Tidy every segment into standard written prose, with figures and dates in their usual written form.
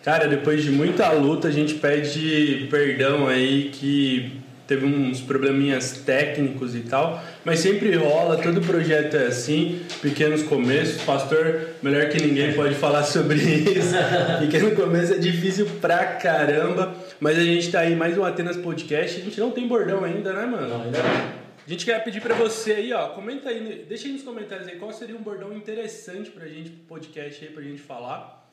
Cara, depois de muita luta, a gente pede perdão aí que teve uns probleminhas técnicos e tal, mas sempre rola, todo projeto é assim, pequenos começos. Pastor, melhor que ninguém pode falar sobre isso. Pequeno começo é difícil pra caramba, mas a gente tá aí mais um Atenas Podcast. A gente não tem bordão ainda, né, mano? Não, ainda não. A gente quer pedir pra você aí, ó, comenta aí, deixa aí nos comentários aí qual seria um bordão interessante pra gente, podcast aí, pra gente falar.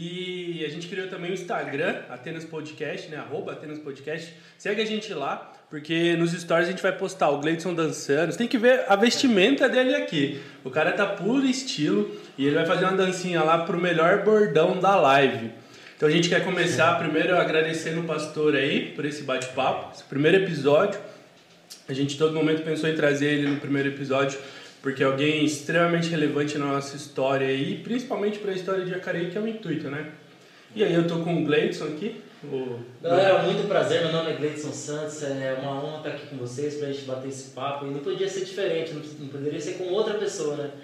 E a gente criou também o Instagram, Atenas Podcast, né? @Atenas Podcast. Segue a gente lá, porque nos stories a gente vai postar o Gleidson dançando. Você tem que ver a vestimenta dele aqui. O cara tá puro estilo e ele vai fazer uma dancinha lá pro melhor bordão da live. Então a gente quer começar primeiro agradecendo o pastor aí por esse bate-papo, esse primeiro episódio. A gente todo momento pensou em trazer ele no primeiro episódio, porque é alguém extremamente relevante na nossa história e principalmente para a história de Jacareí, que é o intuito, né? E aí eu tô com o Gleidson aqui. Galera, muito prazer, meu nome é Gleidson Santos, é uma honra estar aqui com vocês pra gente bater esse papo e não podia ser diferente, não poderia ser com outra pessoa, né?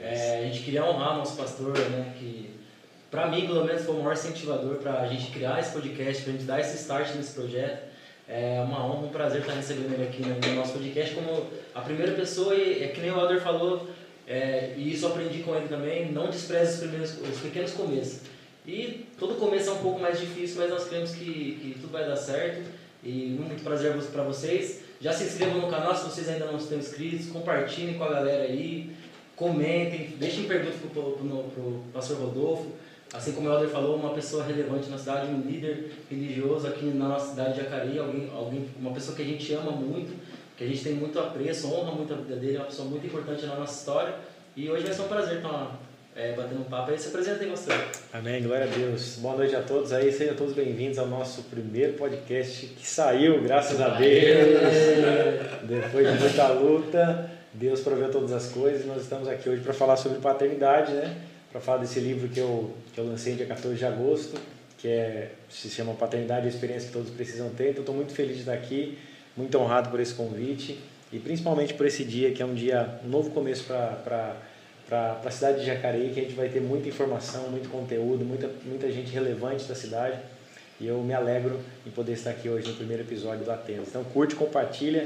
A gente queria honrar o nosso pastor, né, que pra mim pelo menos foi o maior incentivador pra gente criar esse podcast, pra gente dar esse start nesse projeto. É uma honra, um prazer estar recebendo ele aqui no nosso podcast como a primeira pessoa e é que nem o Alder falou, e isso eu aprendi com ele também, não despreze os pequenos começos. E todo começo é um pouco mais difícil, mas nós cremos que tudo vai dar certo e muito prazer para vocês. Já se inscrevam no canal se vocês ainda não estão inscritos, compartilhem com a galera aí, comentem, deixem perguntas pro pastor Rodolfo. Assim como o Helder falou, uma pessoa relevante na cidade, um líder religioso aqui na nossa cidade de Jacareí, uma pessoa que a gente ama muito, que a gente tem muito apreço, honra muito a vida dele, é uma pessoa muito importante na nossa história. E hoje vai ser um prazer estar batendo um papo aí. Se apresentem você. Amém, glória a Deus. Boa noite a todos aí, sejam todos bem-vindos ao nosso primeiro podcast que saiu, graças a Deus. Depois de muita luta, Deus proveu todas as coisas. Nós estamos aqui hoje para falar sobre paternidade, né? Para falar desse livro que eu lancei dia 14 de agosto, que se chama Paternidade, a experiência que todos precisam ter. Então, estou muito feliz de estar aqui, muito honrado por esse convite e principalmente por esse dia, que é um novo começo para a cidade de Jacareí, que a gente vai ter muita informação, muito conteúdo, muita gente relevante da cidade. E eu me alegro em poder estar aqui hoje no primeiro episódio do Atenas. Então, curte, compartilha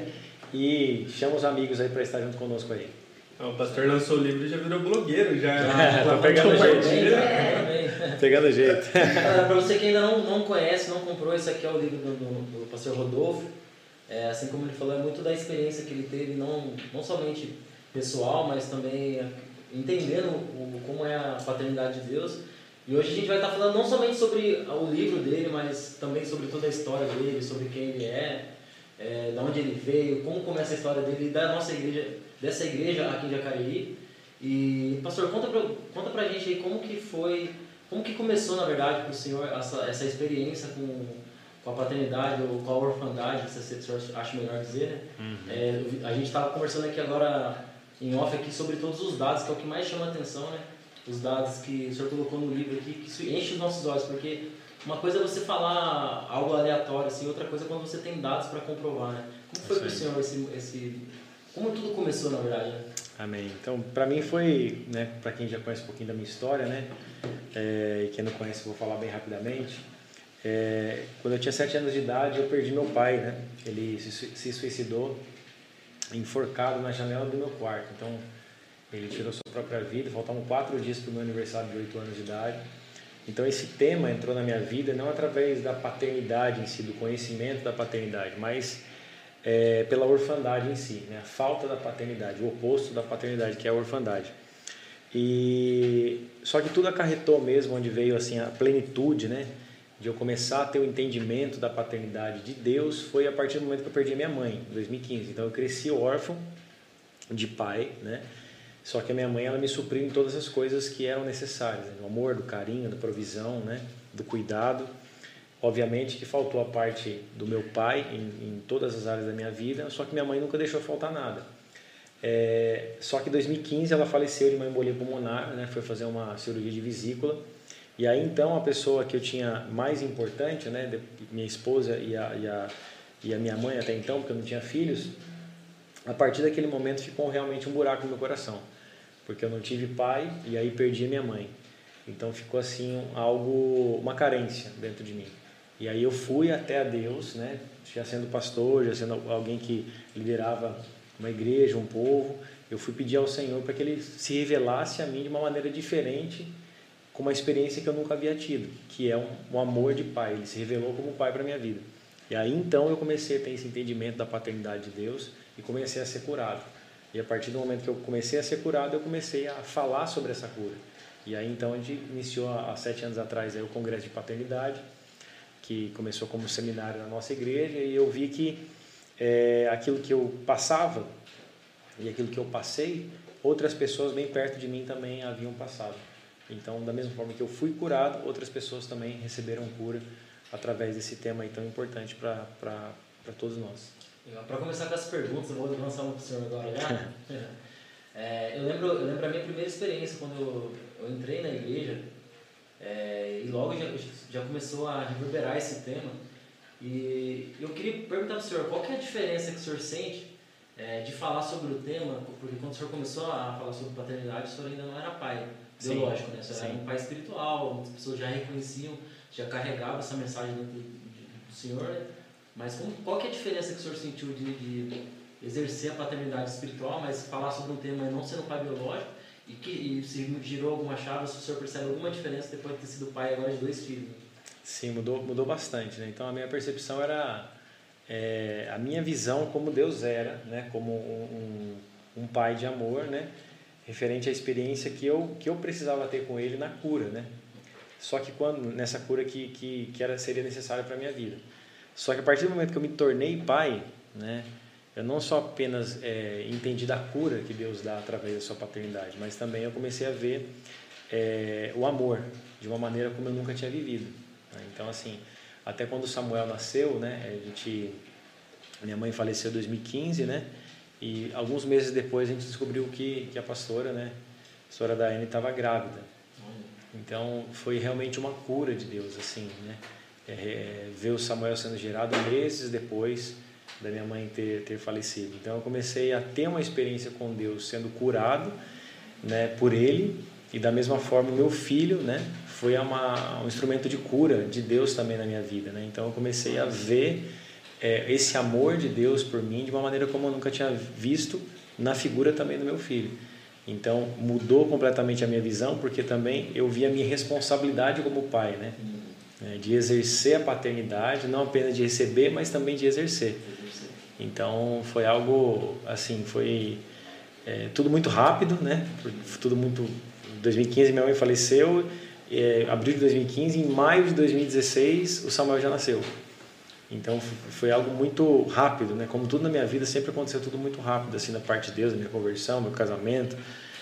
e chama os amigos aí para estar junto conosco aí. O pastor lançou o livro e já virou blogueiro, já. Tô pegando jeito. Pegando jeito. Para você que ainda não conhece, não comprou, esse aqui é o livro do pastor Rodolfo. Assim como ele falou, é muito da experiência que ele teve, não somente pessoal, mas também entendendo como é a paternidade de Deus. E hoje a gente vai estar falando não somente sobre o livro dele, mas também sobre toda a história dele, sobre quem ele de onde ele veio, como começa a história dele e da nossa igreja, dessa igreja aqui em Jacareí. E, pastor, conta pra gente aí como que começou, na verdade, para o senhor essa experiência com a paternidade ou com a orfandade, se o senhor acha melhor dizer, né? Uhum. A gente estava conversando aqui agora em off aqui sobre todos os dados, que é o que mais chama a atenção, né? Os dados que o senhor colocou no livro aqui, que enche os nossos olhos, porque uma coisa é você falar algo aleatório, assim, outra coisa é quando você tem dados para comprovar, né? Como foi para o senhor como tudo começou, na verdade, né? Amém. Então, para mim foi, né, para quem já conhece um pouquinho da minha história, né, e quem não conhece, vou falar bem rapidamente. Quando eu tinha 7 anos de idade, eu perdi meu pai, né? Ele se suicidou enforcado na janela do meu quarto. Então, ele tirou sua própria vida. Faltavam 4 dias para o meu aniversário de 8 anos de idade. Então, esse tema entrou na minha vida não através da paternidade em si, do conhecimento da paternidade, mas pela orfandade em si, né? A falta da paternidade, o oposto da paternidade, que é a orfandade. E só que tudo acarretou mesmo, onde veio assim a plenitude, né, de eu começar a ter o entendimento da paternidade de Deus, foi a partir do momento que eu perdi a minha mãe, em 2015. Então eu cresci órfão de pai, né? Só que a minha mãe, ela me supriu em todas as coisas que eram necessárias, né? Do amor, do carinho, da provisão, né, do cuidado. Obviamente que faltou a parte do meu pai em todas as áreas da minha vida, só que minha mãe nunca deixou faltar nada. Só que em 2015 ela faleceu de uma embolia pulmonar, né? Foi fazer uma cirurgia de vesícula. E aí então a pessoa que eu tinha mais importante, né? Minha esposa e a minha mãe até então, porque eu não tinha filhos, a partir daquele momento ficou realmente um buraco no meu coração. Porque eu não tive pai e aí perdi a minha mãe. Então ficou assim uma carência dentro de mim. E aí eu fui até a Deus, né? Já sendo pastor, já sendo alguém que liderava uma igreja, um povo, eu fui pedir ao Senhor para que Ele se revelasse a mim de uma maneira diferente, com uma experiência que eu nunca havia tido, que é um amor de pai. Ele se revelou como pai para a minha vida. E aí então eu comecei a ter esse entendimento da paternidade de Deus e comecei a ser curado. E a partir do momento que eu comecei a ser curado, eu comecei a falar sobre essa cura. E aí então a gente iniciou há 7 anos atrás aí, o Congresso de Paternidade, que começou como seminário na nossa igreja, e eu vi que aquilo que eu passava e aquilo que eu passei, outras pessoas bem perto de mim também haviam passado. Então, da mesma forma que eu fui curado, outras pessoas também receberam cura através desse tema aí tão importante para todos nós. Para começar com as perguntas, eu vou lançar uma para o senhor agora já. Eu lembro a minha primeira experiência quando eu entrei na igreja, e logo já começou a reverberar esse tema. E eu queria perguntar para o senhor, qual que é a diferença que o senhor sente de falar sobre o tema, porque quando o senhor começou a falar sobre paternidade, o senhor ainda não era pai biológico, né? O senhor era um pai espiritual, muitas pessoas já reconheciam, já carregavam essa mensagem do senhor, né? Mas qual que é a diferença que o senhor sentiu de exercer a paternidade espiritual, mas falar sobre um tema não sendo pai biológico, e se girou alguma chave, se o senhor percebe alguma diferença depois de ter sido pai agora de 2 filhos? Né? Sim, mudou bastante, né? Então a minha percepção era a minha visão como Deus era, né? Como um pai de amor, né? Referente à experiência que eu precisava ter com Ele na cura, né? Só que nessa cura que seria necessária para a minha vida. Só que a partir do momento que eu me tornei pai, né? Eu não só apenas entendi da cura que Deus dá através da sua paternidade, mas também eu comecei a ver o amor de uma maneira como eu nunca tinha vivido. Né? Então, assim, até quando Samuel nasceu, né? Minha mãe faleceu em 2015, né? E alguns meses depois a gente descobriu que a pastora, né? A pastora Daiane estava grávida. Então, foi realmente uma cura de Deus, assim, né? Ver o Samuel sendo gerado meses depois da minha mãe ter falecido. Então eu comecei a ter uma experiência com Deus sendo curado, né, por Ele, e da mesma forma meu filho, né, foi um instrumento de cura de Deus também na minha vida, né? Então eu comecei a ver esse amor de Deus por mim de uma maneira como eu nunca tinha visto na figura também do meu filho. Então mudou completamente a minha visão, porque também eu vi a minha responsabilidade como pai, né? De exercer a paternidade, não apenas de receber, mas também de exercer. Então foi algo assim, foi tudo muito rápido, né? Tudo muito. Em 2015 minha mãe faleceu, abril de 2015, em maio de 2016 o Samuel já nasceu. Então foi algo muito rápido, né? Como tudo na minha vida sempre aconteceu tudo muito rápido, assim, da parte de Deus, da minha conversão, meu casamento,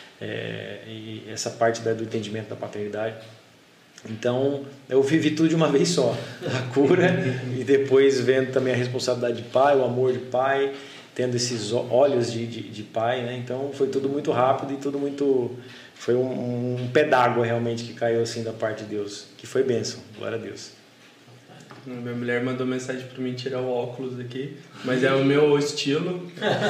e essa parte do entendimento da paternidade. Então eu vivi tudo de uma vez só, a cura e depois vendo também a responsabilidade de pai, o amor de pai, tendo esses olhos de pai, né? Então foi tudo muito rápido e tudo muito, foi um pé d'água realmente que caiu assim da parte de Deus, que foi bênção, glória a Deus. Minha mulher mandou mensagem para mim tirar o óculos aqui, mas é o meu estilo.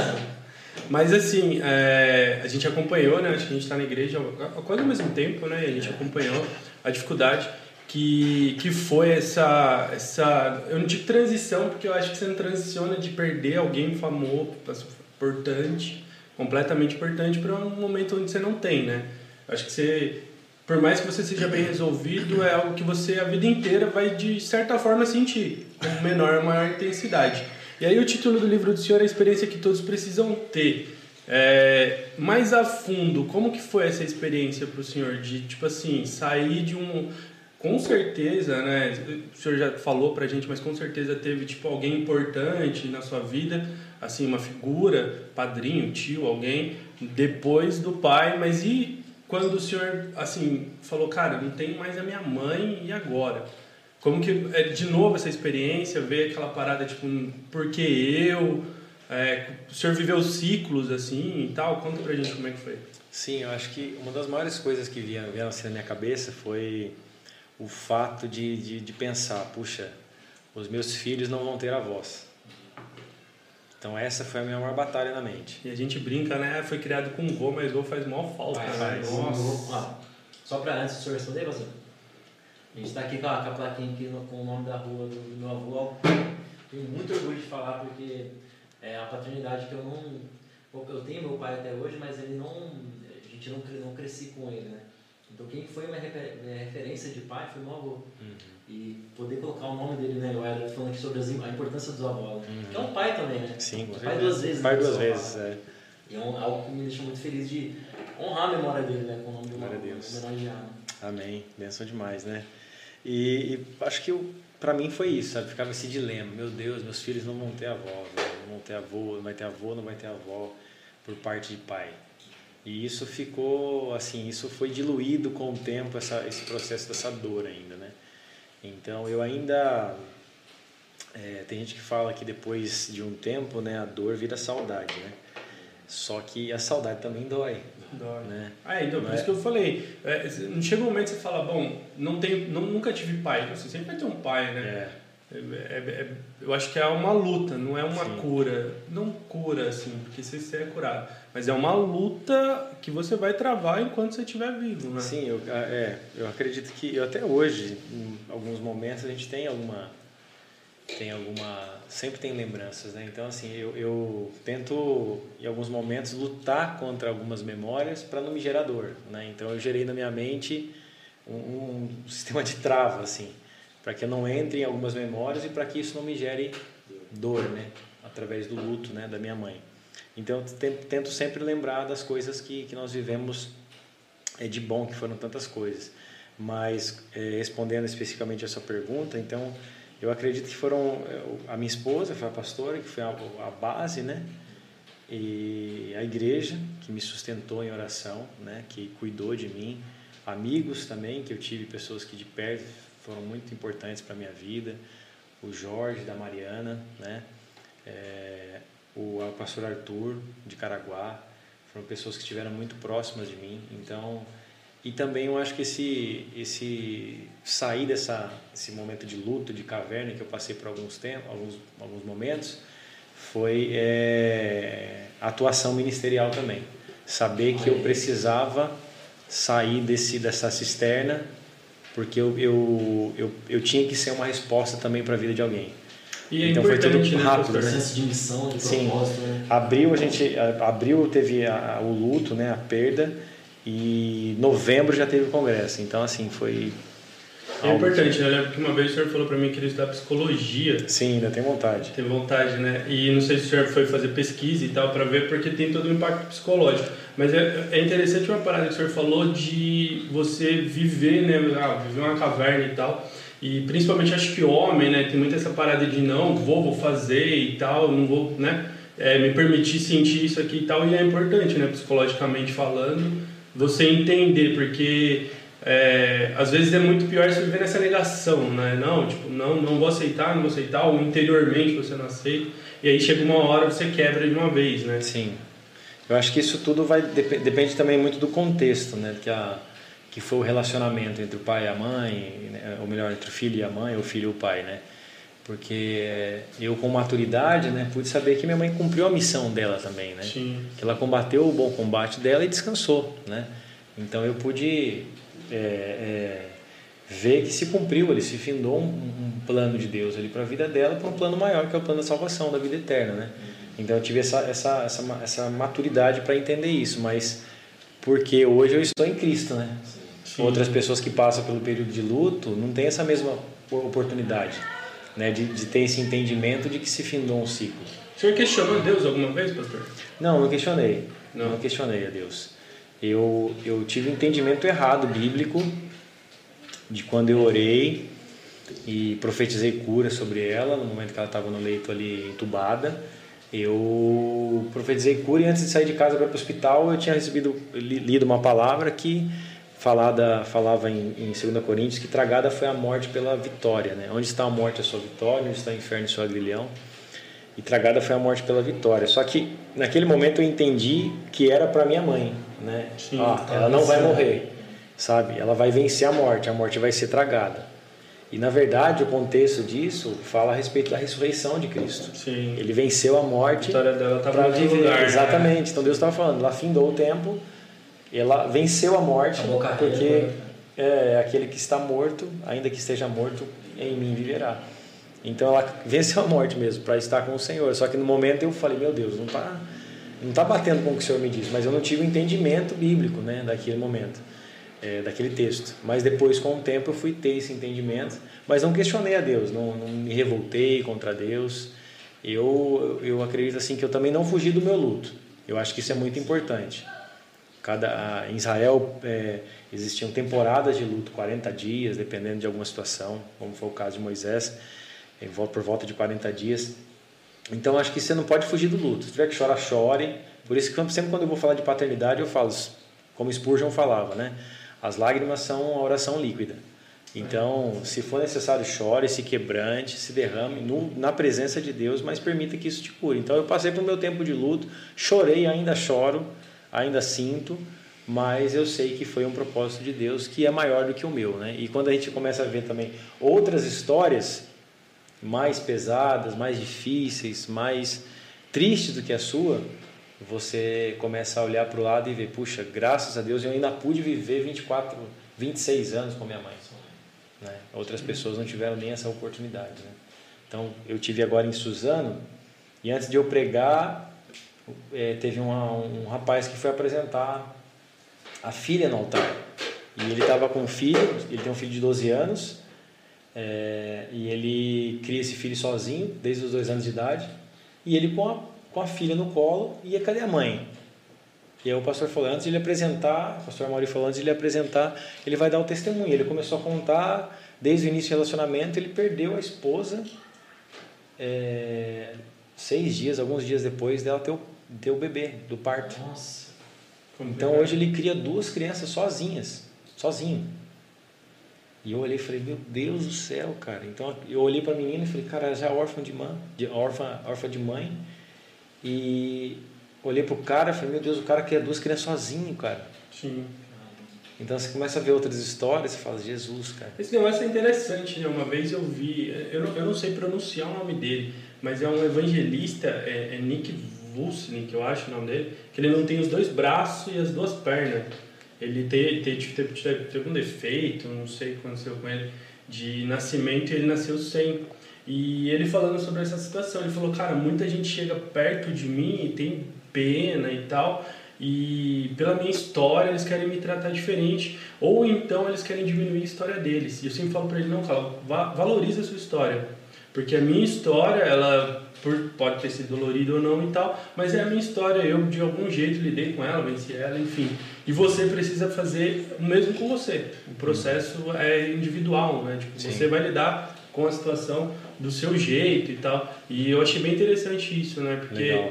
Mas assim, a gente acompanhou, né? Acho que a gente está na igreja quase ao mesmo tempo, né? E a gente acompanhou a dificuldade que foi essa, eu não digo transição, porque eu acho que você não transiciona de perder alguém famoso, importante, completamente importante, para um momento onde você não tem, né? Eu acho que você, por mais que você seja bem resolvido, é algo que você a vida inteira vai de certa forma sentir, com menor ou maior intensidade. E aí o título do livro do senhor é a experiência que todos precisam ter. Mais a fundo, como que foi essa experiência para o senhor de, tipo assim, sair de com certeza, né, o senhor já falou pra gente, mas com certeza teve, tipo, alguém importante na sua vida, assim, uma figura, padrinho, tio, alguém, depois do pai, mas e quando o senhor, assim, falou, cara, não tenho mais a minha mãe, e agora? Como que, de novo, essa experiência, ver aquela parada, tipo, por que eu... o senhor viveu ciclos assim e tal? Conta pra gente como é que foi. Sim, eu acho que uma das maiores coisas que vieram assim na minha cabeça foi o fato de pensar, puxa, os meus filhos não vão ter avós. Então essa foi a minha maior batalha na mente. E a gente brinca, né? Foi criado com vô, mas vô faz maior falta. Nossa. Só para antes do senhor responder, pastor. A gente está aqui com a plaquinha aqui com o nome da rua do meu avô. Tenho muito orgulho de falar porque é a paternidade que eu tenho meu pai até hoje, mas ele a gente não cresci com ele, né? Então quem foi minha referência de pai foi meu avô. E poder colocar o nome dele, né? Eu era falando aqui sobre a importância dos avós, né? Que é um pai também, né? Sim, pai duas vezes. Pai duas vezes, é. E é algo que me deixa muito feliz de honrar a memória dele, né? Com o nome de Glória a Deus. homenagear. Amém. Benção demais, né? E acho que pra mim foi isso, sabe? Ficava esse dilema. Meu Deus, meus filhos não vão ter avó, não vão ter avô, não vai ter avô, não vai ter avó por parte de pai. E isso ficou, assim, isso foi diluído com o tempo, esse processo dessa dor ainda, né? Então eu ainda... tem gente que fala que depois de um tempo, né, a dor vira saudade, né? Só que a saudade também dói. Dói. Né? Então, por isso que eu falei. Não chega um momento que você fala, bom, nunca tive pai. Você sempre vai ter um pai, né? Eu acho que é uma luta, não é uma cura. Não cura, assim, porque você é curado. Mas é uma luta que você vai travar enquanto você estiver vivo, né? Sim, eu acredito que até hoje, em alguns momentos, a gente sempre tem lembranças, né? Então, assim, eu tento, em alguns momentos, lutar contra algumas memórias para não me gerar dor, né? Então, eu gerei na minha mente um sistema de trava, assim, para que eu não entre em algumas memórias e para que isso não me gere dor, né? Através do luto, né? Da minha mãe. Então, eu tento sempre lembrar das coisas que nós vivemos de bom, que foram tantas coisas. Mas, respondendo especificamente a sua pergunta, então, eu acredito que foram a minha esposa, foi a pastora, que foi a base, né? E a igreja, que me sustentou em oração, né? Que cuidou de mim. Amigos também, que eu tive, pessoas que de perto foram muito importantes para a minha vida. O Jorge, da Mariana, né? O pastor Arthur, de Caraguá. Foram pessoas que estiveram muito próximas de mim. Então, e também eu acho que esse sair esse momento de luto, de caverna que eu passei por alguns momentos, foi a atuação ministerial também. Saber que eu precisava sair dessa cisterna, porque eu tinha que ser uma resposta também para a vida de alguém. E então foi tudo rápido, né? Processo de missão, de propósito, né? Abril teve o luto, né, a perda, e novembro já teve o congresso. Então, assim, foi... É importante, né? Eu lembro que uma vez o senhor falou para mim que queria estudar psicologia. Sim, ainda tem vontade. Tem vontade, né? E não sei se o senhor foi fazer pesquisa e tal para ver, porque tem todo um impacto psicológico. Mas é interessante uma parada que o senhor falou de você viver, né? Viver uma caverna e tal. E principalmente acho que homem, né? Tem muito essa parada de não, vou fazer e tal, não vou, né? Me permitir sentir isso aqui e tal. E é importante, né? Psicologicamente falando, você entender, porque... às vezes é muito pior você viver nessa negação, né? Não vou aceitar, ou interiormente você não aceita, e aí chega uma hora você quebra de uma vez, né? Sim. Eu acho que isso tudo depende também muito do contexto, né? Que foi o relacionamento entre o pai e a mãe, né? Ou melhor, entre o filho e a mãe, ou o filho e o pai, né? Porque eu, com maturidade, né, pude saber que minha mãe cumpriu a missão dela também, né? Sim. Que ela combateu o bom combate dela e descansou, né? Então eu pude ver que se cumpriu, ele se findou um plano de Deus ali para a vida dela, para um plano maior, que é o plano da salvação, da vida eterna, né? Então eu tive essa maturidade para entender isso, mas porque hoje eu estou em Cristo, né? Sim. Outras pessoas que passam pelo período de luto não têm essa mesma oportunidade, né? De ter esse entendimento de que se findou um ciclo. O senhor questionou Deus alguma vez, pastor? Não questionei. Não questionei a Deus. Eu tive um entendimento errado bíblico de quando eu orei e profetizei cura sobre ela no momento que ela estava no leito ali entubada. Eu profetizei cura e antes de sair de casa para ir para o hospital eu tinha lido uma palavra que falava em 2 Coríntios que tragada foi a morte pela vitória, né? Onde está a morte a sua vitória, onde está o inferno e sua aguilhão. E tragada foi a morte pela vitória. Só que naquele momento eu entendi que era para minha mãe, né? Sim, ela não vai morrer, sabe? Ela vai vencer a morte vai ser tragada. E na verdade o contexto disso fala a respeito da ressurreição de Cristo. Sim. Ele venceu a morte para viver. Lugar, exatamente. Né? Então Deus estava falando, ela findou o tempo, ela venceu a morte, porque aquele que está morto, ainda que esteja morto, em mim viverá. Então ela venceu a morte mesmo, para estar com o Senhor. Só que no momento eu falei, meu Deus, não tá batendo com o que o Senhor me disse, mas eu não tive o entendimento bíblico, né, daquele momento, daquele texto. Mas depois, com o tempo, eu fui ter esse entendimento, mas não questionei a Deus, não me revoltei contra Deus. Eu acredito assim que eu também não fugi do meu luto. Eu acho que isso é muito importante. Em Israel existiam temporadas de luto, 40 dias, dependendo de alguma situação, como foi o caso de Moisés, por volta de 40 dias. Então acho que você não pode fugir do luto. Se tiver que chorar, chore. Por isso que sempre quando eu vou falar de paternidade eu falo, como Spurgeon falava, né? As lágrimas são a oração líquida. Então, se for necessário, chore, se quebrante, se derrame na presença de Deus, mas permita que isso te cure. Então eu passei por meu tempo de luto, chorei, ainda choro, ainda sinto, mas eu sei que foi um propósito de Deus que é maior do que o meu, né? E quando a gente começa a ver também outras histórias mais pesadas, mais difíceis, mais tristes do que a sua, você começa a olhar para o lado e ver, puxa, graças a Deus eu ainda pude viver 26 anos com minha mãe, né? Outras pessoas não tiveram nem essa oportunidade, né? Então eu tive agora em Suzano, e antes de eu pregar, teve um rapaz que foi apresentar a filha no altar, e ele estava com um filho, ele tem um filho de 12 anos, e ele cria esse filho sozinho desde os 2 anos de idade, e ele com a filha no colo, e cadê a mãe? E aí o pastor falou, antes de ele apresentar, o pastor Mauri falou, antes de ele apresentar, ele vai dar o testemunho. Ele começou a contar, desde o início do relacionamento, ele perdeu a esposa 6 dias, alguns dias depois dela ter o bebê, do parto. Nossa. Então hoje ele cria 2 crianças sozinho. E eu olhei e falei, meu Deus do céu, cara. Então eu olhei para a menina e falei, cara, ela já é órfã de mãe. E olhei pro cara e falei, meu Deus, o cara cria 2 crianças sozinho, cara. Sim. Então você começa a ver outras histórias e fala, Jesus, cara. Esse negócio é interessante, né? Uma vez eu vi, eu não sei pronunciar o nome dele, mas é um evangelista, Nick Vujicic, eu acho o nome dele, que ele não tem os 2 braços e as 2 pernas. Ele teve um defeito, não sei o que aconteceu com ele, de nascimento, e ele nasceu sem. E ele falando sobre essa situação, ele falou, cara, muita gente chega perto de mim e tem pena e tal, e pela minha história eles querem me tratar diferente, ou então eles querem diminuir a história deles. E eu sempre falo pra ele, não, cara, valoriza a sua história, porque a minha história, ela pode ter sido dolorida ou não e tal, mas é a minha história, eu de algum jeito lidei com ela, venci ela, enfim. E você precisa fazer o mesmo com você. O processo é individual, né? Tipo, você vai lidar com a situação do seu jeito e tal. E eu achei bem interessante isso, né? Porque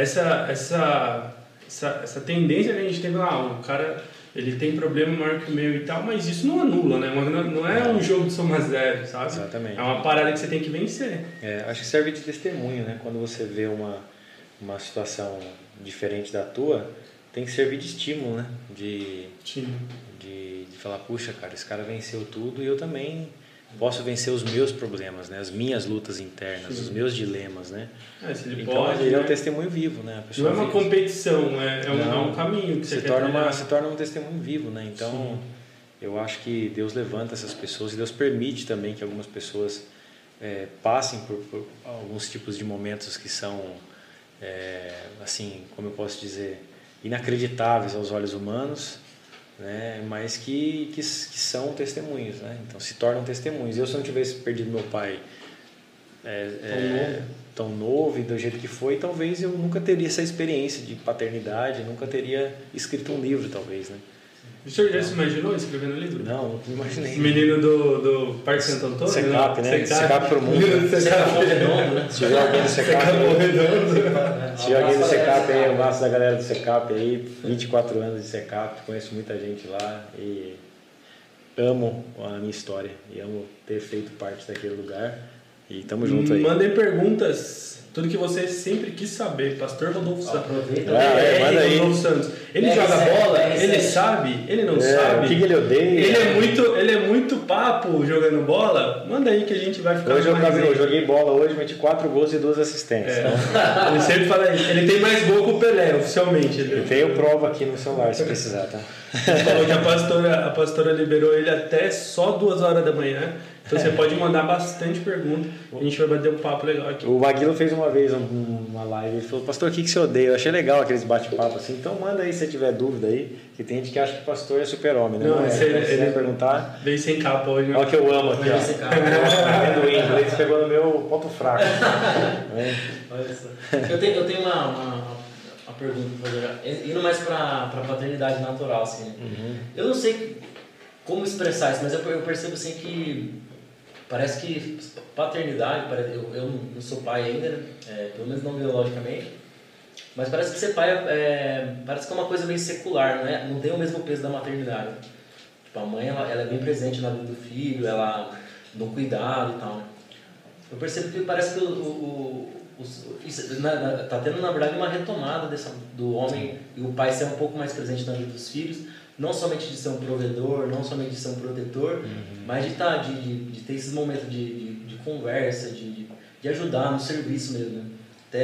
essa tendência que a gente tem, o cara, ele tem problema maior que o meu e tal, mas isso não anula, né? Não é um jogo de soma zero, sabe? Exatamente. É uma parada que você tem que vencer. Acho que serve de testemunho, né? Quando você vê uma situação diferente da tua, tem que servir de estímulo, né? De falar, puxa, cara, esse cara venceu tudo e eu também posso vencer os meus problemas, né? As minhas lutas internas, os meus dilemas, né? Então ele é um testemunho vivo, né? A pessoa não é uma competição, é um caminho que você quer se torna um testemunho vivo, né? Então eu acho que Deus levanta essas pessoas e Deus permite também que algumas pessoas passem por alguns tipos de momentos que são assim, como eu posso dizer, inacreditáveis aos olhos humanos, né? Mas que são testemunhos, né? Então se tornam testemunhos. Eu, se não tivesse perdido meu pai tão novo e do jeito que foi, talvez eu nunca teria essa experiência de paternidade, nunca teria escrito um livro, talvez, né? O senhor já se imaginou escrevendo livro? Não, não imaginei. Menino do Parque Santo Antônio? Secap, né? Secap pro mundo. Secap redondo, né? Se tiver alguém do Secap, se tiver alguém do Secap aí, eu gosto da galera do Secap aí, 24 anos de Secap, conheço muita gente lá e amo a minha história e amo ter feito parte daquele lugar. E tamo junto aí. Mandem perguntas. Tudo que você sempre quis saber. Pastor Rodolfo Santos. Aproveita. Manda aí. Rodolfo Santos. Ele joga bola? Ele sabe? Ele não sabe? O que ele odeia? Ele é muito papo jogando bola? Manda aí que a gente vai ficar Hoje eu joguei bola hoje, meti 4 gols e 2 assistências. Então. Ele sempre fala isso. Ele tem mais gol que o Pelé, oficialmente. Eu tenho prova aqui no celular, se precisar, tá? Ele falou que a pastora liberou ele até só 2 horas da manhã. Então você pode mandar bastante pergunta. A gente vai bater um papo legal aqui. O Maguilo fez uma vez uma live. Ele falou, pastor, o que você odeia? Eu achei legal aqueles bate-papo assim. Então manda aí se você tiver dúvida aí. Que tem gente que acha que pastor é super-homem, né? Não, ele vai perguntar. Veio sem capa hoje. Olha o que eu amo aqui, ó. Veio sem capa. O inglês pegou no meu ponto fraco. Olha só. Eu tenho uma pergunta para fazer. Indo mais para paternidade natural, assim. Né? Eu não sei como expressar isso, mas eu percebo assim que parece que paternidade, eu não sou pai ainda, né? Pelo menos não biologicamente, mas parece que ser pai parece que é uma coisa meio secular, não tem o mesmo peso da maternidade. Tipo, a mãe ela é bem presente na vida do filho, ela no cuidado e tal. Né? Eu percebo que parece que está tendo na verdade uma retomada do homem e o pai ser um pouco mais presente na vida dos filhos. Não somente de ser um provedor, não somente de ser um protetor, mas de ter esses momentos de conversa, de ajudar no serviço mesmo. Né? Até,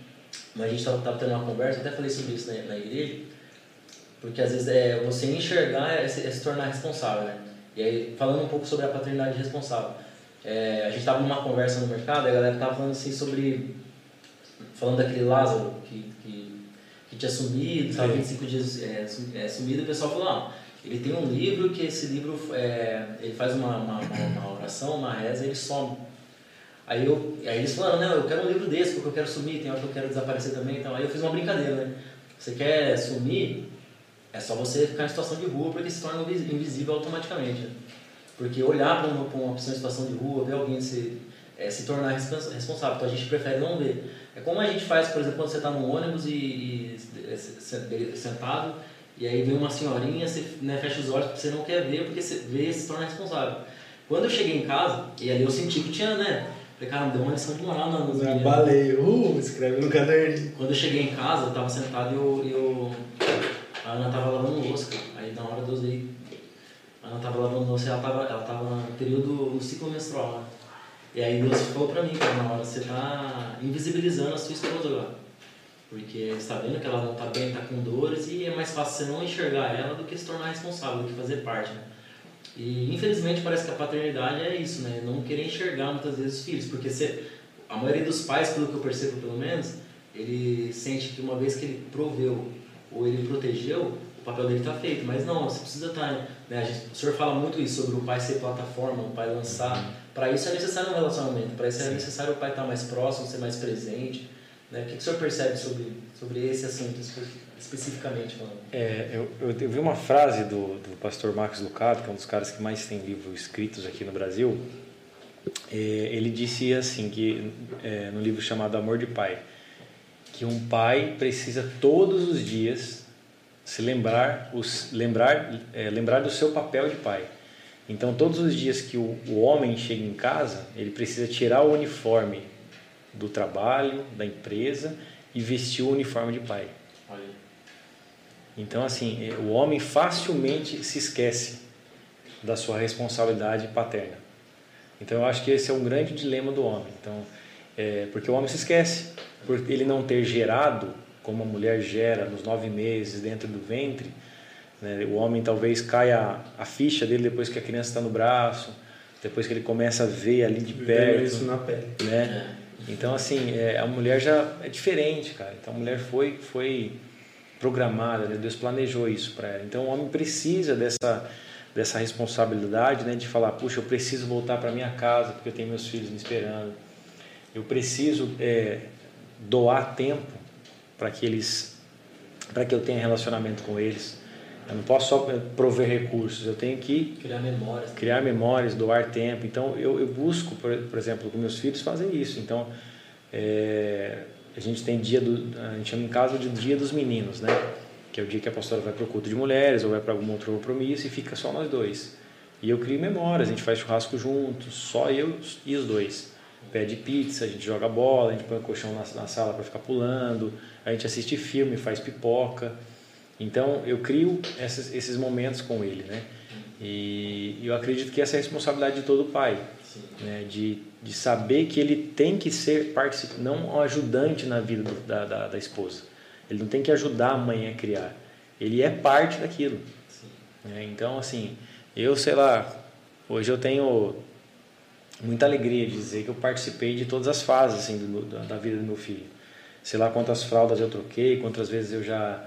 a gente estava tendo uma conversa, eu até falei sobre isso na igreja, porque às vezes você enxergar é se tornar responsável. Né? E aí, falando um pouco sobre a paternidade responsável, a gente estava numa conversa no mercado, e a galera estava falando assim falando daquele Lázaro que tinha sumido, estava 25 dias sumido, e o pessoal falou, ele tem um livro que esse livro, ele faz uma oração, uma reza, e ele some. Aí eles falaram, não, eu quero um livro desse, porque eu quero sumir, tem hora que eu quero desaparecer também. Então, aí eu fiz uma brincadeira, né? Você quer sumir, é só você ficar em situação de rua, porque se torna invisível automaticamente. Né? Porque olhar para uma pessoa em situação de rua, ver alguém se tornar responsável, então a gente prefere não ver. É como a gente faz, por exemplo, quando você está num ônibus e sentado, e aí vem uma senhorinha, você fecha os olhos porque você não quer ver, porque você vê e se torna responsável. Quando eu cheguei em casa, e ali eu senti que tinha, né? Falei, cara, me deu uma lição de moral nos meninos. Baleia, escreve no caderninho. Quando eu cheguei em casa, eu estava sentado e a Ana estava lavando louça, cara. Aí na hora de eu ver, a Ana estava lavando louça e ela estava no período, no ciclo menstrual, né? E aí Deus falou pra mim, cara, na hora você tá invisibilizando a sua esposa agora. Porque você está vendo que ela não está bem, está com dores, e é mais fácil você não enxergar ela do que se tornar responsável, do que fazer parte, né? E infelizmente parece que a paternidade é isso, né? Não querer enxergar muitas vezes os filhos, porque a maioria dos pais, pelo que eu percebo pelo menos, ele sente que uma vez que ele proveu ou ele protegeu, o papel dele está feito. Mas não, você precisa estar... Né? O senhor fala muito isso sobre o pai ser plataforma, o pai lançar... Para isso é necessário um relacionamento, para isso é necessário o pai estar mais próximo, ser mais presente. Né? O que o senhor percebe sobre esse assunto especificamente falando? Eu vi uma frase do pastor Marcos Lucado, que é um dos caras que mais tem livros escritos aqui no Brasil. Ele disse assim, que no livro chamado Amor de Pai, que um pai precisa todos os dias se lembrar do seu papel de pai. Então, todos os dias que o homem chega em casa, ele precisa tirar o uniforme do trabalho, da empresa, e vestir o uniforme de pai. Olha. Então, assim, o homem facilmente se esquece da sua responsabilidade paterna. Então, eu acho que esse é um grande dilema do homem. Então, porque o homem se esquece, por ele não ter gerado, como a mulher gera nos 9 meses dentro do ventre. O homem talvez caia a ficha dele depois que a criança está no braço, depois que ele começa a ver ali de perto. Isso na pele. Né? Então, assim, a mulher já é diferente, cara. Então, a mulher foi programada, né? Deus planejou isso para ela. Então, o homem precisa dessa responsabilidade, né? De falar, puxa, eu preciso voltar para minha casa porque eu tenho meus filhos me esperando. Eu preciso doar tempo para que eu tenha relacionamento com eles. Eu não posso só prover recursos, eu tenho que criar memórias, doar tempo. Então, eu busco, por exemplo, com meus filhos fazer isso. Então, a gente tem a gente chama em casa de Dia dos Meninos, né? Que é o dia que a pastora vai para o culto de mulheres ou vai para algum outro compromisso e fica só nós dois. E eu crio memórias, a gente faz churrasco juntos, só eu e os dois. pede pizza, a gente joga bola, a gente põe o colchão na sala para ficar pulando, a gente assiste filme, faz pipoca. Então eu crio esses momentos com ele, né? E eu acredito que essa é a responsabilidade de todo pai, né? De saber que ele tem que ser não um ajudante na vida da esposa. Ele não tem que ajudar a mãe a criar. Ele é parte daquilo. Né? Então, assim, sei lá, hoje eu tenho muita alegria de dizer que eu participei de todas as fases assim, da vida do meu filho. Sei lá quantas fraldas eu troquei, quantas vezes eu já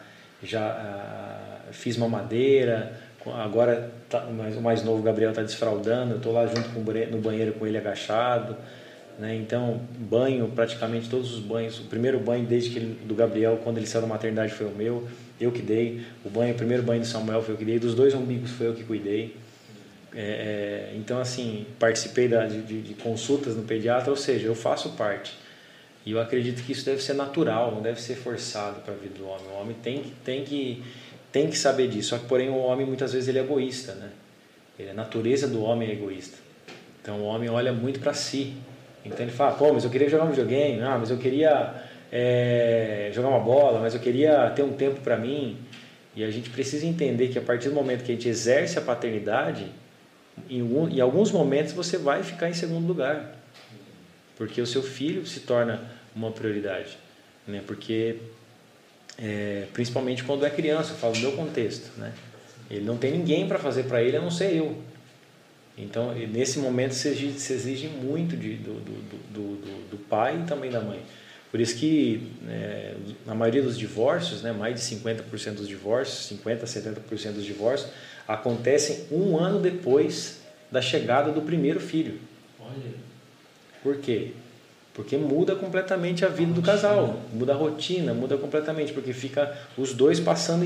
fiz mamadeira. Agora o mais novo, Gabriel, está desfraldando, eu estou lá junto no banheiro com ele agachado, né? Então banho, praticamente todos os banhos, o primeiro banho do Gabriel, quando ele saiu da maternidade, foi o meu, eu que dei, o primeiro banho do Samuel foi eu que dei, dos 2 umbigos foi eu que cuidei. Então assim, participei de consultas no pediatra, ou seja, eu faço parte, e eu acredito que isso deve ser natural, não deve ser forçado para a vida do homem. O homem tem que saber disso. Só que, porém, o homem muitas vezes ele é egoísta, né? A natureza do homem é egoísta. Então o homem olha muito para si. Então ele fala, pô, mas eu queria jogar um videogame, mas eu queria jogar uma bola, mas eu queria ter um tempo para mim. E a gente precisa entender que a partir do momento que a gente exerce a paternidade, em alguns momentos você vai ficar em segundo lugar, porque o seu filho se torna uma prioridade, né? Porque principalmente quando é criança, eu falo do meu contexto, né? Ele não tem ninguém para fazer para ele a não ser eu. Então nesse momento se exige muito do pai e também da mãe. Por isso que na maioria dos divórcios, né, mais de 50% dos divórcios, 50% a 70% dos divórcios acontecem 1 ano depois da chegada do primeiro filho. Olha. Por quê? Porque muda completamente a vida do casal, muda a rotina, muda completamente, porque fica os dois passando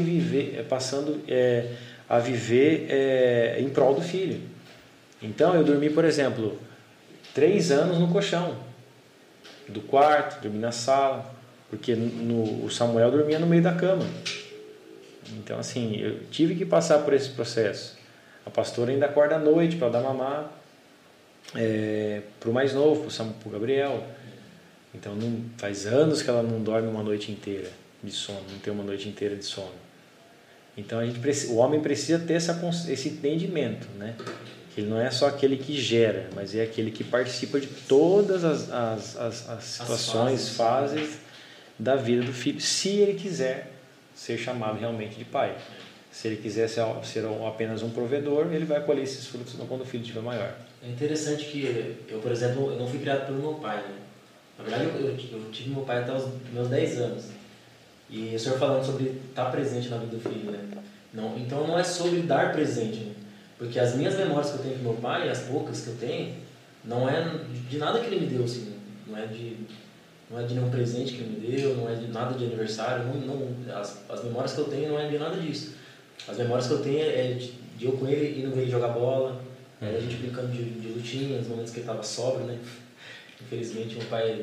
a viver em prol do filho. Então eu dormi, por exemplo, 3 anos no colchão do quarto, dormi na sala, porque o Samuel dormia no meio da cama. Então assim, eu tive que passar por esse processo. A pastora ainda acorda à noite para dar mamar para o mais novo, para o Gabriel. Então faz anos que ela não dorme uma noite inteira de sono, não tem uma noite inteira de sono. Então o homem precisa ter esse entendimento, né? Que ele não é só aquele que gera, mas é aquele que participa de todas as situações, fases da vida do filho, se ele quiser ser chamado realmente de pai. Se ele quiser ser apenas um provedor, ele vai colher esses frutos quando o filho estiver maior. É interessante que eu, por exemplo, eu não fui criado pelo meu pai, né? Na verdade, eu tive meu pai até os meus 10 anos. E o senhor falando sobre estar presente na vida do filho, né? Então não é sobre dar presente, né? Porque as minhas memórias que eu tenho com meu pai, as poucas que eu tenho, não é de nada que ele me deu, assim, não é de nenhum presente que ele me deu, não é de nada de aniversário, as memórias que eu tenho não é de nada disso. As memórias que eu tenho é de eu com ele indo ver ele jogar bola, a gente brincando de lutinha, nos momentos que ele estava sóbrio, né? Infelizmente meu pai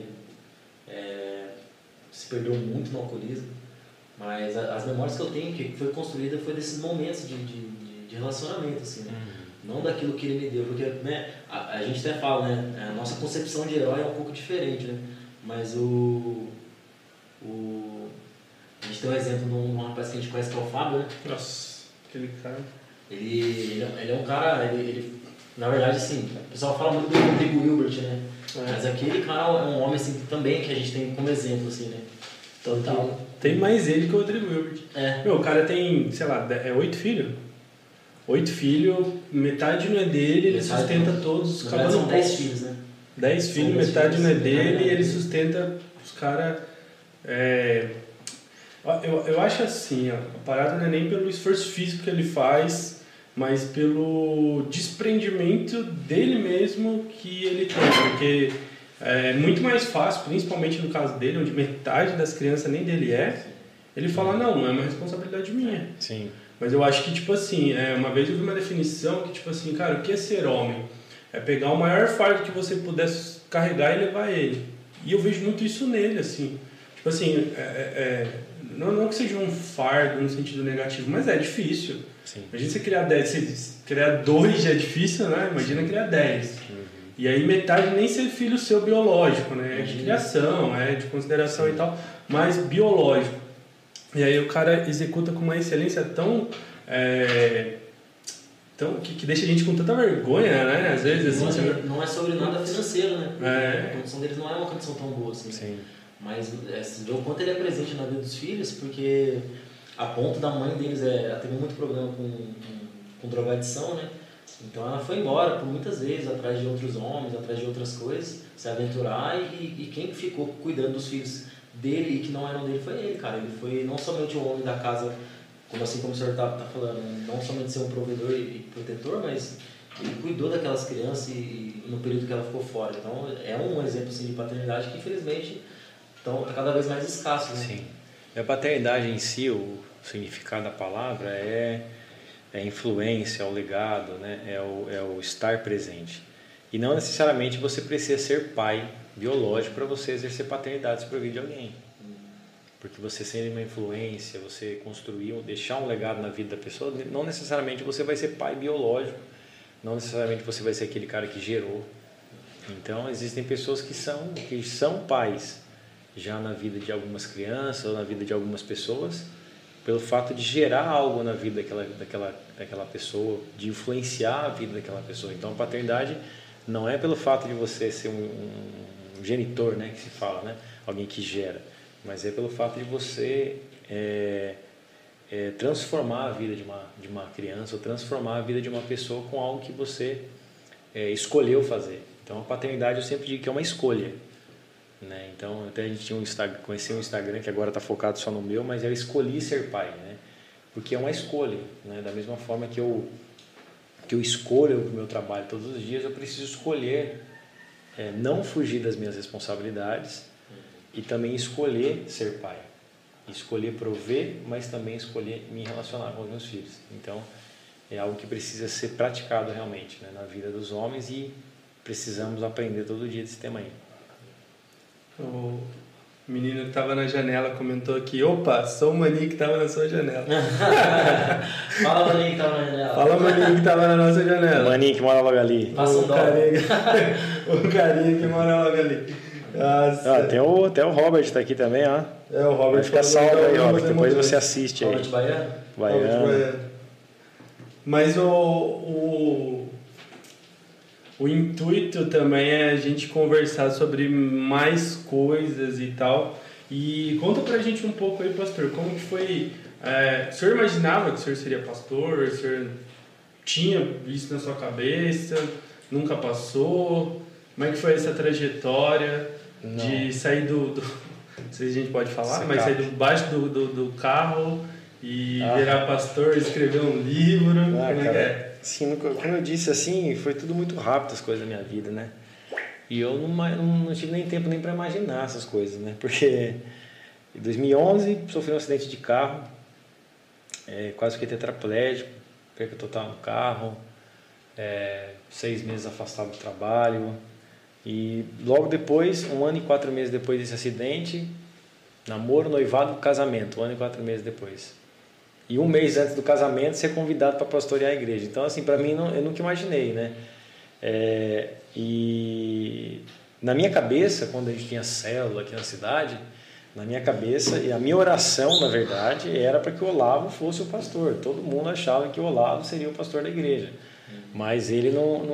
se perdeu muito no alcoolismo, mas as memórias que eu tenho, que foi construída, foi desses momentos de relacionamento, assim, né? Não daquilo que ele me deu, porque, né, a gente até fala, né, a nossa concepção de herói é um pouco diferente, né? Mas a gente tem um exemplo de um rapaz que a gente conhece que é o Fábio, né? Nossa, aquele cara. Ele é um cara, na verdade, assim, o pessoal fala muito do Rodrigo Hilbert, né? Mas aquele cara é um homem, assim, também que a gente tem como exemplo, assim, né? Total. Tem mais ele que o Rodrigo Hilbert. Meu, o cara tem, sei lá, 8 filhos? 8 filhos, metade não é dele, ele sustenta todos os caras. São 10 filhos, né? 10 filhos, metade não é dele, e ele sustenta os caras. Eu acho assim, a parada não é nem pelo esforço físico que ele faz, mas pelo desprendimento dele mesmo que ele tem, porque é muito mais fácil, principalmente no caso dele, onde metade das crianças nem dele ele fala, não é uma responsabilidade minha. Sim. Mas eu acho que, tipo assim, uma vez eu vi uma definição que, tipo assim, cara, o que é ser homem? É pegar o maior fardo que você pudesse carregar e levar ele. E eu vejo muito isso nele, assim. Tipo assim, não que seja um fardo no sentido negativo, mas é difícil. Sim. Imagina você criar 10, criar 2 já é difícil, né? Imagina criar 10. E aí metade nem ser filho seu biológico, né? É de criação, é de consideração e tal, mas biológico. E aí o cara executa com uma excelência tão... que deixa a gente com tanta vergonha, né? Às vezes assim... Não é sobre nada financeiro, né? A condição deles não é uma condição tão boa assim. Sim. Mas ver o quanto ele é presente na vida dos filhos, porque a ponto da mãe deles ela teve muito problema com drogadição, né? Então ela foi embora por muitas vezes, atrás de outros homens, atrás de outras coisas, se aventurar, e quem ficou cuidando dos filhos dele e que não eram dele foi ele, cara. Ele foi não somente o homem da casa, assim como o senhor tá falando, não somente ser um provedor e protetor, mas ele cuidou daquelas crianças e no período que ela ficou fora. Então é um exemplo assim, de paternidade que infelizmente está cada vez mais escasso, né? Sim. A paternidade em si, o significado da palavra é influência, é o legado, né? é o estar presente. E não necessariamente você precisa ser pai biológico para você exercer paternidade sobre a vida de alguém. Porque você sendo uma influência, você construir, deixar um legado na vida da pessoa, não necessariamente você vai ser pai biológico, não necessariamente você vai ser aquele cara que gerou. Então existem pessoas que são pais já na vida de algumas crianças ou na vida de algumas pessoas, pelo fato de gerar algo na vida daquela pessoa, de influenciar a vida daquela pessoa. Então a paternidade não é pelo fato de você ser um genitor, né, que se fala, né, alguém que gera, mas é pelo fato de você transformar a vida de uma criança ou transformar a vida de uma pessoa com algo que você escolheu fazer. Então a paternidade eu sempre digo que é uma escolha, né? Então até a gente conheci um Instagram que agora está focado só no meu, mas eu escolhi ser pai, né? Porque é uma escolha, né? Da mesma forma que eu escolho o meu trabalho todos os dias, eu preciso escolher não fugir das minhas responsabilidades e também escolher ser pai, escolher prover, mas também escolher me relacionar com os meus filhos. Então é algo que precisa ser praticado realmente, né, na vida dos homens, e precisamos aprender todo dia desse tema aí. O menino que estava na janela comentou aqui: opa, sou o maninho que estava na sua janela. Fala, maninho que estava na janela. Fala, maninho que estava na nossa janela. O maninho que mora logo ali. Passa um dó. O carinha que mora logo ali. Nossa. Até o Robert tá aqui também, ó. O Robert. Fica salvo aí, Robert. Depois você assiste aí. Robert Baiano? Baiano. Mas o intuito também é a gente conversar sobre mais coisas e tal. E conta pra gente um pouco aí, pastor, como que foi... o senhor imaginava que o senhor seria pastor? O senhor tinha isso na sua cabeça? Nunca passou? Como é que foi essa trajetória de sair do... Não sei se a gente pode falar, mas sair debaixo do carro e virar pastor, escrever um livro? Como é que é? Sim, como eu disse, assim, foi tudo muito rápido as coisas da minha vida, né? E eu não tive nem tempo nem para imaginar essas coisas, né? Porque em 2011 sofri um acidente de carro, quase fiquei tetraplégico, perca total no carro, 6 meses afastado do trabalho. E logo depois, 1 ano e 4 meses depois desse acidente, namoro, noivado, casamento, 1 ano e 4 meses depois. E 1 mês antes do casamento, ser convidado para pastorear a igreja. Então, assim, para mim, eu nunca imaginei, né? E na minha cabeça, quando a gente tinha célula aqui na cidade, na minha cabeça, e a minha oração, na verdade, era para que o Olavo fosse o pastor. Todo mundo achava que o Olavo seria o pastor da igreja. Mas ele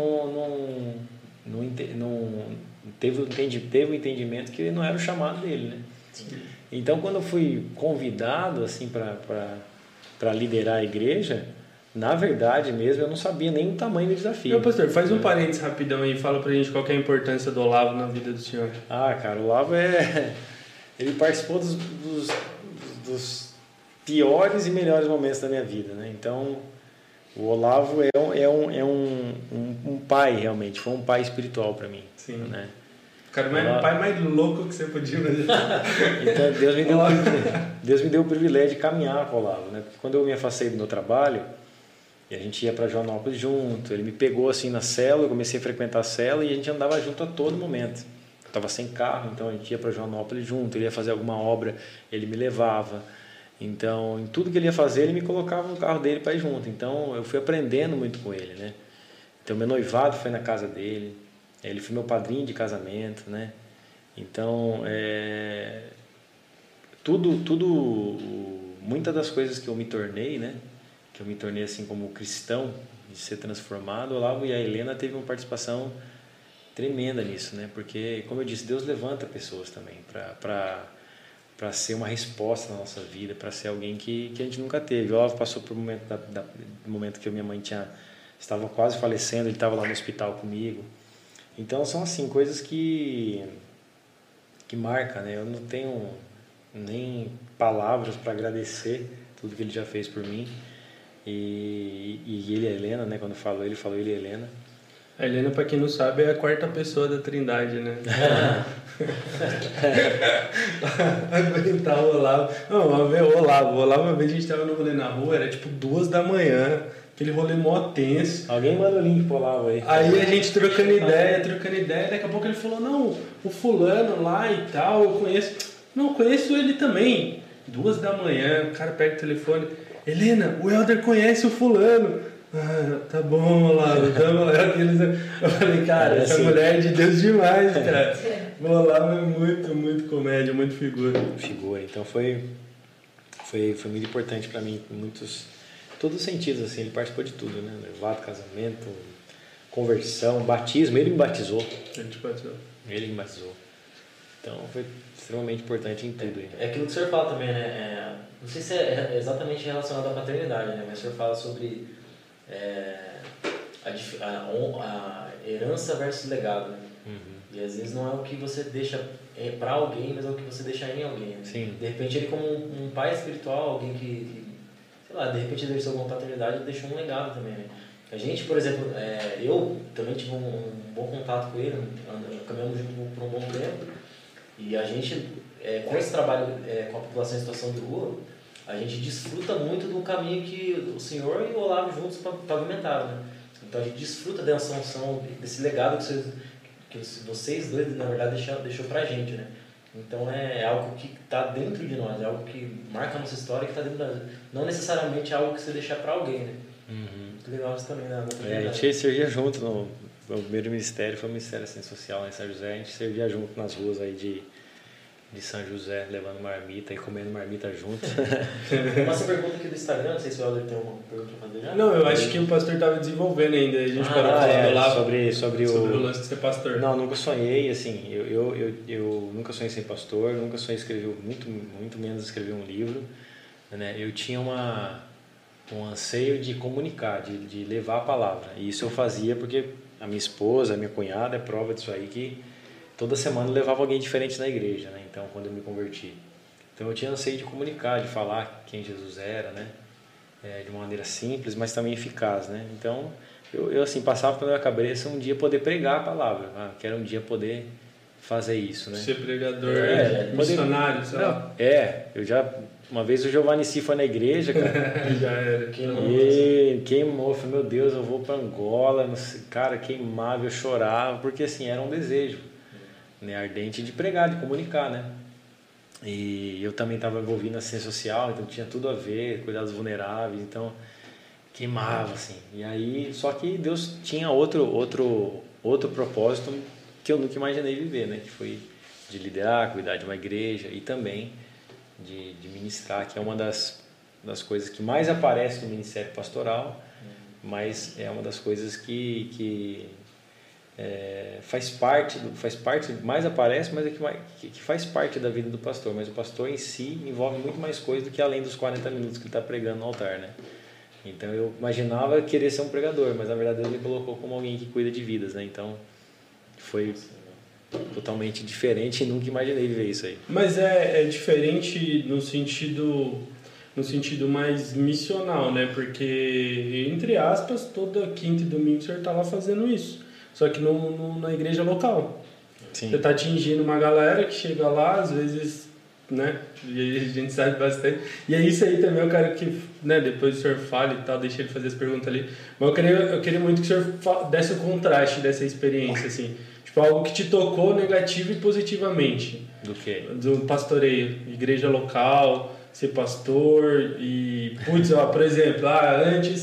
teve o entendimento que ele não era o chamado dele, né? Sim. Então, quando eu fui convidado, assim, para liderar a igreja, na verdade mesmo, eu não sabia nem o tamanho do desafio. Meu pastor, faz um parênteses rapidão aí, fala pra gente qual que é a importância do Olavo na vida do senhor. Cara, o Olavo ele participou dos piores e melhores momentos da minha vida, né? Então, o Olavo é um pai, realmente, foi um pai espiritual para mim. Sim. Né? Cara, o pai mais louco que você podia fazer. Então, Deus me deu o privilégio de caminhar com o Olavo, né? Porque quando eu me afastei do meu trabalho, e a gente ia para Joanópolis junto, ele me pegou assim na célula, eu comecei a frequentar a célula e a gente andava junto a todo momento. Eu estava sem carro, então a gente ia para Joanópolis junto, ele ia fazer alguma obra, ele me levava. Então, em tudo que ele ia fazer, ele me colocava no carro dele para ir junto. Então, eu fui aprendendo muito com ele, né? Então, meu noivado foi na casa dele. Ele foi meu padrinho de casamento, né? Então, muitas das coisas que eu me tornei, né? Que eu me tornei assim como cristão, de ser transformado, o Olavo e a Helena teve uma participação tremenda nisso, né? Porque, como eu disse, Deus levanta pessoas também para ser uma resposta na nossa vida, para ser alguém que a gente nunca teve. O Olavo passou por um momento que a minha mãe estava quase falecendo, ele estava lá no hospital comigo. Então são assim coisas que marcam, né? Eu não tenho nem palavras para agradecer tudo que ele já fez por mim. E ele e a Helena, né? Quando falou ele e a Helena. A Helena, para quem não sabe, é a quarta pessoa da Trindade, né? Aguentar o Olavo. Não, o Olavo, uma vez a gente tava no rolê na rua, era tipo 2 da manhã, aquele rolê mó tenso. Alguém manda o link pro Olavo aí. Aí a gente trocando ideia, daqui a pouco ele falou, não, o fulano lá e tal, eu conheço. Não, conheço ele também. 2 da manhã, o cara pega o telefone, Helena, o Helder conhece o fulano. Ah, tá bom, Olavo, tá bom. Eu falei, cara, essa mulher é de Deus demais, cara. O Olavo é muito comédia, muito figura. Então foi muito importante pra mim, em todos os sentidos, assim, ele participou de tudo, né? Noivado, casamento, conversão, batismo, ele me batizou. Ele me batizou. Então foi extremamente importante em tudo. É aquilo que o senhor fala também, né? Não sei se é exatamente relacionado à paternidade, né? Mas o senhor fala sobre a herança versus legado, né? E às vezes não é o que você deixa para alguém, mas é o que você deixa em alguém, né? Sim. De repente ele como um pai espiritual, alguém que sei lá, de repente ele deixou uma paternidade, deixou um legado também, né? A gente, por exemplo, eu também tive um bom contato com ele, caminhamos junto por um bom tempo, e a gente, com esse trabalho com a população em situação de rua, a gente desfruta muito do caminho que o senhor e o Olavo juntos pavimentaram, né? Então a gente desfruta dessa unção, desse legado que vocês dois, na verdade, deixou pra gente, né? Então é algo que está dentro de nós, é algo que marca a nossa história, que está dentro da... Não necessariamente é algo que você deixa para alguém, né? Muito legal isso também, né? A gente servia junto no primeiro ministério, foi o Ministério Assistência Social em São José, a gente servia junto nas ruas aí de São José, levando marmita e comendo marmita junto. Tem uma pergunta aqui do Instagram, não sei se o Helder tem uma pergunta para fazer já. Não, eu acho que o pastor estava desenvolvendo ainda, a gente parou falando lá sobre o lance de ser pastor. Não, nunca sonhei, assim, eu nunca sonhei ser pastor, nunca sonhei escrever, muito menos escrever um livro, né? Eu tinha um anseio de comunicar, de levar a palavra, e isso eu fazia porque a minha esposa, a minha cunhada é prova disso aí, que toda semana eu levava alguém diferente na igreja, né? Então, quando eu me converti. Então, eu tinha anseio de comunicar, de falar quem Jesus era, né? De uma maneira simples, mas também eficaz, né? Então, eu assim, passava pela minha cabeça um dia poder pregar a palavra. Quero um dia poder fazer isso, né? Ser pregador, missionário, sei lá. Uma vez o Giovanni Si foi na igreja, cara. Já era. Queimou. Falei, meu Deus, eu vou para Angola. Cara, queimava, eu chorava, porque assim, era um desejo, né, ardente de pregar, de comunicar, né? E eu também estava envolvido na ciência social, então tinha tudo a ver, cuidar dos vulneráveis, então queimava, assim. E aí, só que Deus tinha outro propósito que eu nunca imaginei viver, né? Que foi de liderar, cuidar de uma igreja e também de ministrar, que é uma das coisas que mais aparece no ministério pastoral, mas é uma das coisas que faz parte, mais aparece, mas que faz parte da vida do pastor. Mas o pastor em si envolve muito mais coisa do que além dos 40 minutos que ele está pregando no altar, né? Então eu imaginava querer ser um pregador, mas na verdade Deus me colocou como alguém que cuida de vidas, né? Então foi totalmente diferente e nunca imaginei viver isso aí. Mas é diferente no sentido mais missional, né? Porque, entre aspas, toda quinta e domingo o senhor está lá fazendo isso. Só que na igreja local. Sim. Você está atingindo uma galera que chega lá, às vezes, né? E a gente sabe bastante. E é isso aí também, eu quero que, né, depois o senhor fale e tal, deixa ele fazer as perguntas ali. Mas eu queria muito que o senhor desse o contraste dessa experiência, assim. Tipo, algo que te tocou negativo e positivamente. Do quê? Do pastoreio, igreja local, ser pastor e... Putz, por exemplo, antes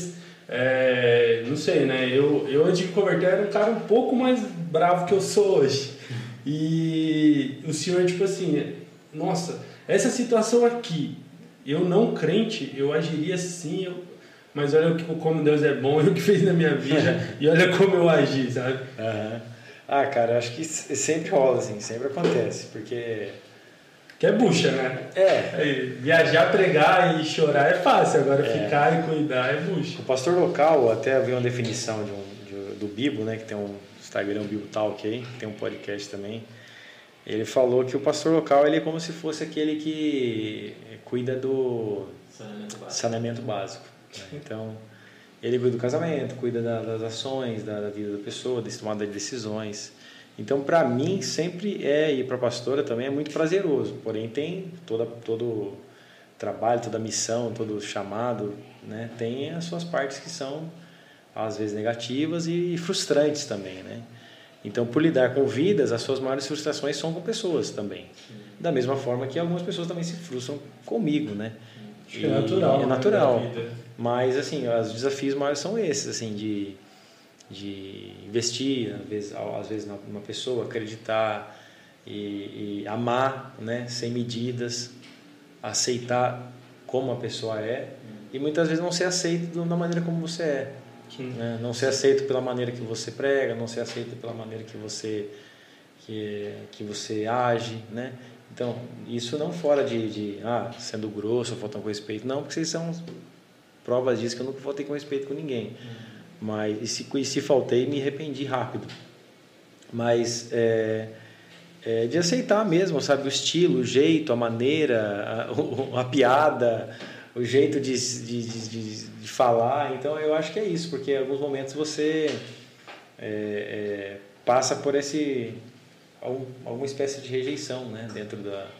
não sei, né? Eu antes de me converter era um cara um pouco mais bravo que eu sou hoje. E o senhor, tipo assim, nossa, essa situação aqui, eu não crente, eu agiria assim, mas olha como Deus é bom, o que fez na minha vida, e olha como eu agi, sabe? Uhum. Ah, cara, acho que sempre rola, assim, sempre acontece, porque... Que é bucha, né? Viajar, pregar e chorar é fácil, agora ficar e cuidar é bucha. O pastor local, até vi uma definição do Bibo, né, que tem um Instagram, o Bibo Talk aí, tem um podcast também. Ele falou que o pastor local ele é como se fosse aquele que cuida do saneamento básico. Né? Então, ele cuida do casamento, cuida das ações, da vida da pessoa, da tomada de decisões. Então, para mim, sempre e para a pastora também é muito prazeroso. Porém, tem todo trabalho, toda missão, todo chamado, né? Tem as suas partes que são, às vezes, negativas e frustrantes também, né? Então, por lidar com vidas, as suas maiores frustrações são com pessoas também. Da mesma forma que algumas pessoas também se frustram comigo, né? É natural. É natural. Mas, assim, os desafios maiores são esses, assim, de investir, às vezes numa pessoa, acreditar e amar, né? Sem medidas, aceitar como a pessoa é e muitas vezes não ser aceito da maneira como você é. Né? Não ser aceito pela maneira que você prega, não ser aceito pela maneira que você age, né? Então, isso não fora sendo grosso ou faltando com respeito, não, porque vocês são provas disso que eu nunca faltei com respeito com ninguém. Mas, e se faltei, me arrependi rápido. Mas, de aceitar mesmo, sabe, o estilo, o jeito, a maneira, a piada, o jeito de falar. Então, eu acho que é isso, porque em alguns momentos você passa por alguma espécie de rejeição, né, dentro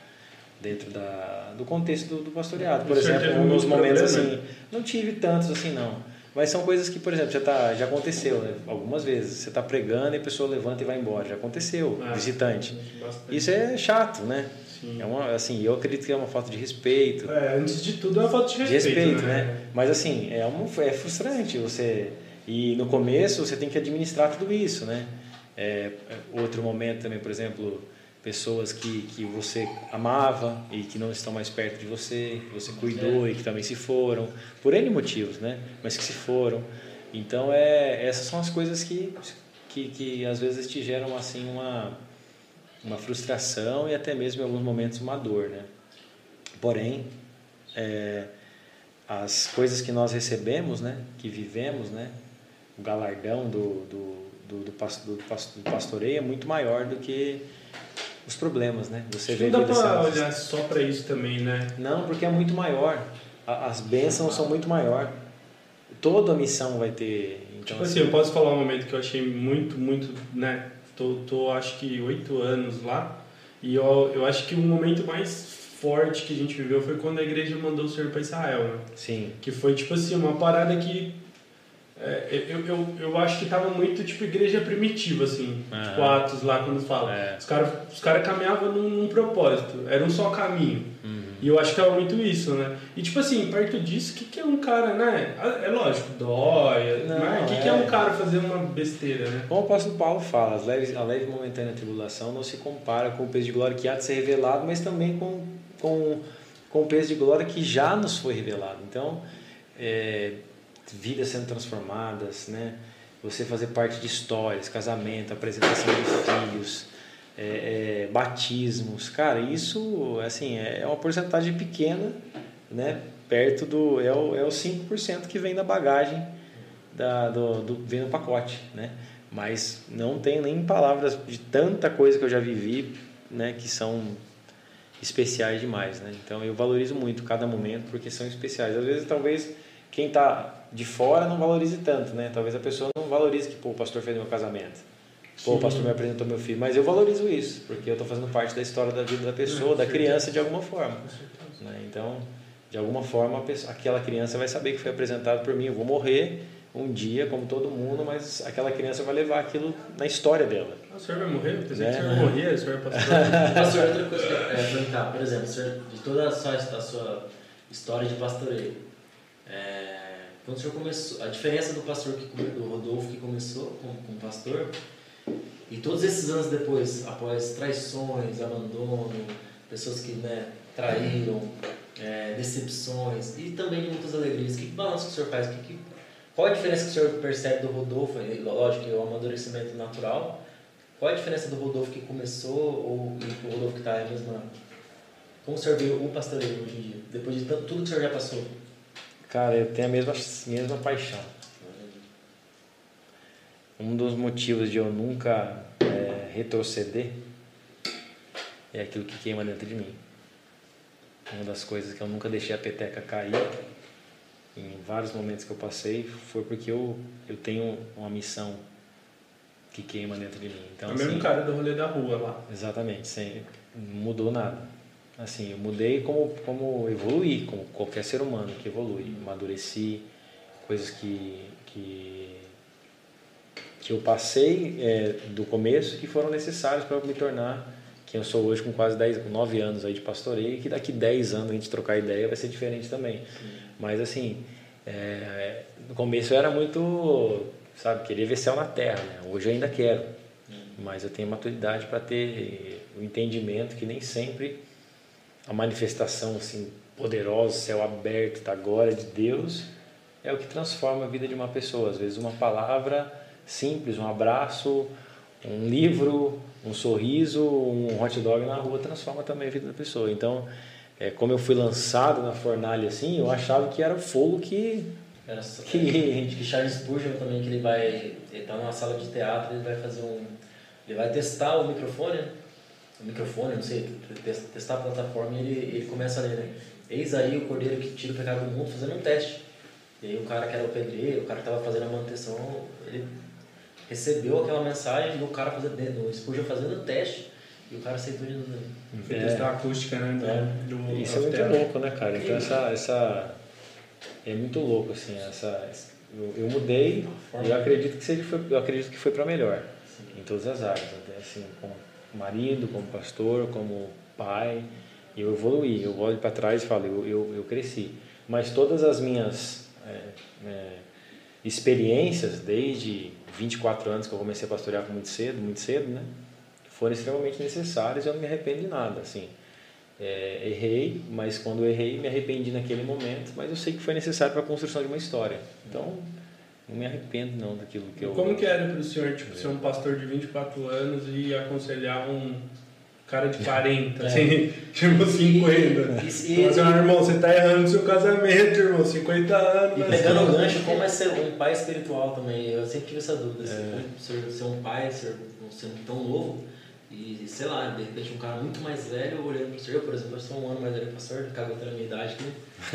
do contexto do pastoreado. Por exemplo, nos momentos assim, não tive tantos assim, não. Mas são coisas que, por exemplo, já aconteceu, né? Algumas vezes. Você está pregando e a pessoa levanta e vai embora. Já aconteceu, visitante. Isso é chato, né? Sim. Eu acredito que é uma falta de respeito. Antes de tudo é uma falta de respeito, né? Mas assim, é frustrante você... E no começo você tem que administrar tudo isso, né? Outro momento também, por exemplo, pessoas que você amava e que não estão mais perto de você, que você cuidou e que também se foram, por N motivos, né? Mas que se foram. Então, essas são as coisas que às vezes te geram assim uma frustração e até mesmo em alguns momentos uma dor, né? Porém, as coisas que nós recebemos, né? Que vivemos, né? O galardão do pastoreio é muito maior do que os problemas, né? Você vê não dá para olhar só para isso também, né? Não, porque é muito maior. As bênçãos são muito maior. Toda a missão vai ter... Então, tipo assim, eu posso falar um momento que eu achei muito, né? Tô acho que 8 anos lá e eu acho que o momento mais forte que a gente viveu foi quando a igreja mandou o senhor para Israel, né? Sim. Que foi tipo assim, uma parada que eu acho que tava muito tipo igreja primitiva, assim, tipo Atos lá quando fala. Os cara caminhavam num propósito, era um só caminho. E eu acho que é muito isso, né? E tipo assim, perto disso, o que é um cara, né? É lógico, dói, mas o que é um cara fazer uma besteira, né? Como o apóstolo Paulo fala, a leve e momentânea tribulação não se compara com o peso de glória que há de ser revelado, mas também com o peso de glória que já nos foi revelado. Então, vidas sendo transformadas, né? Você fazer parte de histórias, casamento, apresentação de filhos, batismos, cara, isso assim é uma porcentagem pequena, né? Perto do é o 5% que vem da bagagem vem no pacote, né? Mas não tenho nem palavras de tanta coisa que eu já vivi, né? Que são especiais demais, né? Então eu valorizo muito cada momento porque são especiais. Às vezes talvez quem está de fora não valorize tanto, né? Talvez a pessoa não valorize que, o pastor fez meu casamento. O pastor me apresentou meu filho. Mas eu valorizo isso, porque eu estou fazendo parte da história da vida da pessoa, da criança, de alguma forma. Né? Então, de alguma forma, aquela criança vai saber que foi apresentado por mim. Eu vou morrer um dia, como todo mundo, mas aquela criança vai levar aquilo na história dela. O senhor vai morrer? Eu pensei que o senhor morria, o senhor é pastor. Pastor, outra coisa que eu quero perguntar, por exemplo, senhor, de toda a sua história de pastoreio, quando o senhor começou, a diferença do pastor do Rodolfo que começou como pastor, e todos esses anos depois, após traições, abandono, pessoas que, né, traíram, decepções e também muitas alegrias, que balanço que o senhor faz? Qual a diferença que o senhor percebe do Rodolfo? Lógico que é o amadurecimento natural. Qual a diferença do Rodolfo que começou e do Rodolfo que está aí mesmo? Como o senhor vê o pastoreio hoje em dia, depois de tudo que o senhor já passou? Cara, eu tenho a mesma paixão. Um dos motivos de eu nunca retroceder é aquilo que queima dentro de mim. Uma das coisas que eu nunca deixei a peteca cair, em vários momentos que eu passei, foi porque eu tenho uma missão que queima dentro de mim. Então, é o mesmo cara do rolê da rua lá. Exatamente, sem, não mudou nada. Assim, eu mudei como evoluí, como qualquer ser humano que evolui. Amadureci, coisas que eu passei do começo que foram necessários para eu me tornar quem eu sou hoje com quase 9 anos aí de pastoreio, e que daqui 10 anos a gente trocar ideia vai ser diferente também. Sim. Mas assim, no começo eu era muito, sabe, queria ver céu na terra, né? Hoje eu ainda quero, mas eu tenho maturidade para ter o entendimento que nem sempre a manifestação assim poderosa, céu aberto da glória de Deus é o que transforma a vida de uma pessoa. Às vezes uma palavra simples, um abraço, um livro, um sorriso, um hot dog na rua transforma também a vida da pessoa. Então, como eu fui lançado na fornalha assim, eu achava que era o fogo que Charles Spurgeon também, que ele tá numa sala de teatro, ele vai testar o microfone, não sei, testar a plataforma, e ele começa a ler, né? Eis aí o cordeiro que tira o pecado do mundo, fazendo um teste. E aí o cara que era o pedreiro, o cara que estava fazendo a manutenção, ele recebeu aquela mensagem do cara do Spurgeon fazendo o teste, e o cara aceitou de novo. Foi testar a acústica, né? Isso é muito louco, né, cara? Então essa é muito louco, assim, eu mudei, e eu acredito que foi para melhor. Sim. Em todas as áreas, até assim, como marido, como pastor, como pai, eu evoluí. Eu olho para trás e falo, eu cresci. Mas todas as minhas experiências, desde 24 anos que eu comecei a pastorear muito cedo, né, foram extremamente necessárias, e eu não me arrependo de nada, assim. Errei, mas quando eu errei, me arrependi naquele momento, mas eu sei que foi necessário para a construção de uma história. Então, não me arrependo não daquilo que eu... Como que era para o senhor, ser um pastor de 24 anos e aconselhar um cara de 40, assim, tipo 50? Mas, irmão, você tá errando no seu casamento, irmão, 50 anos. E pegando o gancho, como é ser um pai espiritual também, eu sempre tive essa dúvida, ser um pai, ser tão novo, e sei lá, de repente um cara muito mais velho olhando pro senhor. Eu, por exemplo, eu sou um ano mais velho que o senhor, acabou tendo a minha idade aqui.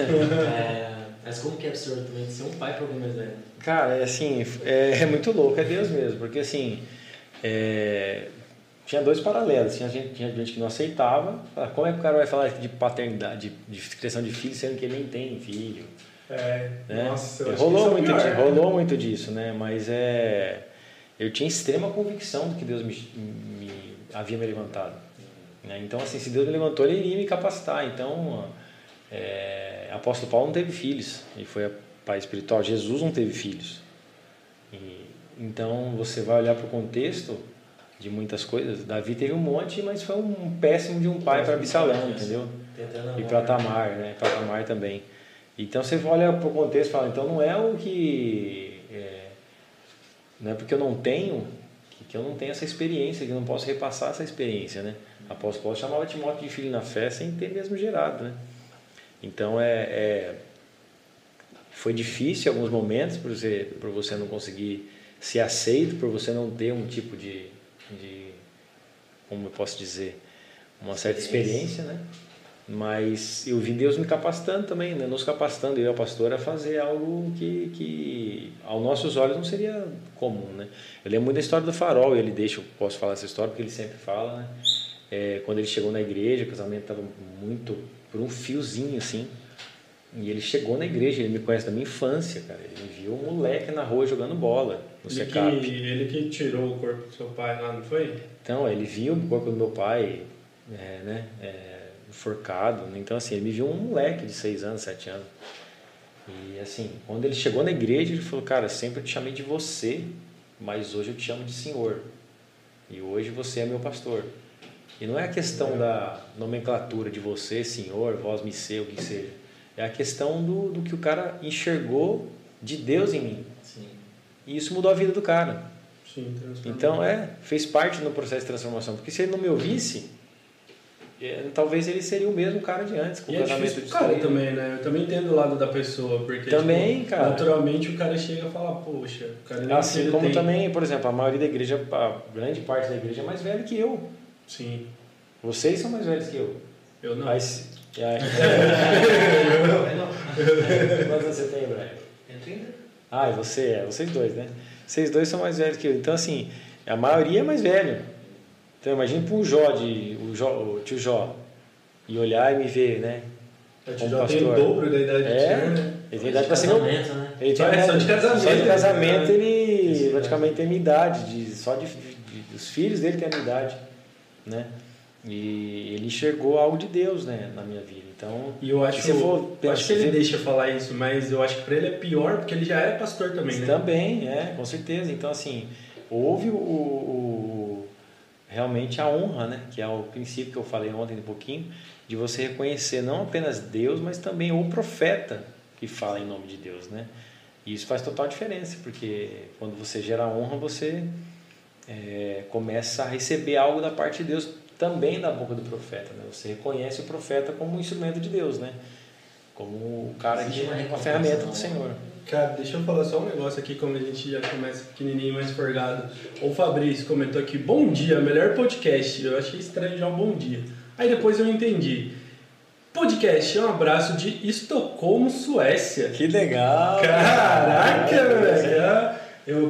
Mas como que é pro senhor também ser um pai para alguém mais velho? Cara, assim, é muito louco, é Deus mesmo, porque assim, tinha dois paralelos. Tinha gente que não aceitava. Como é que o cara vai falar de paternidade, de criação de filho, sendo que ele nem tem filho? Né? Nossa, eu rolou muito disso, né? Mas eu tinha extrema convicção do que Deus havia me levantado. Né? Então, assim, se Deus me levantou, Ele iria me capacitar. Então, apóstolo Paulo não teve filhos, ele foi pai espiritual. Jesus não teve filhos. Então, você vai olhar para o contexto de muitas coisas. Davi teve um monte, mas foi um péssimo de um pai para Absalão, entendeu? E para Tamar, né? Para Tamar também. Então, você olha para o contexto e fala, então não é o que... não é porque eu não tenho... que eu não tenho essa experiência, que eu não posso repassar essa experiência, né? O apóstolo Paulo chamava Timóteo de filho na fé sem ter mesmo gerado, né? Então, foi difícil em alguns momentos por você não conseguir ser aceito, por você não ter um tipo de como eu posso dizer, uma certa experiência, né? Mas eu vi Deus me capacitando também, né? Nos capacitando, eu e a pastora, a fazer algo que aos nossos olhos não seria comum, né? Eu lembro muito da história do farol, eu posso falar essa história porque ele sempre fala, né? Quando ele chegou na igreja, o casamento estava muito por um fiozinho assim, e ele chegou na igreja, ele me conhece da minha infância, cara, ele viu um moleque na rua jogando bola no secap. Ele que tirou o corpo do seu pai lá, não foi? Então, ele viu o corpo do meu pai, enforcado. Então, assim, ele me viu um moleque de 6 anos, 7 anos. E assim, quando ele chegou na igreja, ele falou, cara, sempre eu te chamei de você, mas hoje eu te chamo de senhor. E hoje você é meu pastor. E não é a questão da nomenclatura de você, senhor, vós me ser, o que seja. É a questão do que o cara enxergou de Deus em mim. Sim. E isso mudou a vida do cara. Sim, então, fez parte do processo de transformação. Porque se ele não me ouvisse, talvez ele seria o mesmo cara de antes, com o casamento de cara também, né? Eu também entendo o lado da pessoa, porque também, tipo, cara, naturalmente o cara chega e fala, poxa, o cara nem assim como também, por exemplo, a maioria da igreja, a grande parte da igreja é mais velha que eu. Sim. Vocês são mais velhos que eu. Eu não. Mas, quantos você tem, Brian? Eu 30. Ah, e você vocês dois, né? Vocês dois são mais velhos que eu. Então, assim, a maioria é mais velho. Então, imagina para o tio Jó, e olhar e me ver, né? O tio Jó tem o dobro da idade do tio, né? Ele tem idade para ser casamento, né? Ele tinha, só de casamento. Só de casamento ele praticamente tem a minha idade. Os filhos dele têm a minha idade, né? E ele enxergou algo de Deus, né, na minha vida. Então, e eu acho que ele deixa falar isso, mas eu acho que para ele é pior porque ele já é pastor também, né? Também, com certeza. Então, assim, houve realmente a honra, né, que é o princípio que eu falei ontem um pouquinho, de você reconhecer não apenas Deus, mas também o profeta que fala em nome de Deus, né? E isso faz total diferença, porque quando você gera honra, você começa a receber algo da parte de Deus também da boca do profeta, né? Você reconhece o profeta como um instrumento de Deus, né? Como o cara que é uma ferramenta do Senhor. Cara, deixa eu falar só um negócio aqui, como a gente já começa pequenininho, mais forgado. O Fabrício comentou aqui, bom dia, melhor podcast. Eu achei estranho já um bom dia. Aí depois eu entendi. Podcast, um abraço de Estocolmo, Suécia. Que legal! Caraca, velho! Eu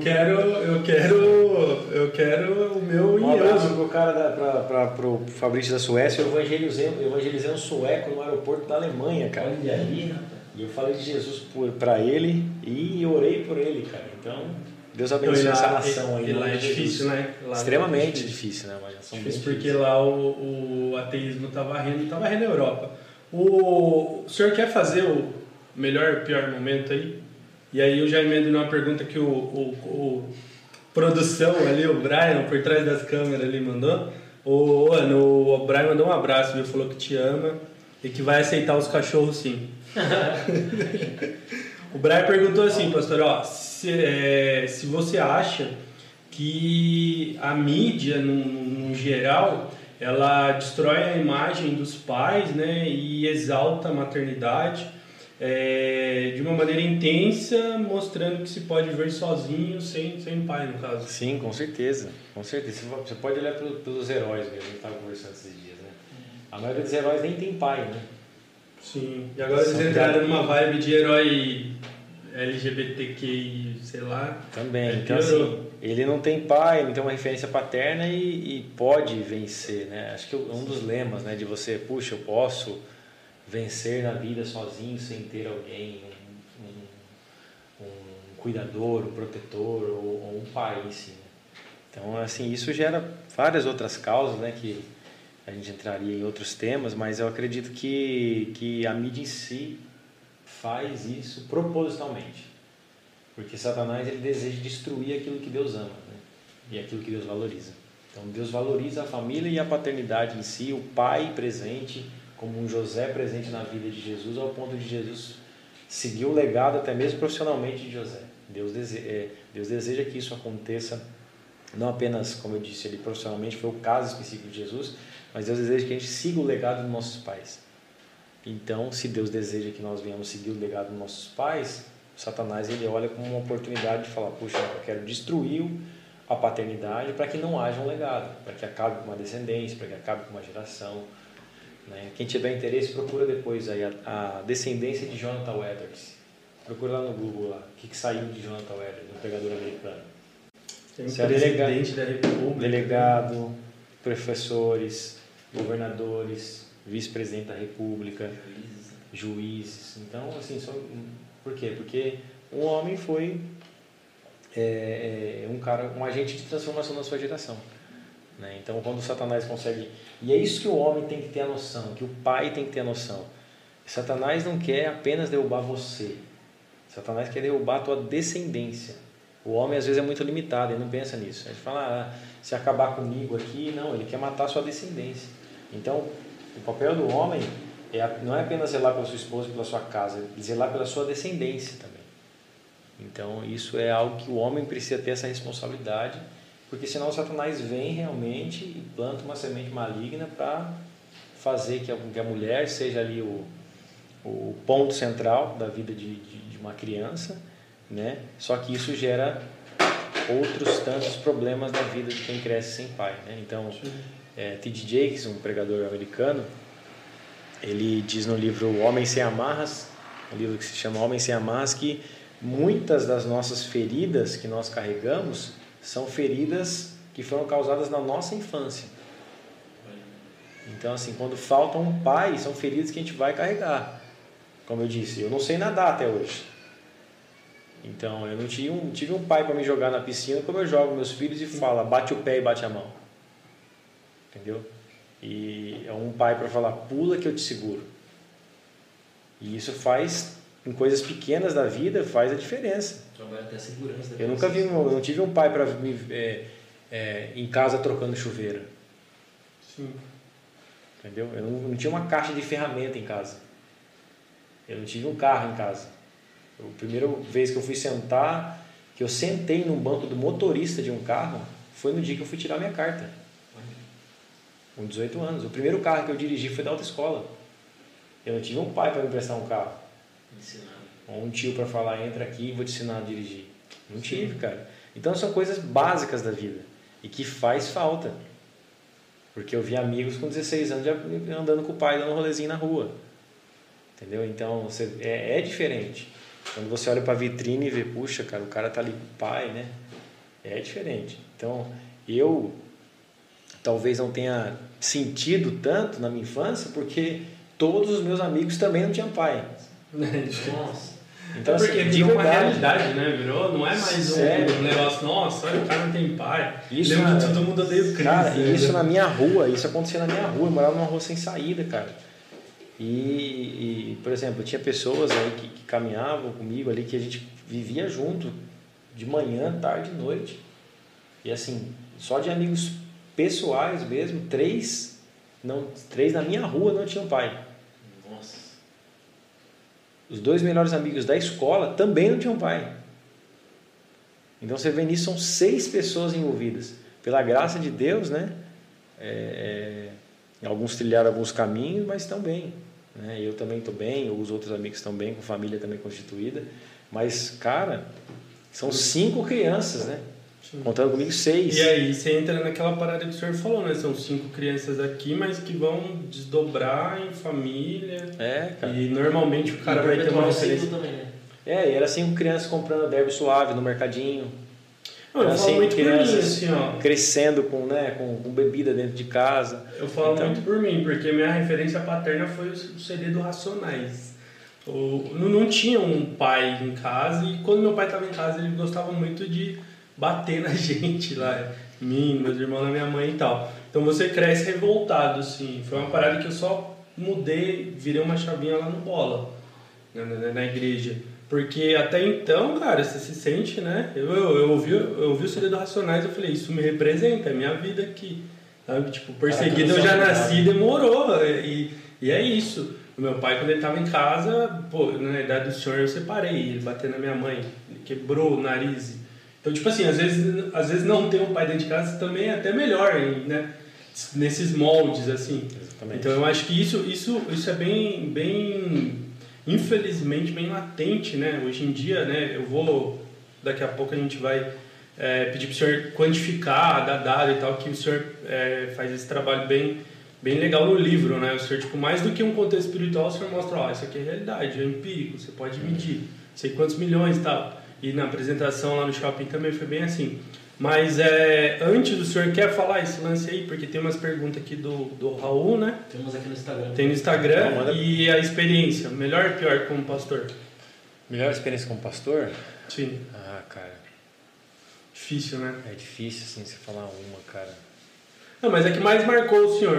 quero o meu um abraço pro cara pro Fabrício da Suécia. Eu evangelizei um sueco no aeroporto da Alemanha, cara. Olha aí, rapaz. E eu falei de Jesus para ele e orei por ele, cara. Então, Deus abençoe essa nação aí. E lá é difícil, né? Lá extremamente difícil, né? Mas são difícil porque lá o ateísmo tá varrendo a Europa. O senhor quer fazer o melhor e pior momento aí? E aí eu já emendo numa pergunta que o produção ali, o Brian, por trás das câmeras ali, mandou. O Brian mandou um abraço, viu? Falou que te ama e que vai aceitar os cachorros sim. O Brian perguntou assim, pastor, se você acha que a mídia, no geral, ela destrói a imagem dos pais, né, e exalta a maternidade de uma maneira intensa, mostrando que se pode viver sozinho, sem pai, no caso. Sim, com certeza. Com certeza. Você pode olhar pelos heróis, que a gente estava conversando esses dias, né? A maioria dos heróis nem tem pai, né? Sim, e agora eles entraram numa vibe de herói LGBTQI, sei lá. Também, então assim, ele não tem pai, não tem uma referência paterna e pode vencer, né? Acho que um dos lemas, né, de você, puxa, eu posso vencer na vida sozinho, sem ter alguém, um cuidador, um protetor ou um pai em si, né? Então, assim, isso gera várias outras causas, né, que a gente entraria em outros temas, mas eu acredito que a mídia em si faz isso propositalmente. Porque Satanás ele deseja destruir aquilo que Deus ama, né? E aquilo que Deus valoriza. Então Deus valoriza a família e a paternidade em si, o pai presente, como um José presente na vida de Jesus, ao ponto de Jesus seguir o legado até mesmo profissionalmente de José. Deus deseja que isso aconteça, não apenas, como eu disse ali, profissionalmente, foi o caso específico de Jesus, mas Deus deseja que a gente siga o legado dos nossos pais. Então, se Deus deseja que nós venhamos seguir o legado dos nossos pais, o Satanás ele olha como uma oportunidade de falar, puxa, eu quero destruir a paternidade para que não haja um legado, para que acabe com uma descendência, para que acabe com uma geração, né? Quem tiver interesse, procura depois aí a descendência de Jonathan Edwards. Procura lá no Google lá, o que saiu de Jonathan Edwards, um pregador americano. Tem um presidente da República. Delegado, professores, governadores, vice-presidente da República, juízes. Então, assim, por quê? Porque um homem foi um agente de transformação na sua geração, né? Então, quando o Satanás consegue... E é isso que o homem tem que ter a noção, que o pai tem que ter a noção. Satanás não quer apenas derrubar você, Satanás quer derrubar a tua descendência. O homem às vezes é muito limitado, ele não pensa nisso. Ele fala, se acabar comigo aqui, não, ele quer matar a sua descendência. Então, o papel do homem não é apenas zelar pela sua esposa e pela sua casa, é zelar pela sua descendência também. Então, isso é algo que o homem precisa ter essa responsabilidade, porque senão o Satanás vem realmente e planta uma semente maligna para fazer que a mulher seja ali o ponto central da vida de uma criança, né? Só que isso gera outros tantos problemas na vida de quem cresce sem pai, né? Então, T.D. Jakes, um pregador americano, ele diz no livro O Homem Sem Amarras, um livro que se chama Homem Sem Amarras, que muitas das nossas feridas que nós carregamos são feridas que foram causadas na nossa infância. Então, assim, quando falta um pai, são feridas que a gente vai carregar. Como eu disse, eu não sei nadar até hoje. Então, eu não tive um pai para me jogar na piscina como eu jogo meus filhos e fala, bate o pé e bate a mão. Entendeu? E é um pai para falar, pula que eu te seguro. E isso faz, em coisas pequenas da vida, faz a diferença. Trabalha até a segurança. Eu não tive um pai para me em casa trocando chuveira. Sim. Entendeu? Eu não tinha uma caixa de ferramenta em casa. Eu não tive um carro em casa. A primeira vez que eu fui sentar, que eu sentei num banco do motorista de um carro, foi no dia que eu fui tirar minha carta. Com 18 anos. O primeiro carro que eu dirigi foi da autoescola. Eu não tive um pai para me emprestar um carro. Ou um tio para falar, entra aqui e vou te ensinar a dirigir. Não tive, cara. Então são coisas básicas da vida e que faz falta. Porque eu vi amigos com 16 anos já andando com o pai, dando um rolezinho na rua. Entendeu? Então é diferente. Quando você olha para a vitrine e vê, puxa, cara, o cara tá ali com o pai, né? É diferente. Então, eu talvez não tenha sentido tanto na minha infância, porque todos os meus amigos também não tinham pai. Nossa. Então, porque assim, virou uma realidade, né? Não é mais um negócio, nossa, olha, o cara não tem pai. Isso lembra de todo mundo odeia o Cristo. Cara, isso na minha rua, isso acontecia na minha rua, eu morava numa rua sem saída, cara. E por exemplo, tinha pessoas aí que caminhavam comigo ali, que a gente vivia junto, de manhã, tarde e noite. E assim, só de amigos pessoais mesmo, três na minha rua não tinham pai. Nossa. Os 2 melhores amigos da escola também não tinham pai. Então você vê nisso, são 6 pessoas envolvidas. Pela graça de Deus, né? Alguns trilharam alguns caminhos, mas estão bem. Né? Eu também estou bem, os outros amigos estão bem, com família também constituída. Mas, cara, são 5 crianças, né? Sim. Contando comigo 6. E aí você entra naquela parada que o senhor falou, né? São 5 crianças aqui, mas que vão desdobrar em família. Cara. E normalmente o cara vai ter uma referência. Também, né? E era 5 crianças comprando derby suave no mercadinho. Não, eu falo muito por mim, assim, ó. Crescendo com bebida dentro de casa. Eu falo muito por mim, porque minha referência paterna foi o CD do Racionais. Não tinha um pai em casa, e quando meu pai estava em casa, ele gostava muito de bater na gente lá, em mim, meus irmãos, na minha mãe e tal. Então você cresce revoltado, assim. Foi uma parada que eu só mudei, virei uma chavinha lá no Bola, na igreja. Porque até então, cara, você se sente, né? Eu ouvi o CD do Racionais, eu falei, isso me representa, é minha vida aqui. Sabe? Tipo, perseguido eu já nasci, demorou. E é isso. O meu pai, quando ele tava em casa, na idade do senhor, eu separei. Ele bateu na minha mãe, ele quebrou o nariz. Então, tipo assim, às vezes não ter um pai dentro de casa também é até melhor, né? Nesses moldes, assim. Exatamente. Então, eu acho que isso é bem infelizmente bem latente, né? Hoje em dia, né? Daqui a pouco a gente vai pedir para o senhor quantificar, dar dado e tal, que o senhor faz esse trabalho bem legal no livro, né? O senhor, tipo, mais do que um contexto espiritual, o senhor mostra, isso aqui é realidade, é empírico, você pode medir, sei quantos milhões e tal. E na apresentação lá no shopping também foi bem assim. Mas antes, o senhor quer falar esse lance aí? Porque tem umas perguntas aqui do Raul, né? Temos aqui no Instagram. Tem no Instagram. E a experiência, melhor ou pior como pastor? Melhor experiência como pastor? Sim. Ah, cara. Difícil, né? É difícil, assim, você falar uma, cara. Não, mas a que mais marcou o senhor?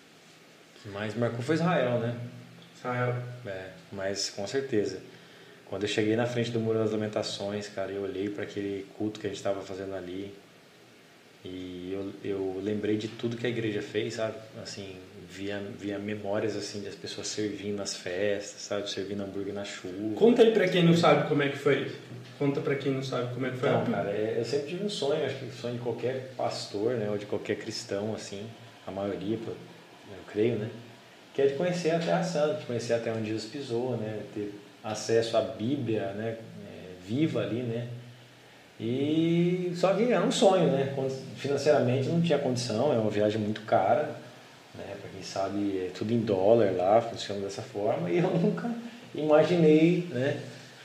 O que mais marcou foi Israel, né? Israel. Mas com certeza. Quando eu cheguei na frente do Muro das Lamentações, cara, eu olhei para aquele culto que a gente estava fazendo ali e eu lembrei de tudo que a igreja fez, sabe? Assim, via memórias assim das pessoas servindo nas festas, sabe? Servindo hambúrguer na chuva. Conta aí pra quem não sabe como é que foi. Conta pra quem não sabe como é que foi. Então, cara, eu sempre tive um sonho, acho que o sonho de qualquer pastor, né? Ou de qualquer cristão, assim, a maioria, eu creio, né? Que é de conhecer a Terra Santa, de conhecer até onde Jesus pisou, né? Ter acesso à Bíblia, né? Viva ali, né? E só que era um sonho, né? Financeiramente não tinha condição, é uma viagem muito cara, né? Para quem sabe é tudo em dólar lá, funciona dessa forma, e eu nunca imaginei, né?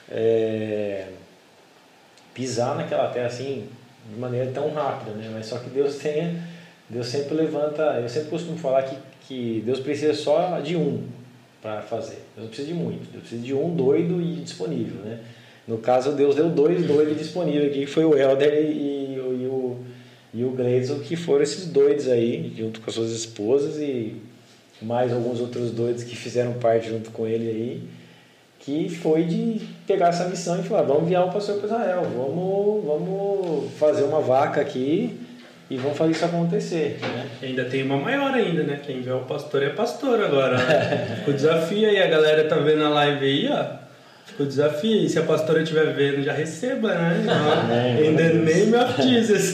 Pisar naquela terra assim de maneira tão rápida, né? Mas só que Deus sempre levanta. Eu sempre costumo falar que Deus precisa só de um para fazer. Deus não precisa de muito. Deus precisa de um doido e disponível, né? No caso, Deus deu 2 doidos disponíveis aqui, que foi o Helder e o Gleison, que foram esses doidos aí, junto com as suas esposas e mais alguns outros doidos que fizeram parte junto com ele aí, que foi de pegar essa missão e falar, vamos enviar o pastor para Israel, vamos fazer uma vaca aqui e vamos fazer isso acontecer, né? E ainda tem uma maior ainda, né? Quem vê o pastor é pastor agora, né? Fica o desafio aí, a galera tá vendo a live aí, ó. Fica o desafio, e se a pastora estiver vendo, já receba, né? In the name of Jesus.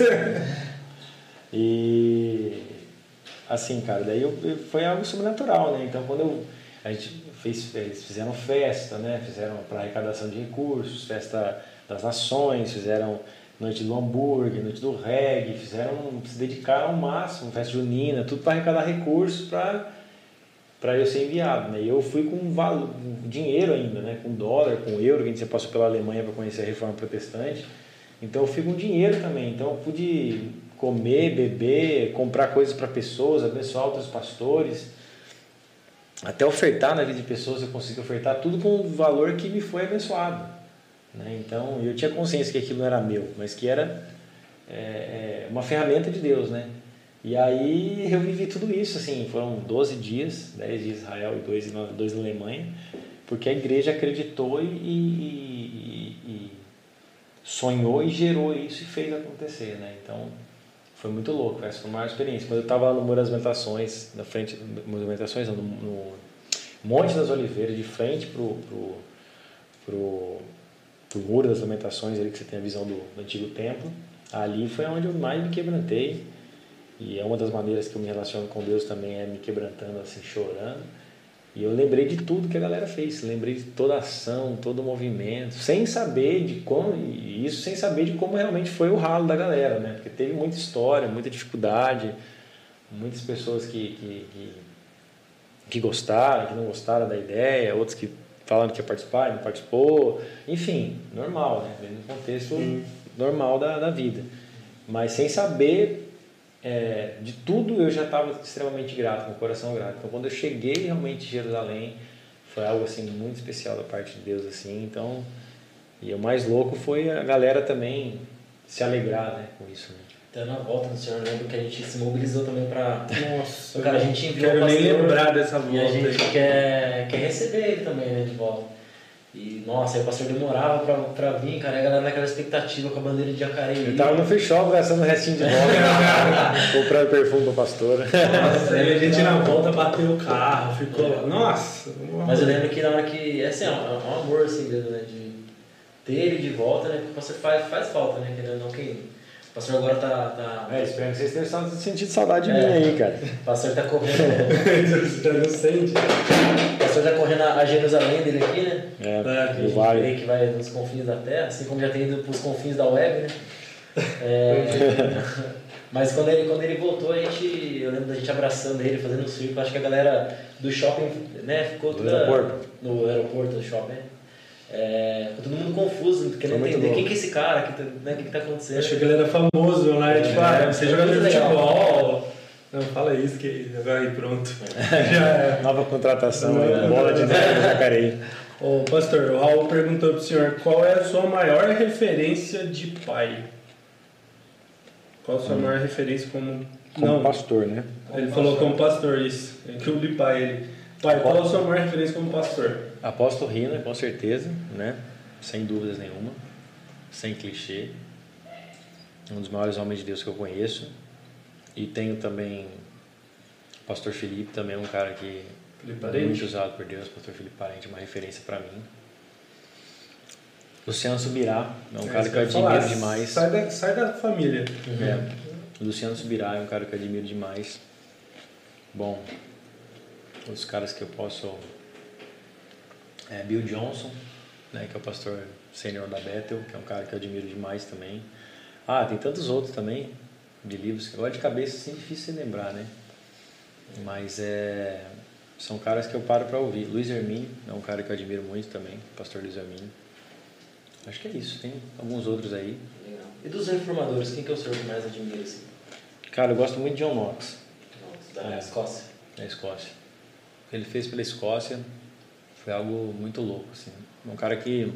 E assim, cara, daí foi algo sobrenatural, né? Então quando eles fizeram festa, né? Fizeram para arrecadação de recursos, festa das nações, fizeram noite do hambúrguer, noite do reggae, se dedicaram ao máximo, festa junina, tudo para arrecadar recursos para eu ser enviado, né? E eu fui com dinheiro ainda, né? Com dólar, com euro, que a gente passou pela Alemanha para conhecer a Reforma Protestante. Então eu fui com dinheiro também. Então eu pude comer, beber, comprar coisas para pessoas, abençoar outros pastores, até ofertar na vida de pessoas. Eu consegui ofertar tudo com o valor que me foi abençoado, né? Então eu tinha consciência que aquilo não era meu, mas que era uma ferramenta de Deus, né? E aí eu vivi tudo isso, assim, foram 12 dias, 10 dias em Israel e 2 na Alemanha, porque a igreja acreditou e sonhou e gerou isso e fez acontecer, né? Então foi muito louco, essa foi a maior experiência. Quando eu estava no Muro das Lamentações, na frente, no Monte das Oliveiras, de frente pro Muro das Lamentações, ali que você tem a visão do antigo templo, ali foi onde eu mais me quebrantei. E é uma das maneiras que eu me relaciono com Deus também, é me quebrantando, assim, chorando. E eu lembrei de tudo que a galera fez, lembrei de toda a ação, todo o movimento, sem saber de como, e isso sem saber de como realmente foi o ralo da galera, né? Porque teve muita história, muita dificuldade, muitas pessoas que gostaram, que não gostaram da ideia, outros que falaram que ia participar e não participou, enfim, normal, né? No contexto normal da vida. Mas sem saber de tudo, eu já estava extremamente grato, com o coração grato. Então quando eu cheguei realmente em Jerusalém, foi algo assim muito especial da parte de Deus, assim. Então, e o mais louco foi a galera também se alegrar, né, com isso, né? Até na volta do Senhor, eu lembro que a gente se mobilizou também para... Nossa, cara, a gente enviou quero o pastor, nem lembrar dessa volta. E a gente quer receber ele também, né, de volta. E, nossa, aí o pastor demorava pra vir, cara, e a galera naquela expectativa com a bandeira de Jacareí. Eu tava no free shop gastando o restinho de volta, comprando perfume pra pastora. Nossa, aí a gente na volta bateu o carro, ficou... Nossa! Mas eu lembro que na hora que... Assim, é um amor, assim, né, de ter ele de volta, né, porque o pastor faz falta, né, querendo não que... O pastor agora tá... espero que vocês tenham sentido saudade de mim aí, cara. O pastor tá correndo... Você não sente? O pastor tá correndo a Jerusalém dele aqui, né? O vale. Que vai nos confins da terra, assim como já tem ido pros confins da web, né? Mas quando ele voltou, eu lembro da gente abraçando ele, fazendo um círculo. Acho que a galera do shopping, né, ficou toda... No aeroporto do shopping, ficou todo mundo confuso, querendo entender quem que é esse cara, o que tá acontecendo. Acho que ele era famoso, né? Tipo, você jogador de futebol. Não, fala isso que agora aí pronto. Já nova contratação, bola de neve, Jacareí. Ô, pastor, o Raul perguntou pro senhor qual é a sua maior referência de pai? Qual a sua maior referência como pastor, né? Ele falou como pastor, isso. É que eu li pai ele. Pai, qual a sua maior referência como pastor? Apóstolo Rina, com certeza, né? sem dúvidas nenhuma, sem clichê. Um dos maiores homens de Deus que eu conheço. E tenho também o pastor Felipe, também um cara que é muito usado por Deus. Pastor Felipe Parente, uma referência para mim. Luciano Subirá, é um cara que eu admiro demais. Sai da família. O Luciano Subirá é um cara que eu admiro demais. Bom, os caras que eu posso... Bill Johnson, né, que é o pastor sênior da Bethel, que é um cara que eu admiro demais também. Tem tantos outros também, de livros que agora de cabeça assim, é difícil de lembrar, né? Mas são caras que eu paro para ouvir. Luiz Hermínio é um cara que eu admiro muito também, o pastor Luiz Hermínio. Acho que é isso, tem alguns outros aí. Legal. E dos reformadores, quem que é o senhor que mais admira assim? Cara, eu gosto muito de John Knox. Da Escócia? Da Escócia. O que ele fez pela Escócia foi algo muito louco, assim. Um cara que...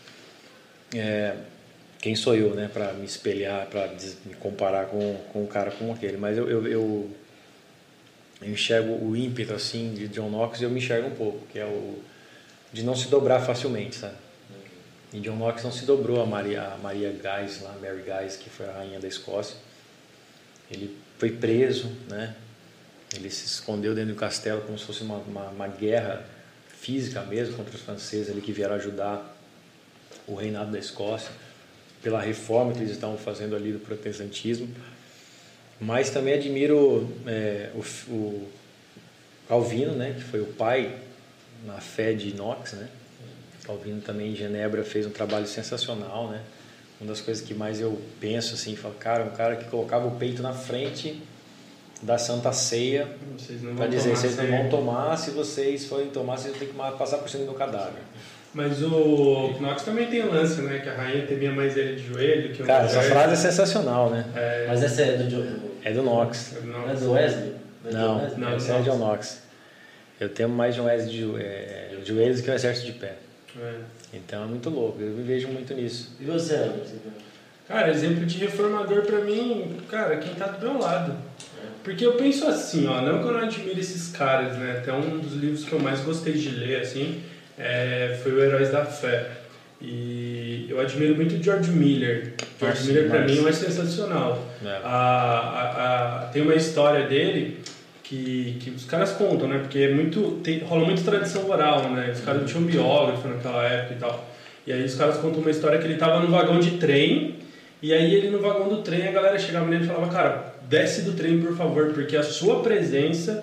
quem sou eu, né, para me espelhar, para me comparar com um cara como aquele. Mas eu enxergo o ímpeto, assim, de John Knox, e eu me enxergo um pouco, que é o de não se dobrar facilmente, sabe? E John Knox não se dobrou a Maria Guys, lá, Mary Guys, que foi a rainha da Escócia. Ele foi preso, né? Ele se escondeu dentro do castelo como se fosse uma guerra física mesmo contra os franceses ali que vieram ajudar o reinado da Escócia pela reforma que eles estavam fazendo ali do protestantismo. Mas também admiro o Calvino, né? Que foi o pai na fé de Knox, né? Calvino também em Genebra fez um trabalho sensacional, né? Uma das coisas que mais eu penso assim, falo, cara, um cara que colocava o peito na frente da Santa Ceia para dizer, vocês não vão tomar, se vocês forem tomar, vocês vão ter que passar por cima do cadáver. Mas o Knox também tem um lance, né? Que a rainha temia mais ele de joelho que cara, essa frase é sensacional, né? Mas essa é do Knox. Não é do Wesley? Não, essa é de John Knox. Eu temo mais John Wesley de joelhos que o exército de pé. Então é muito louco, eu me vejo muito nisso. E você? Cara, exemplo de reformador pra mim, cara, quem tá do meu lado. Porque eu penso assim, ó, não que eu não admire esses caras, né? Até um dos livros que eu mais gostei de ler, assim, foi o Heróis da Fé. E eu admiro muito o George Miller. George Miller pra mim é sensacional. Tem uma história dele que os caras contam, né? Porque rola muito tradição oral, né? Os caras não tinham biógrafo naquela época e tal. E aí os caras contam uma história que ele tava no vagão de trem, e aí ele no vagão do trem, a galera chegava nele e falava, cara, desce do trem, por favor, porque a sua presença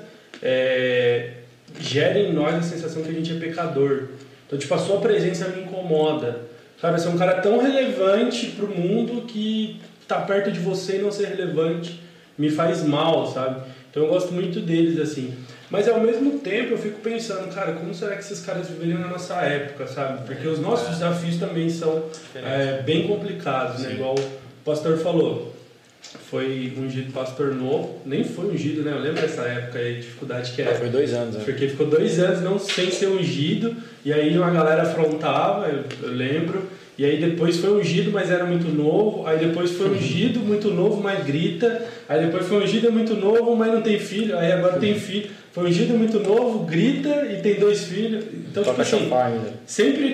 gera em nós a sensação que a gente é pecador. Então, tipo, a sua presença me incomoda. Sabe, você é um cara tão relevante pro mundo que tá perto de você e não ser relevante me faz mal, sabe? Então eu gosto muito deles, assim. Mas ao mesmo tempo eu fico pensando, cara, como será que esses caras viveriam na nossa época, sabe? Porque os nossos desafios também são bem complicados, né? Igual o pastor falou. Foi ungido pastor novo, nem foi ungido, né? Eu lembro dessa época aí, a dificuldade que era. Foi 2 anos, né? Porque ficou 2 anos sem ser ungido, e aí uma galera afrontava, eu lembro. E aí depois foi ungido, mas era muito novo. Aí depois foi ungido, muito novo, mas grita. Aí depois foi ungido, muito novo, mas não tem filho. Aí agora tem filho. Foi ungido, muito novo, grita e tem 2 filhos. Então, toca tipo assim, ainda. sempre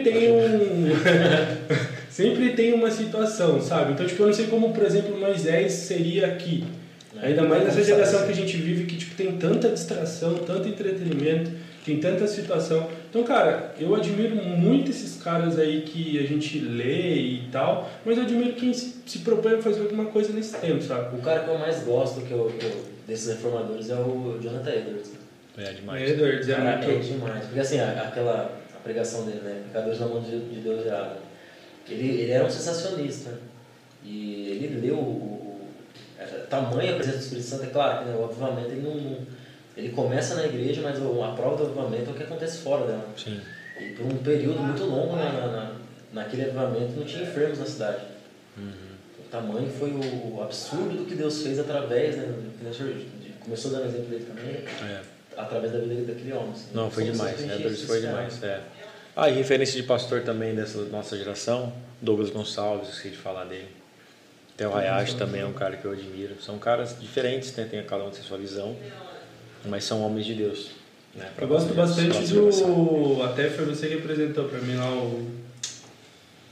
tem uma situação, sabe? Então, tipo, eu não sei como, por exemplo, Moisés seria aqui. Ainda mais nessa geração que a gente vive, que tipo, tem tanta distração, tanto entretenimento, tem tanta situação. Então, cara, eu admiro muito esses caras aí que a gente lê e tal, mas eu admiro quem se propõe a fazer alguma coisa nesse tempo, sabe? O cara que eu mais gosto desses reformadores é o Jonathan Edwards. Demais. Edwards é demais. Porque assim, a pregação dele, né? Pecadores na mão de Deus errado. Ele era um sensacionista. E ele leu tamanho a presença do Espírito Santo, é claro que, né, o avivamento ele começa na igreja, mas a prova do avivamento é o que acontece fora dela. Sim. E por um período muito longo naquele avivamento não tinha enfermos na cidade. O tamanho foi o absurdo do que Deus fez através, né? Começou dando exemplo dele também, através da vida daquele homem. Assim. Não, foi demais, né? Foi demais, e referência de pastor também dessa nossa geração, Douglas Gonçalves, esqueci de falar dele. Theo Hayashi também é um cara que eu admiro. São caras diferentes, né? Tem cada um tem sua visão, mas são homens de Deus. Né? Eu gosto bastante até foi você que apresentou pra mim lá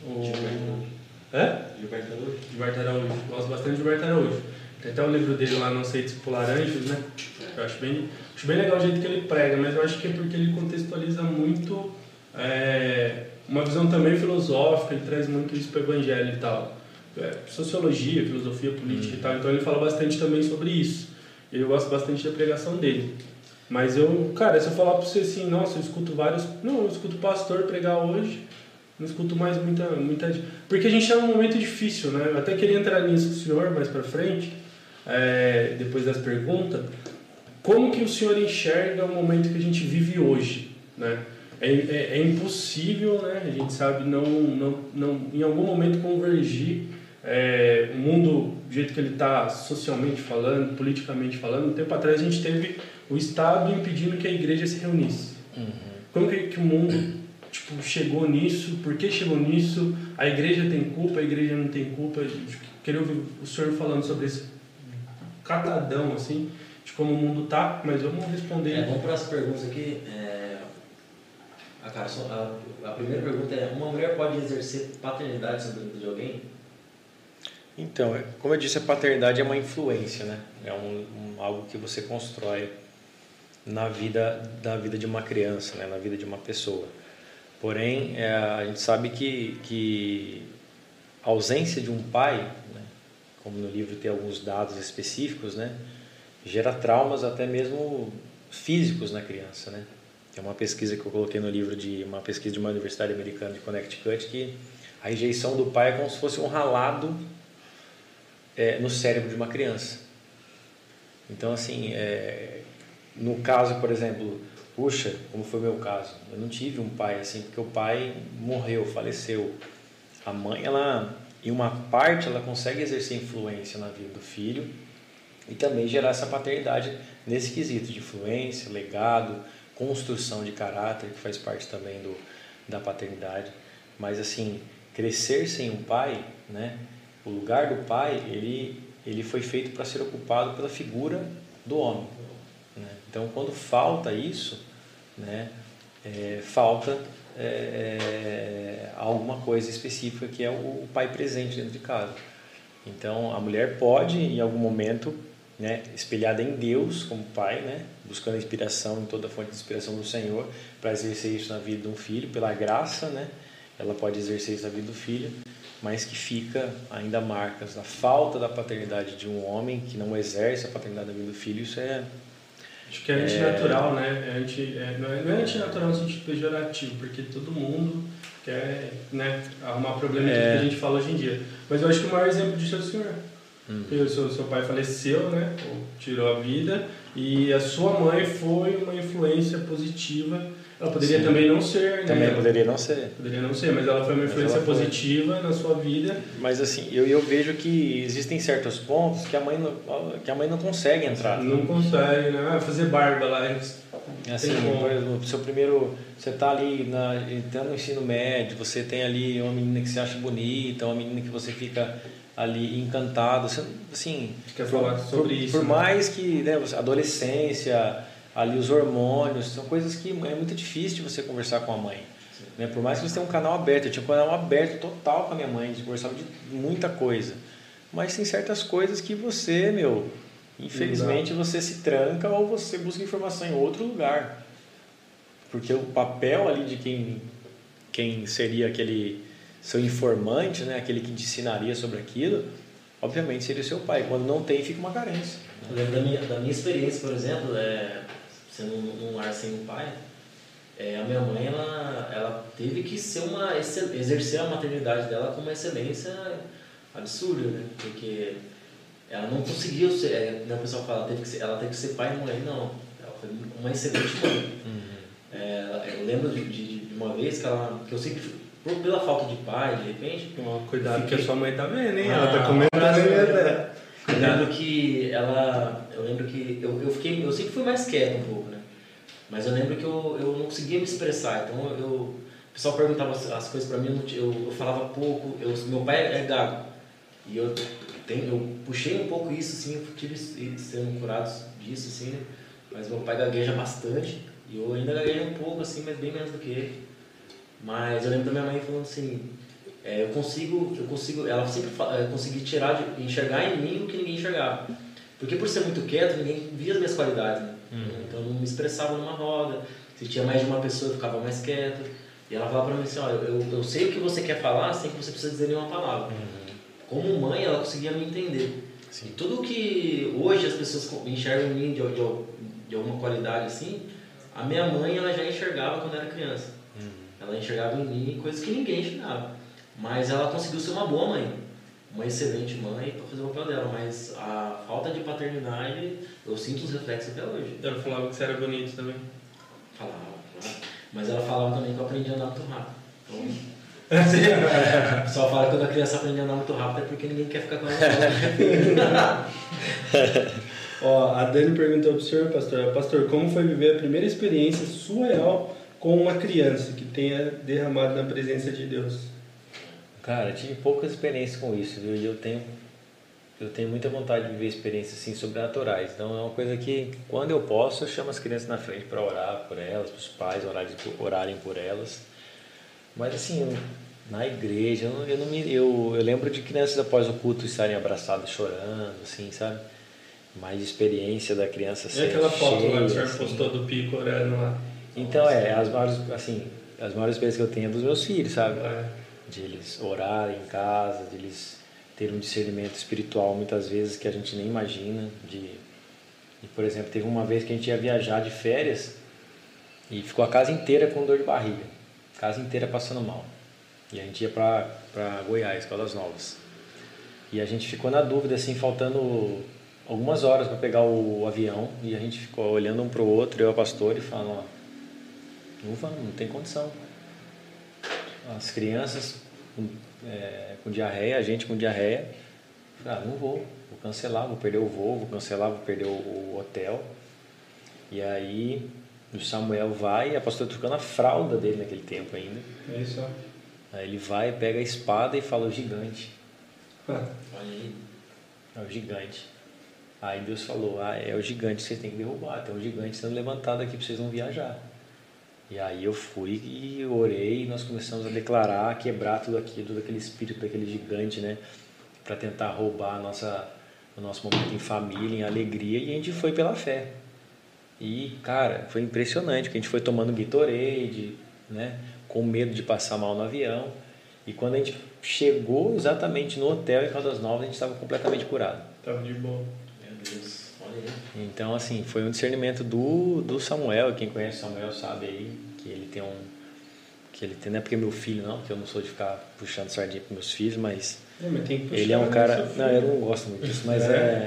Gilberto Araújo. Gilberto Araújo. Gosto bastante de Gilberto Araújo. Tem até o livro dele lá, Não Sei Discipular Anjos, né? Eu acho bem legal o jeito que ele prega, mas eu acho que é porque ele contextualiza muito uma visão também filosófica, ele traz muito isso para o evangelho e tal. Sociologia, filosofia política e tal, então ele fala bastante também sobre isso. Eu gosto bastante da pregação dele. Mas se eu falar para você assim, nossa, eu escuto vários... Não, eu escuto pastor pregar hoje, não escuto mais muita... Porque a gente está num momento difícil, né? Eu até queria entrar nisso com o senhor mais para frente, depois das perguntas. Como que o senhor enxerga o momento que a gente vive hoje, né? É impossível, né? A gente sabe não em algum momento convergir o mundo do jeito que ele está socialmente falando, politicamente falando. Um tempo atrás a gente teve o Estado impedindo que a igreja se reunisse. Como que o mundo chegou nisso? Por que chegou nisso? A igreja tem culpa, a igreja não tem culpa? Eu queria ouvir o senhor falando sobre esse catadão, assim, de como o mundo tá, mas vamos responder. Vamos para as perguntas aqui. A primeira pergunta é: uma mulher pode exercer paternidade sobre a vida de alguém? Então, como eu disse, a paternidade é uma influência, né? É algo que você constrói na vida de uma criança, né? Na vida de uma pessoa. Porém, a gente sabe que a ausência de um pai, né? Como no livro tem alguns dados específicos, né? Gera traumas até mesmo físicos na criança, né? Tem uma pesquisa que eu coloquei no livro, uma pesquisa de uma universidade americana de Connecticut, que a rejeição do pai é como se fosse um ralado no cérebro de uma criança. Então, assim, no caso, por exemplo, puxa, como foi o meu caso, eu não tive um pai assim, porque o pai morreu, faleceu. A mãe, em uma parte, ela consegue exercer influência na vida do filho e também gerar essa paternidade nesse quesito de influência, legado, construção de caráter, que faz parte também da paternidade. Mas, assim, crescer sem um pai, né? O lugar do pai, ele foi feito para ser ocupado pela figura do homem, né? Então, quando falta isso, né, falta alguma coisa específica, que é o pai presente dentro de casa. Então, a mulher pode, em algum momento, né, espelhada em Deus como pai, né, buscando inspiração em toda a fonte de inspiração do Senhor, para exercer isso na vida de um filho, pela graça, né, ela pode exercer isso na vida do filho, mas que fica ainda marcas da falta da paternidade de um homem que não exerce a paternidade na vida do filho. Isso acho que é antinatural, né? Não é antinatural no sentido pejorativo, porque todo mundo quer, né, arrumar problema que a gente fala hoje em dia. Mas eu acho que o maior exemplo disso é o senhor. Seu pai faleceu, né? Tirou a vida, e a sua mãe foi uma influência positiva. Ela poderia também não ser, né? Também poderia não ser. Poderia não ser, mas ela foi uma influência positiva na sua vida. Mas assim, eu vejo que existem certos pontos que a mãe não consegue entrar. Não consegue, né? Fazer barba lá. Assim, por exemplo, você está ali entrando no ensino médio, você tem ali uma menina que você acha bonita, uma menina que você fica ali encantado, assim, quer falar sobre isso? Por mais que, né, adolescência, ali os hormônios, são coisas que é muito difícil de você conversar com a mãe, né? Por mais que você tenha um canal aberto, eu tinha um canal aberto total com a minha mãe, a gente conversava de muita coisa, mas tem certas coisas que você, infelizmente você se tranca ou você busca informação em outro lugar, porque o papel ali de quem seria aquele seu informante, né, aquele que te ensinaria sobre aquilo, obviamente seria o seu pai. Quando não tem, fica uma carência. Eu lembro da minha experiência, por exemplo, sendo um lar sem um pai, a minha mãe ela teve que exercer a maternidade dela com uma excelência absurda, né? Porque ela não conseguiu ser, o pessoal fala, ela teve que ser pai e mãe, não. Ela foi uma excelente mãe. Eu lembro de uma vez que eu sempre, pela falta de pai, de repente... Cuidado que a sua mãe tá vendo, hein? Ela tá comentando aí. Eu lembro que eu sempre fui mais quieto um pouco, né? Mas eu lembro que eu não conseguia me expressar, então o pessoal perguntava as coisas pra mim, eu falava pouco, meu pai é gago, e eu puxei um pouco isso, assim, eu tive sendo curado disso, assim, né? Mas meu pai gagueja bastante, e eu ainda gaguejo um pouco, assim, mas bem menos do que ele. Mas eu lembro da minha mãe falando assim, eu consigo, ela sempre conseguir enxergar em mim o que ninguém enxergava. Porque por ser muito quieto, ninguém via as minhas qualidades, né? Então eu não me expressava numa roda, se tinha mais de uma pessoa eu ficava mais quieto. E ela falava pra mim assim, eu sei o que você quer falar sem que você precise dizer nenhuma palavra. Como mãe, ela conseguia me entender. Sim. E tudo que hoje as pessoas enxergam em mim de alguma qualidade assim, a minha mãe ela já enxergava quando era criança. Ela enxergava em mim coisas que ninguém enxergava. Mas ela conseguiu ser uma boa mãe. Uma excelente mãe para fazer o papel dela. Mas a falta de paternidade, eu sinto os reflexos até hoje. Ela falava que você era bonito também? Falava, claro. Mas ela falava também que eu aprendi a andar muito rápido. Então, o pessoal fala que quando a criança aprende a andar muito rápido é porque ninguém quer ficar com ela. Ó, a Dani perguntou pro senhor, pastor. Pastor, como foi viver a primeira experiência surreal com uma criança que tenha derramado na presença de Deus? Cara, tive poucas experiências com isso, viu? E eu tenho muita vontade de viver experiências assim sobrenaturais. Então é uma coisa que, quando eu posso, eu chamo as crianças na frente para orar por elas, para os pais orarem por elas. Mas assim, na igreja, eu lembro de crianças após o culto estarem abraçadas chorando, assim, sabe? Mais experiência da criança ser cheia. E aquela foto lá que o senhor assim. postou do Pico orando lá? Então as maiores experiências que eu tenho é dos meus filhos, sabe? De eles orarem em casa, de eles terem um discernimento espiritual muitas vezes que a gente nem imagina. E, por exemplo, teve uma vez que a gente ia viajar de férias e ficou a casa inteira com dor de barriga, a casa inteira passando mal. E a gente ia para Goiás, Caldas Novas. E a gente ficou na dúvida, assim, faltando algumas horas para pegar o avião, e a gente ficou olhando um para o outro, eu e o pastor, e falando, não vamos, não tem condição. As crianças com diarreia, a gente com diarreia, não vou cancelar, vou perder o voo, vou cancelar, vou perder o hotel. E aí o Samuel vai, a pastora trocando a fralda dele naquele tempo ainda. É isso. Aí ele vai, pega a espada e fala, o gigante. Olha aí. É o gigante. Aí Deus falou, é o gigante que vocês têm que derrubar, tem um gigante sendo levantado aqui para vocês não viajar. E aí eu fui e orei, e nós começamos a declarar, quebrar tudo aquele espírito daquele gigante, né? Para tentar roubar o nosso momento em família, em alegria, e a gente foi pela fé. E, cara, foi impressionante, porque a gente foi tomando Gatorade, né? Com medo de passar mal no avião. E quando a gente chegou exatamente no hotel em Caldas Novas, a gente estava completamente curado. Estava de boa. Meu Deus. Então, assim, foi um discernimento do Samuel. Quem conhece o Samuel sabe aí que ele tem não é porque é meu filho, não, que eu não sou de ficar puxando sardinha para meus filhos, mas tem que ele é um cara. Não, eu não gosto muito disso, mas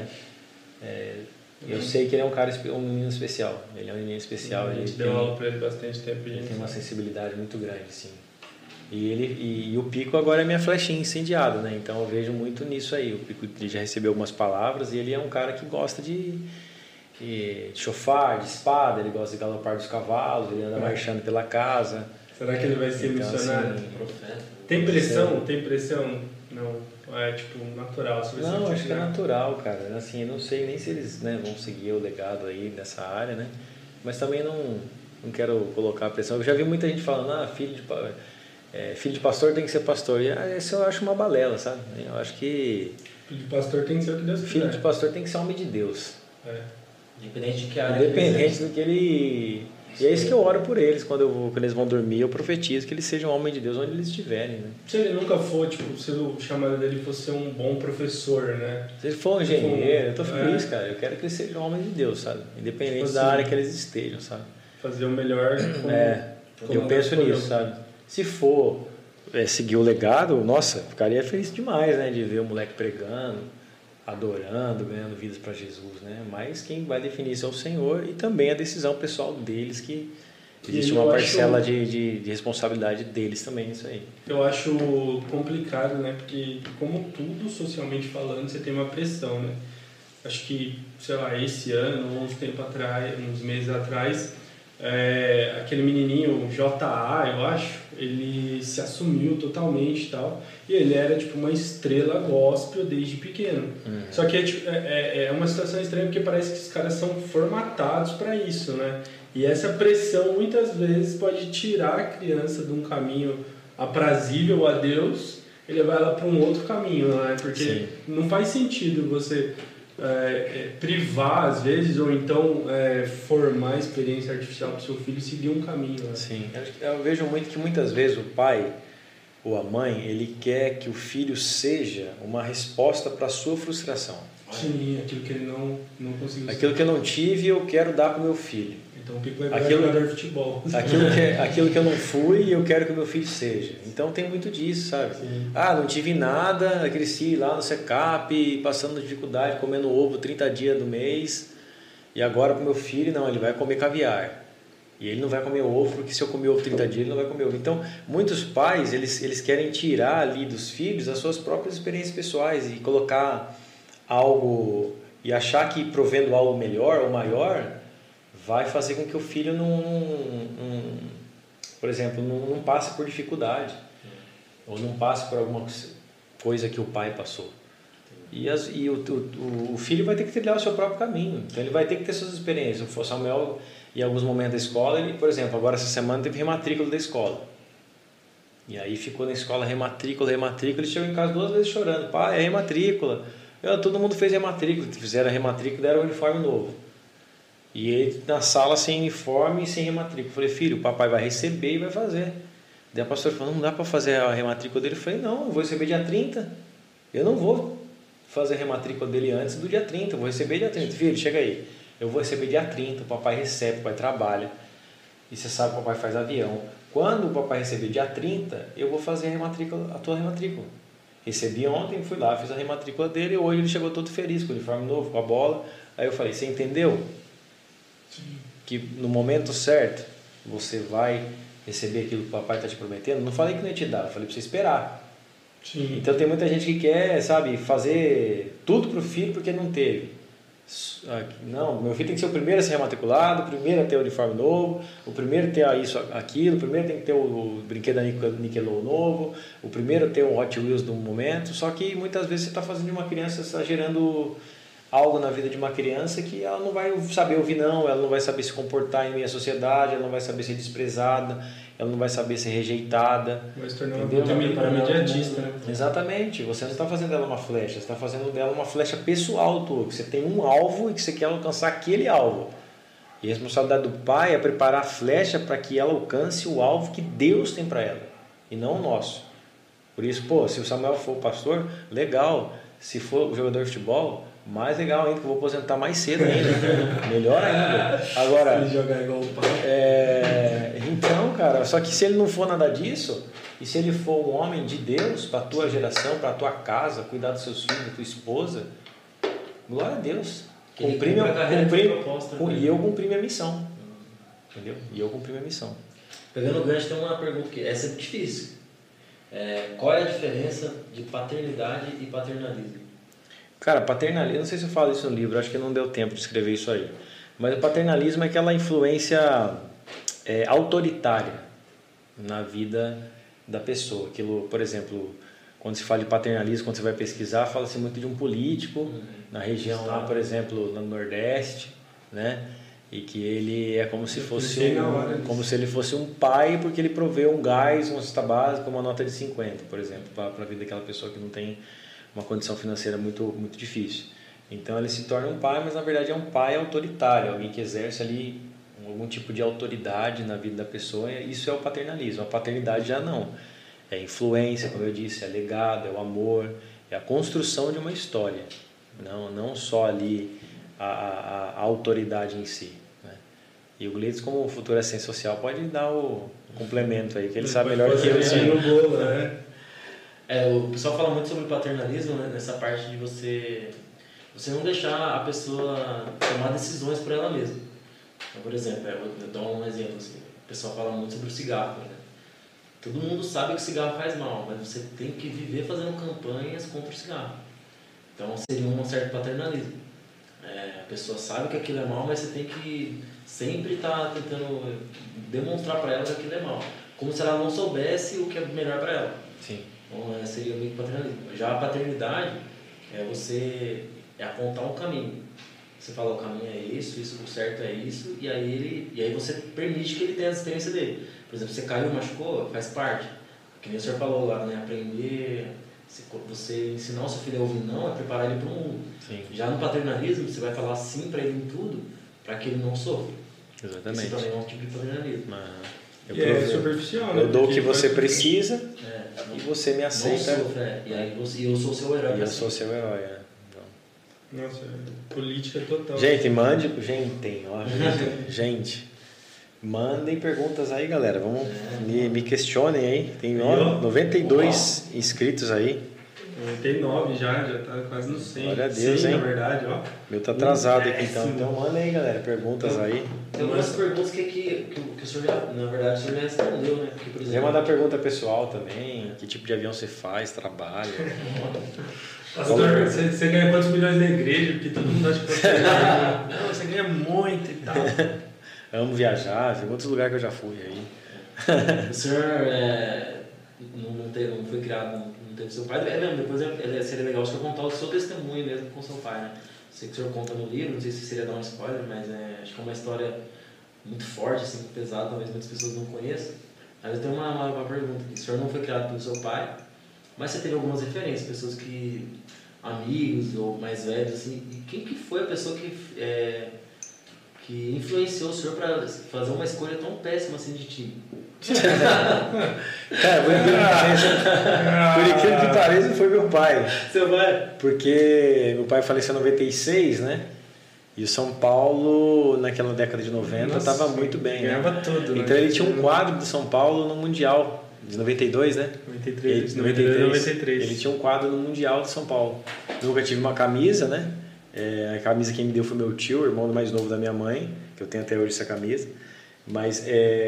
eu sei que ele é um menino especial. Ele é um menino especial. A gente deu aula para ele bastante tempo. Ele tem uma sensibilidade muito grande, sim. E o Pico agora é minha flechinha incendiada, né? Então eu vejo muito nisso aí. O Pico já recebeu algumas palavras e ele é um cara que gosta de chofar, de espada, ele gosta de galopar dos cavalos, ele anda marchando pela casa. Será que ele vai ser missionário? Assim, profeta? Tem pressão? Tem pressão? Não, é tipo natural. Não, acho que é natural, cara. Assim, eu não sei nem se eles, né, vão seguir o legado aí nessa área, né? Mas também não quero colocar pressão. Eu já vi muita gente falando, filho de pastor tem que ser pastor. E isso eu acho uma balela, sabe? Eu acho que filho de pastor tem que ser o que Deus quiser. Filho de pastor tem que ser homem de Deus. Independente de que área. Independente do que ele... E é isso que eu oro por eles. Quando eles vão dormir, eu profetizo que eles sejam homens de Deus onde eles estiverem, né? Se ele nunca for, se o chamado dele fosse ser um bom professor, né? Se ele for um engenheiro, eu tô feliz, cara. Eu quero que eles sejam homens de Deus, sabe? Independente da área que eles estejam, sabe? Fazer o melhor eu penso nisso, sabe? Se for seguir o legado, nossa, ficaria feliz demais, né? De ver o moleque pregando, adorando, ganhando vidas para Jesus, né? Mas quem vai definir isso é o Senhor, e também a decisão pessoal deles, que existe uma parcela de responsabilidade deles também nisso aí. Eu acho complicado, né? Porque como tudo, socialmente falando, você tem uma pressão, né? Acho que, sei lá, esse ano, uns meses atrás, aquele menininho J.A., eu acho, ele se assumiu totalmente e tal, e ele era tipo uma estrela gospel desde pequeno. Só que é uma situação estranha, porque parece que os caras são formatados para isso, né? E essa pressão muitas vezes pode tirar a criança de um caminho aprazível a Deus e levar ela para um outro caminho, né? Porque Sim. não faz sentido você privar, às vezes, ou então formar experiência artificial para o seu filho seguir um caminho. Né? Sim, eu vejo muito que muitas vezes o pai ou a mãe, ele quer que o filho seja uma resposta para a sua frustração. Sim, aquilo que ele não conseguiu. Aquilo que eu não tive, eu quero dar para o meu filho. Então o Pico vai virar jogador de futebol. Aquilo que eu não fui, eu quero que o meu filho seja. Então tem muito disso, sabe? Sim. Não tive nada, cresci lá no SECAP, passando dificuldade, comendo ovo 30 dias do mês, e agora pro meu filho, não, ele vai comer caviar. E ele não vai comer ovo, porque se eu comer ovo 30 dias, ele não vai comer ovo. Então, muitos pais, eles querem tirar ali dos filhos as suas próprias experiências pessoais e colocar algo, e achar que provendo algo melhor ou maior, vai fazer com que o filho por exemplo, não passe por dificuldade, ou não passe por alguma coisa que o pai passou. E o filho vai ter que trilhar o seu próprio caminho, então ele vai ter que ter suas experiências. O Samuel, em alguns momentos da escola, ele, por exemplo, agora essa semana teve rematrícula da escola. E aí ficou na escola rematrícula, ele chegou em casa 2 vezes chorando. Pai, é rematrícula. Todo mundo fez rematrícula, fizeram a rematrícula e deram um uniforme novo. E ele na sala sem uniforme e sem rematrícula. Eu falei, filho, o papai vai receber e vai fazer. Daí a pastora falou, não dá para fazer a rematrícula dele. Eu falei, não, eu vou receber dia 30. Eu não vou fazer a rematrícula dele antes do dia 30, eu vou receber dia 30. Filho, chega aí. Eu vou receber dia 30, o papai recebe, o papai trabalha. E você sabe que o papai faz avião. Quando o papai receber dia 30, eu vou fazer a tua rematrícula. Recebi ontem, fui lá, fiz a rematrícula dele e hoje ele chegou todo feliz, com o uniforme novo, com a bola. Aí eu falei, você entendeu? Sim. Que no momento certo você vai receber aquilo que o papai está te prometendo? Não falei que não ia te dar, eu falei para você esperar. Sim. Então tem muita gente que quer, sabe, fazer tudo para o filho porque não teve. Não, meu filho tem que ser o primeiro a ser rematriculado, o primeiro a ter o uniforme novo, o primeiro a ter isso, aquilo, o primeiro tem que ter o brinquedo da Nickelodeon novo, o primeiro a ter um Hot Wheels no momento. Só que muitas vezes você está fazendo de uma criança, você está gerando algo na vida de uma criança que ela não vai saber ouvir não, ela não vai saber se comportar em meio à sociedade, ela não vai saber ser desprezada, ela não vai saber ser rejeitada. Vai se tornar uma imediatista, né? Exatamente, você não está fazendo dela uma flecha, você está fazendo dela uma flecha pessoal tua, que você tem um alvo e que você quer alcançar aquele alvo. E a responsabilidade do pai é preparar a flecha para que ela alcance o alvo que Deus tem para ela, e não o nosso. Por isso, se o Samuel for o pastor, legal. Se for o jogador de futebol, mais legal ainda, que eu vou aposentar mais cedo ainda. Melhor ainda. Agora, ele jogar igual o pai. Então, cara, só que se ele não for nada disso, e se ele for um homem de Deus para a tua geração, para a tua casa, cuidar dos seus filhos, da tua esposa, glória a Deus. E eu cumpri minha missão. Entendeu? E eu cumpri minha missão. Pegando o gancho, tem uma pergunta que essa é difícil. Qual é a diferença de paternidade e paternalismo? Cara, paternalismo, não sei se eu falo isso no livro, acho que não deu tempo de escrever isso aí. Mas o paternalismo é aquela influência autoritária na vida da pessoa. Aquilo, por exemplo, quando se fala de paternalismo, quando você vai pesquisar, fala-se muito de um político na região lá, por exemplo, no Nordeste, né? E que ele é como se ele fosse um pai, porque ele proveu um gás, uma cesta básica, uma nota de 50, por exemplo, para a vida daquela pessoa que não tem uma condição financeira muito, muito difícil. Então ele se torna um pai, mas na verdade é um pai autoritário, alguém que exerce ali algum tipo de autoridade na vida da pessoa. Isso é o paternalismo. A paternidade já não. É influência, como eu disse, é legado, é o amor, é a construção de uma história. Não só ali a autoridade em si. Né? E o Gleitson, como futuro assistente social, pode dar o complemento aí, que ele sabe melhor que eu. No bolo, né? O pessoal fala muito sobre paternalismo, né? Nessa parte de você não deixar a pessoa tomar decisões por ela mesma. Então, por exemplo, eu dou um exemplo assim, o pessoal fala muito sobre o cigarro, né? Todo mundo sabe que o cigarro faz mal, mas você tem que viver fazendo campanhas contra o cigarro. Então seria um certo paternalismo. A pessoa sabe que aquilo é mal, mas você tem que sempre estar tentando demonstrar para ela que aquilo é mal, como se ela não soubesse o que é melhor para ela. Sim. Então seria meio que paternalismo. Já a paternidade você apontar um caminho. Você fala, o caminho é isso, o certo é isso, e aí você permite que ele tenha a experiência dele. Por exemplo, você caiu, machucou, faz parte. que nem o senhor falou lá, né? Aprender, você ensinar o seu filho a ouvir não, é preparar ele para o mundo. Sim. Já no paternalismo, você vai falar sim para ele em tudo, para que ele não sofra. Exatamente. Isso também é um tipo de paternalismo. É superficial, né? Eu dou o que você precisa e você me aceita. Não sofra, E aí eu sou seu herói. E eu sou seu herói, Então. Nossa, política total. Gente, gente, mandem perguntas aí, galera. Vamos, me questionem aí. Tem 92 inscritos aí. 99 já tá quase no 100. Glória a Deus, 100, hein? na verdade, ó. Meu tá atrasado aqui então. Então manda aí, galera, perguntas aí. Tem algumas perguntas que o senhor já, na verdade, o senhor já respondeu, né? Porque, por Quiser exemplo, mandar pergunta pessoal também, que tipo de avião você faz, trabalha. Pastor, você ganha quantos milhões na igreja? Porque todo mundo acha que você ganha. Não, você ganha muito e tal. Amo viajar, tem muitos lugares que eu já fui aí. o senhor não foi criado, não teve seu pai. É mesmo, depois seria legal o senhor contar o seu testemunho mesmo com seu pai, né? Sei que o senhor conta no livro, não sei se seria dar um spoiler, mas acho que é uma história muito forte, assim, pesada, talvez muitas pessoas não conheçam. Mas eu tenho uma pergunta aqui. O senhor não foi criado pelo seu pai, mas você teve algumas referências, pessoas que... amigos ou mais velhos, assim. E quem que foi a pessoa que influenciou o senhor para fazer uma escolha tão péssima assim de time? Cara, por incrível que pareça, foi meu pai. Seu pai? Porque meu pai faleceu em 96, né? E o São Paulo, naquela década de 90, estava muito bem. Ganhava né? tudo. Então ele tinha um quadro do São Paulo no Mundial de 92, né? 93. Ele tinha um quadro no Mundial de São Paulo. Eu nunca tive uma camisa, né? A camisa quem me deu foi meu tio, o irmão mais novo da minha mãe, que eu tenho até hoje essa camisa. Mas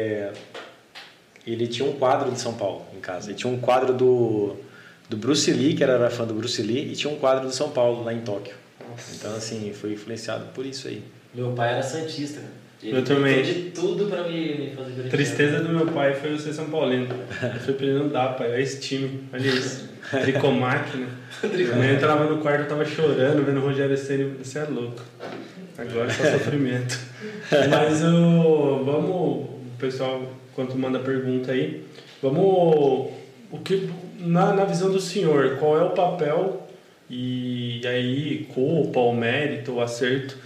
ele tinha um quadro de São Paulo em casa. Ele tinha um quadro do Bruce Lee, que era fã do Bruce Lee, e tinha um quadro do São Paulo lá em Tóquio. Nossa. Então, assim, foi influenciado por isso aí. Meu pai era santista, cara. Eu também. De tudo pra me fazer brincar. Tristeza do meu pai foi eu ser São Paulino. Eu falei pra ele, não dá, pai, é esse time, olha isso. Tricomáquina. Eu entrava no quarto, eu tava chorando, vendo o Rogério Ceni, você é louco. Agora é só sofrimento. Mas vamos, pessoal, enquanto manda pergunta aí, vamos, na visão do senhor, qual é o papel e aí culpa, o mérito, o acerto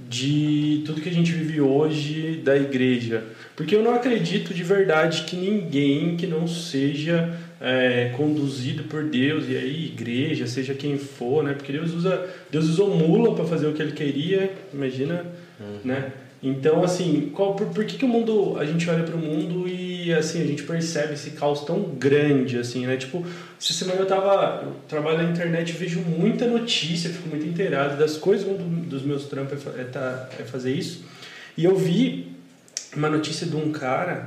de tudo que a gente vive hoje da igreja? Porque eu não acredito de verdade que ninguém que não seja conduzido por Deus, e aí igreja, seja quem for, né? Porque Deus usou mula para fazer o que ele queria, imagina, né? Então, assim, por que o mundo, a gente olha para o mundo e, assim, a gente percebe esse caos tão grande, assim, né? Tipo, essa semana eu trabalho na internet e vejo muita notícia, fico muito inteirado das coisas. Um dos meus trampos é fazer isso. E eu vi uma notícia de um cara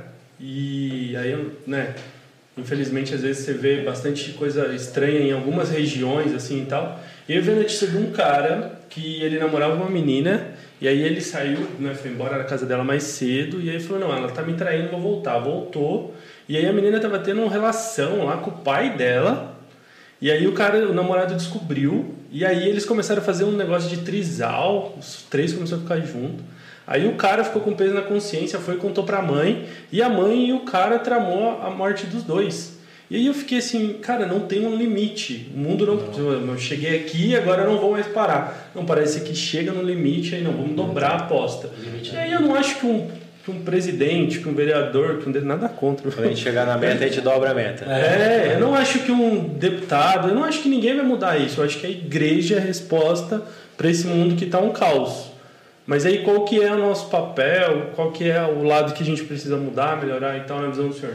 e aí, né, infelizmente, às vezes você vê bastante coisa estranha em algumas regiões, assim, e tal. E eu vi a notícia de um cara que ele namorava uma menina. E aí ele saiu, né, foi embora da casa dela mais cedo, e aí falou, não, ela tá me traindo, vou voltar. Voltou, e aí a menina tava tendo uma relação lá com o pai dela, e aí o namorado descobriu, e aí eles começaram a fazer um negócio de trisal, os três começaram a ficar juntos. Aí o cara ficou com peso na consciência, foi e contou pra mãe, e a mãe e o cara tramou a morte dos dois. E aí eu fiquei assim, cara, não tem um limite. O mundo não. Eu cheguei aqui, agora eu não vou mais parar. Não, parece que chega no limite, aí não, vamos dobrar a aposta. E aí eu não acho que um presidente, que um vereador, nada contra. Quando a gente chegar na meta, a gente dobra a meta. Eu não acho que um deputado, eu não acho que ninguém vai mudar isso. Eu acho que a igreja é a resposta para esse mundo que está um caos. Mas aí qual que é o nosso papel, qual que é o lado que a gente precisa mudar, melhorar e tal, na visão do senhor?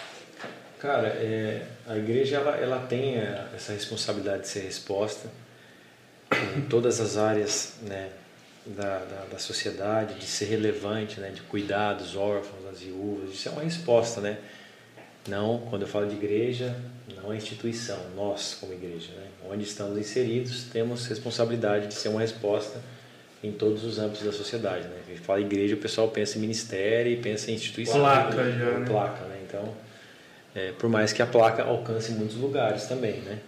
Cara, a igreja ela tem essa responsabilidade de ser resposta em todas as áreas, né, da sociedade, de ser relevante, né, de cuidar dos órfãos, das viúvas. Isso é uma resposta, né? Não, quando eu falo de igreja, não é instituição, nós como igreja, né? Onde estamos inseridos, temos responsabilidade de ser uma resposta em todos os âmbitos da sociedade, né? A gente fala igreja, o pessoal pensa em ministério e pensa em instituição. Placa já, né? Placa, né? Então, por mais que a placa alcance muitos lugares também, né?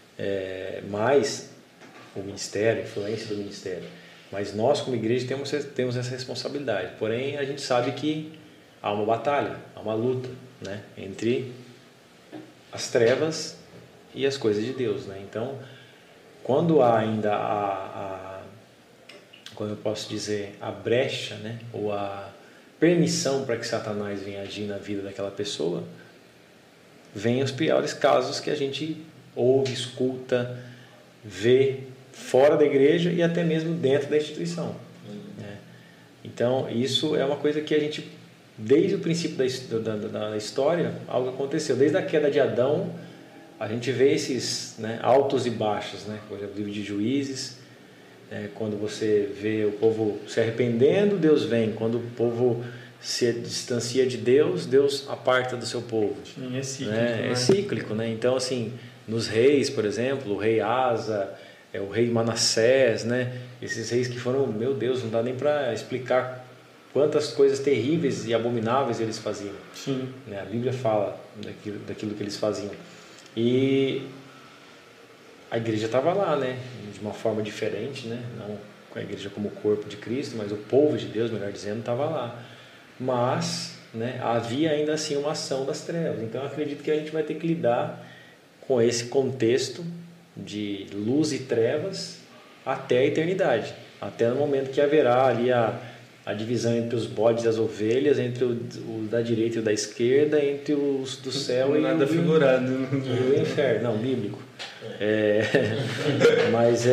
Mas o ministério, a influência do ministério. Mas nós, como igreja, temos essa responsabilidade. Porém, a gente sabe que há uma batalha, há uma luta, né? Entre as trevas e as coisas de Deus, né? Então, quando há ainda como eu posso dizer, a brecha, né? Ou a permissão para que Satanás venha agir na vida daquela pessoa, vem os piores casos que a gente ouve, escuta, vê fora da igreja e até mesmo dentro da instituição, né? Então, isso é uma coisa que a gente, desde o princípio da história, algo aconteceu. Desde a queda de Adão, a gente vê esses, né, altos e baixos, né? Por exemplo, o livro de Juízes, quando você vê o povo se arrependendo, Deus vem. Quando o povo se distancia de Deus, Deus aparta do seu povo. Sim, é cíclico, né? É cíclico, né? Então, assim, nos reis, por exemplo, o rei Asa, o rei Manassés, né? Esses reis que foram, meu Deus, não dá nem para explicar quantas coisas terríveis e abomináveis eles faziam. Sim. Né? A Bíblia fala daquilo que eles faziam. E a igreja estava lá, né? De uma forma diferente, né? Não a igreja como corpo de Cristo, mas o povo de Deus, melhor dizendo, estava lá. Mas, né, havia ainda assim uma ação das trevas. Então eu acredito que a gente vai ter que lidar com esse contexto de luz e trevas até a eternidade, até no momento que haverá ali a divisão entre os bodes e as ovelhas, entre o da direita e o da esquerda, entre os do céu nada e figurado. O inferno, não, bíblico. Mas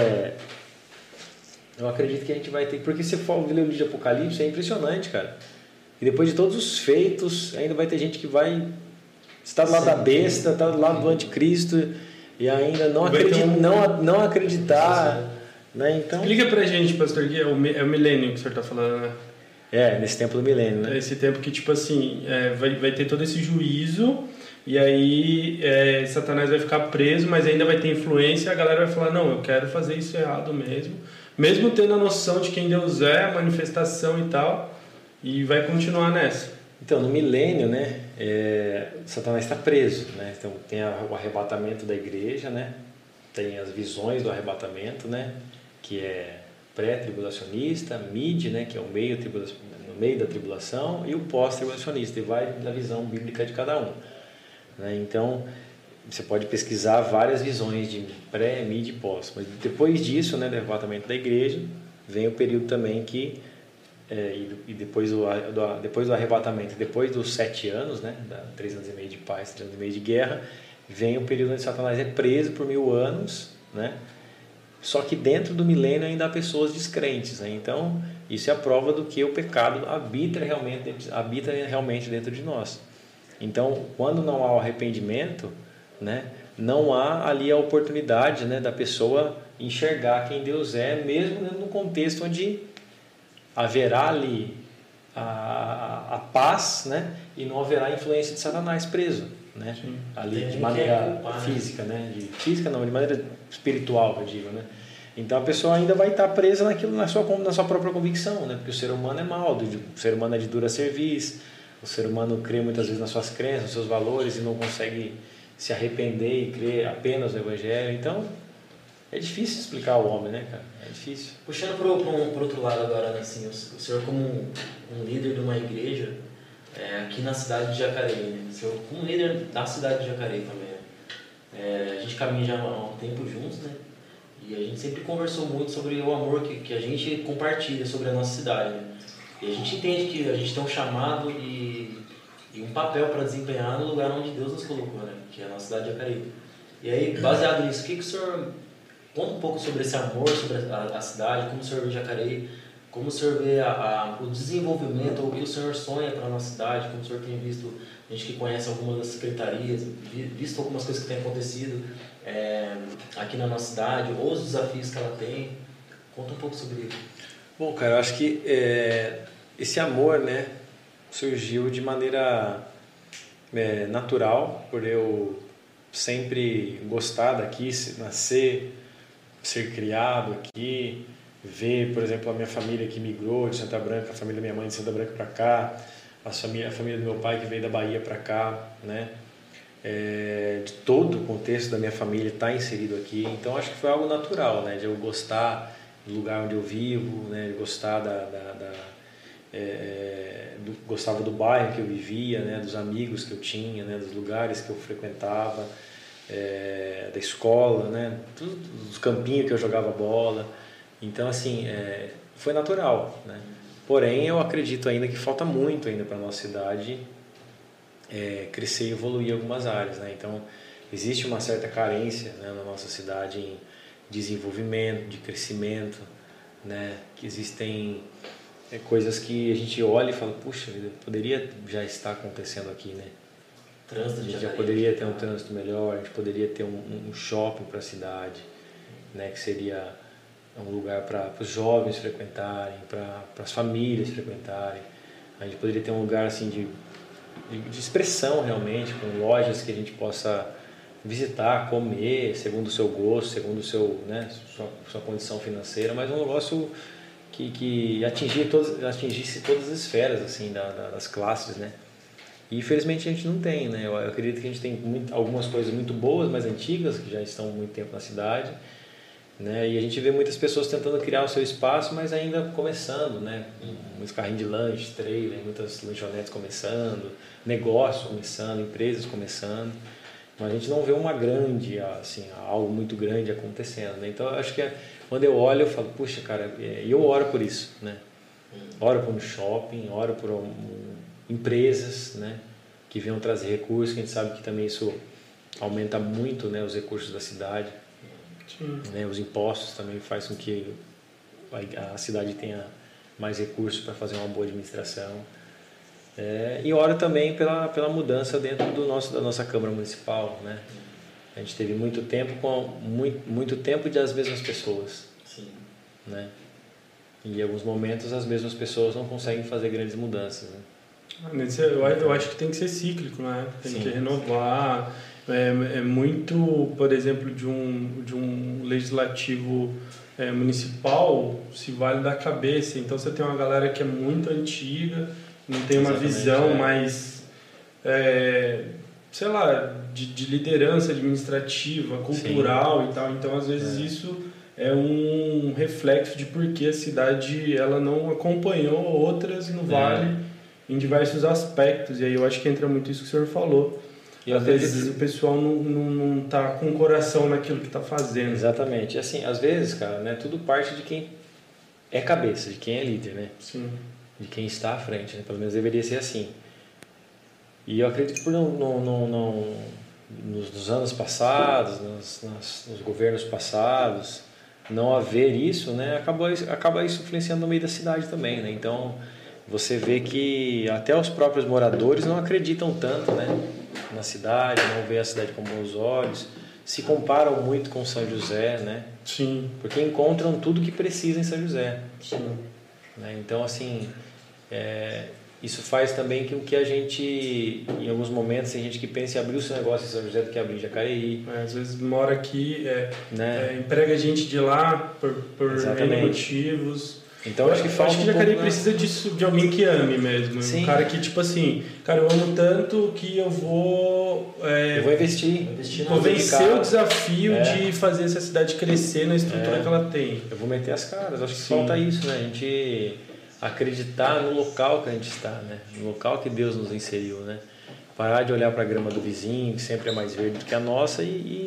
eu acredito que a gente vai ter, porque se for ler o livro de Apocalipse é impressionante, cara. E depois de todos os feitos, ainda vai ter gente que vai estar do lado da besta, estar do lado do anticristo e ainda não acreditar, né? Então, explica pra gente, pastor, que é o milênio que o senhor está falando, né? Nesse tempo do milênio, né? Esse tempo que, tipo assim, vai ter todo esse juízo e aí Satanás vai ficar preso, mas ainda vai ter influência e a galera vai falar, não, eu quero fazer isso errado mesmo tendo a noção de quem Deus é, a manifestação e tal, e vai continuar nessa. Então, no milênio, né, Satanás está preso, né? Então, tem o arrebatamento da igreja, né? Tem as visões do arrebatamento, né? Que é pré-tribulacionista, mid, né? Que é no meio da tribulação, e o pós-tribulacionista, e vai da visão bíblica de cada um, né? Então, você pode pesquisar várias visões de pré, mid e pós, mas depois disso, né, do arrebatamento da igreja, vem o período também que e depois do arrebatamento, depois dos 7 anos, né, 3 anos e meio de paz, 3 anos e meio de guerra, vem o período onde Satanás é preso por 1000 anos, né? Só que dentro do milênio ainda há pessoas descrentes, né? Então isso é a prova do que o pecado habita realmente dentro de nós. Então, quando não há o arrependimento, né, não há ali a oportunidade, né, da pessoa enxergar quem Deus é, mesmo no contexto onde haverá ali a paz, né, e não haverá influência de Satanás preso, né, ali de maneira física, né, de maneira espiritual, eu digo, né. Então a pessoa ainda vai estar presa naquilo, na sua própria convicção, né, porque o ser humano é mau, o ser humano é de dura cerviz, o ser humano crê muitas vezes nas suas crenças, nos seus valores e não consegue se arrepender e crer apenas no Evangelho. Então é difícil explicar o homem, né, cara? É difícil. Puxando pro outro lado agora, né, assim, o senhor como um líder de uma igreja aqui na cidade de Jacareí, né? O senhor como líder da cidade de Jacareí também, né? A gente caminha já há um tempo juntos, né? E a gente sempre conversou muito sobre o amor que a gente compartilha sobre a nossa cidade, né? E a gente entende que a gente tem um chamado e um papel para desempenhar no lugar onde Deus nos colocou, né? Que é a nossa cidade de Jacareí. E aí, baseado nisso, o que o senhor... Conta um pouco sobre esse amor, sobre a cidade, como o senhor vê Jacareí, como o senhor vê o desenvolvimento, ou o que o senhor sonha para a nossa cidade, como o senhor tem visto, a gente que conhece algumas das secretarias, visto algumas coisas que têm acontecido aqui na nossa cidade, ou os desafios que ela tem. Conta um pouco sobre isso. Bom, cara, eu acho que esse amor, né, surgiu de maneira natural, por eu sempre gostar daqui, nascer, ser criado aqui, ver, por exemplo, a minha família que migrou de Santa Branca, a família da minha mãe de Santa Branca para cá, a família do meu pai que veio da Bahia para cá, né? De todo o contexto da minha família está inserido aqui, então acho que foi algo natural, né? De eu gostar do lugar onde eu vivo, né? De gostar gostava do bairro que eu vivia, né, dos amigos que eu tinha, né, dos lugares que eu frequentava, da escola, né, dos campinhos que eu jogava bola. Então, assim, foi natural, né? Porém, eu acredito ainda que falta muito ainda para a nossa cidade crescer e evoluir em algumas áreas, né? Então, existe uma certa carência, né, na nossa cidade em desenvolvimento, de crescimento, né? Que existem coisas que a gente olha e fala, puxa, poderia já estar acontecendo aqui, né? Trânsito, a gente já poderia ter um trânsito melhor, a gente poderia ter um shopping para a cidade, né? Que seria um lugar para os jovens frequentarem, para as famílias frequentarem. A gente poderia ter um lugar assim de expressão realmente, com lojas que a gente possa visitar, comer, segundo o seu gosto, segundo o seu, né, sua condição financeira, mas um negócio que atingisse todas as esferas assim das classes, né? E infelizmente a gente não tem, né? Eu acredito que a gente tem algumas coisas muito boas, mais antigas, que já estão há muito tempo na cidade, né? E a gente vê muitas pessoas tentando criar o seu espaço, mas ainda começando, né? Muitos carrinhos de lanche, trailer, muitas lanchonetes começando, negócios começando, empresas começando, mas a gente não vê uma grande, assim, algo muito grande acontecendo, né? Então eu acho que quando eu olho eu falo, puxa, cara, e eu oro por isso, né? Oro por um shopping, oro por empresas, né? Que venham trazer recursos, que a gente sabe que também isso aumenta muito, né, os recursos da cidade. Né, os impostos também faz com que a cidade tenha mais recursos para fazer uma boa administração. E oro também pela mudança dentro da nossa Câmara Municipal, né? A gente teve muito tempo com muito tempo de as mesmas pessoas. Sim. Né? E em alguns momentos as mesmas pessoas não conseguem fazer grandes mudanças, né? Eu acho que tem que ser cíclico, né? Tem Sim. que renovar. É muito, por exemplo, de um legislativo municipal se vale da cabeça. Então você tem uma galera que é muito antiga, não tem uma visão mais, sei lá, de liderança administrativa, cultural. Sim. E tal. Então às vezes isso é um reflexo de por que a cidade ela não acompanhou outras no Vale em diversos aspectos. E aí eu acho que entra muito isso que o senhor falou. E às vezes o pessoal não tá com o coração naquilo que tá fazendo. Exatamente. Assim, às vezes, cara, né, tudo parte de quem é cabeça, de quem é líder, né? Sim. De quem está à frente, né? Pelo menos deveria ser assim. E eu acredito que por nos anos passados, nos governos passados, não haver isso, né, acaba isso influenciando no meio da cidade também, né? Então, você vê que até os próprios moradores não acreditam tanto, né, na cidade, não vê a cidade com bons olhos, se comparam muito com São José, né? Sim. Porque encontram tudo que precisa em São José. Sim. Né? Então, assim, isso faz também com que a gente, em alguns momentos, tem gente que pensa em abrir o seu negócio em São José do que abrir em Jacareí. Às vezes mora aqui, né? Emprega gente de lá por N motivos. Então acho que falta acho que Jacareí precisa disso, de alguém que ame mesmo. Sim. Um cara que, tipo assim, cara, eu amo tanto que eu vou investir. Vou vencer o desafio de fazer essa cidade crescer na estrutura que ela tem. Eu vou meter as caras. Acho que falta isso, né? A gente acreditar no local que a gente está, né? No local que Deus nos inseriu, né? Parar de olhar para a grama do vizinho, que sempre é mais verde do que a nossa,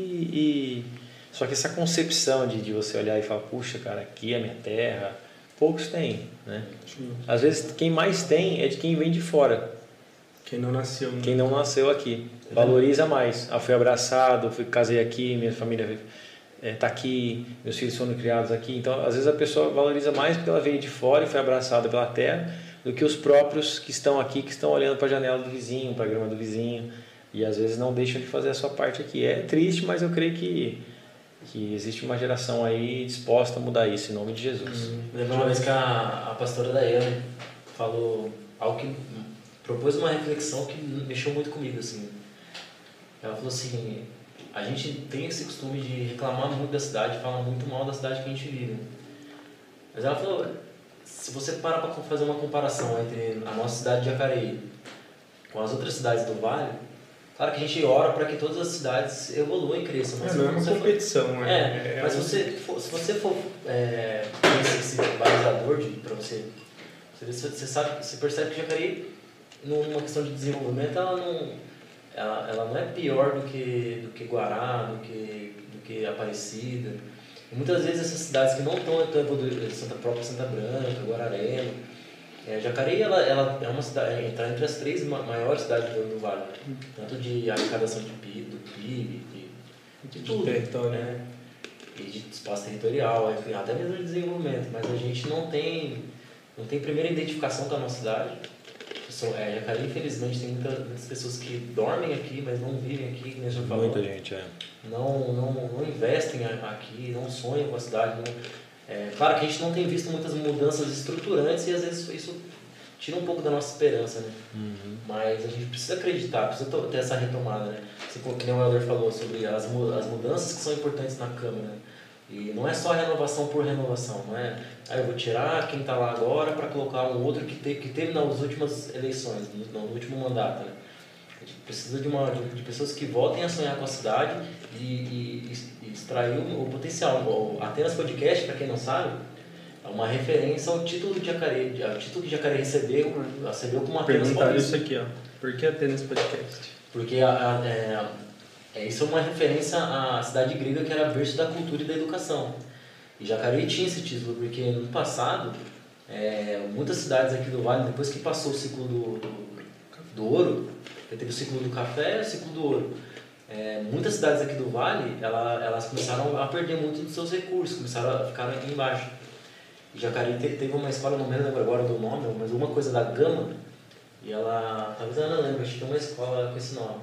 só que essa concepção de você olhar e falar, puxa, cara, aqui é minha terra, poucos têm, né? Sim. Às vezes quem mais tem é de quem vem de fora. Quem não nasceu. Né? Quem não nasceu aqui. Valoriza mais. Fui abraçado, casei aqui, minha família está aqui, meus filhos foram criados aqui. Então, às vezes a pessoa valoriza mais porque ela veio de fora e foi abraçada pela terra do que os próprios que estão aqui, que estão olhando para a janela do vizinho, para a grama do vizinho. E às vezes não deixam de fazer a sua parte aqui. É triste, mas eu creio que existe uma geração aí disposta a mudar isso, em nome de Jesus. Lembro uma vez que a pastora Daiane falou algo que propôs uma reflexão que mexeu muito comigo, assim. Ela falou assim, a gente tem esse costume de reclamar muito da cidade, falar muito mal da cidade que a gente vive. Mas ela falou, se você parar para fazer uma comparação entre a nossa cidade de Jacareí com as outras cidades do Vale, claro que a gente ora para que todas as cidades evoluam e cresçam. Mas não é uma competição. Mas se você for esse balizador para você sabe, você percebe que Jacareí numa questão de desenvolvimento, ela não é pior do que Guará, do que Aparecida. E muitas vezes essas cidades que não estão evoluídas, própria Santa Branca, Guararema, Jacareí ela é uma cidade, está entre as 3 maiores cidades do Vale, tanto de arrecadação do PIB, de tudo, território, né? E de espaço territorial, até mesmo de desenvolvimento, mas a gente não tem primeira identificação com a nossa cidade. Jacareí, infelizmente, tem muitas pessoas que dormem aqui, mas não vivem aqui, como o senhor falou. Muita gente, Não investem aqui, não sonham com a cidade. Claro que a gente não tem visto muitas mudanças estruturantes e às vezes isso tira um pouco da nossa esperança, né? Mas a gente precisa acreditar, precisa ter essa retomada, né? Que o Helder falou sobre as mudanças que são importantes na Câmara, né? E não é só renovação por renovação, não é? Eu vou tirar quem está lá agora para colocar um outro que teve nas últimas eleições, no último mandato, né? A gente precisa de pessoas que voltem a sonhar com a cidade e extrair o potencial. O Atenas Podcast, para quem não sabe, é uma referência ao título de Jacareí. O título que Jacareí recebeu como Atenas Podcast. Perguntaram isso aqui, ó. Por que Atenas Podcast? Porque isso é uma referência à cidade grega que era berço da cultura e da educação. E Jacareí tinha esse título, porque no passado, muitas cidades aqui do Vale, depois que passou o ciclo do ouro, teve o ciclo do café e o ciclo do ouro. Muitas cidades aqui do Vale, elas começaram a perder muito dos seus recursos, começaram a ficar aqui embaixo. E Jacareí teve uma escola, não me lembro agora do nome, mas uma coisa da Gama, e talvez ela não lembre, acho que tem uma escola com esse nome.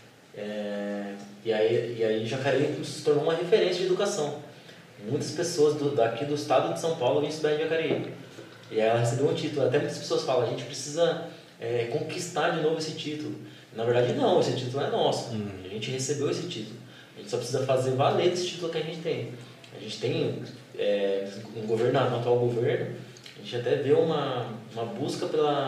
E aí Jacareí se tornou uma referência de educação. Muitas pessoas daqui do estado de São Paulo vêm estudar em Jacareí. E aí ela recebeu um título. Até muitas pessoas falam, a gente precisa conquistar de novo esse título. Na verdade não, esse título é nosso. A gente recebeu esse título. A gente só precisa fazer valer esse título que a gente tem. A gente tem um governo, no atual governo, a gente até vê uma busca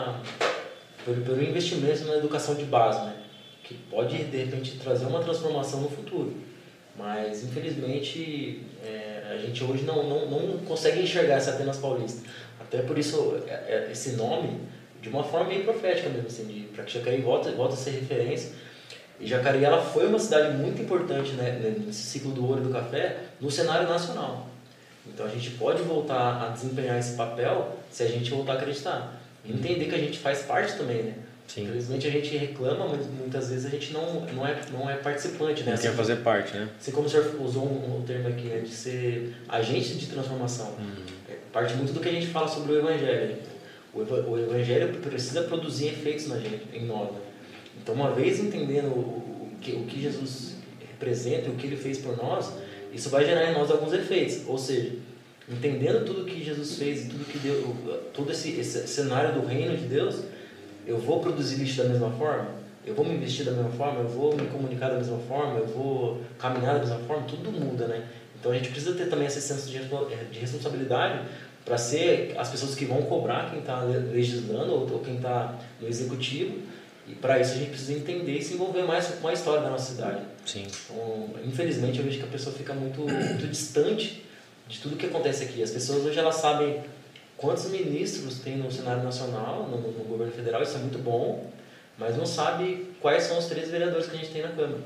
pelo investimento na educação de base, né? Que pode, de repente, trazer uma transformação no futuro. Mas, infelizmente, a gente hoje não consegue enxergar essa Atenas Paulista. Até por isso, esse nome, de uma forma meio profética mesmo, assim, para que Jacareí volte a ser referência. E Jacareí ela foi uma cidade muito importante, né, nesse ciclo do ouro e do café, no cenário nacional. Então, a gente pode voltar a desempenhar esse papel se a gente voltar a acreditar. E entender que a gente faz parte também, né? Sim. Infelizmente a gente reclama, mas muitas vezes a gente não é participante, né? Não quer fazer parte, né? Assim como o senhor usou um termo aqui, né, de ser agente de transformação. Parte muito do que a gente fala sobre o Evangelho. O Evangelho precisa produzir efeitos na gente, em nós. Né? Então, uma vez entendendo o que Jesus representa, o que Ele fez por nós, isso vai gerar em nós alguns efeitos. Ou seja, entendendo tudo que Jesus fez e tudo que deu, todo esse cenário do reino de Deus, eu vou produzir lixo da mesma forma, eu vou me vestir da mesma forma, eu vou me comunicar da mesma forma, eu vou caminhar da mesma forma, tudo muda, né? Então a gente precisa ter também esse senso de responsabilidade para ser as pessoas que vão cobrar quem está legislando ou quem está no executivo, e para isso a gente precisa entender e se envolver mais com a história da nossa cidade. Sim. Então, infelizmente eu vejo que a pessoa fica muito distante de tudo que acontece aqui. As pessoas hoje elas sabem quantos ministros tem no cenário nacional, no governo federal, isso é muito bom, mas não sabe quais são os 3 vereadores que a gente tem na Câmara.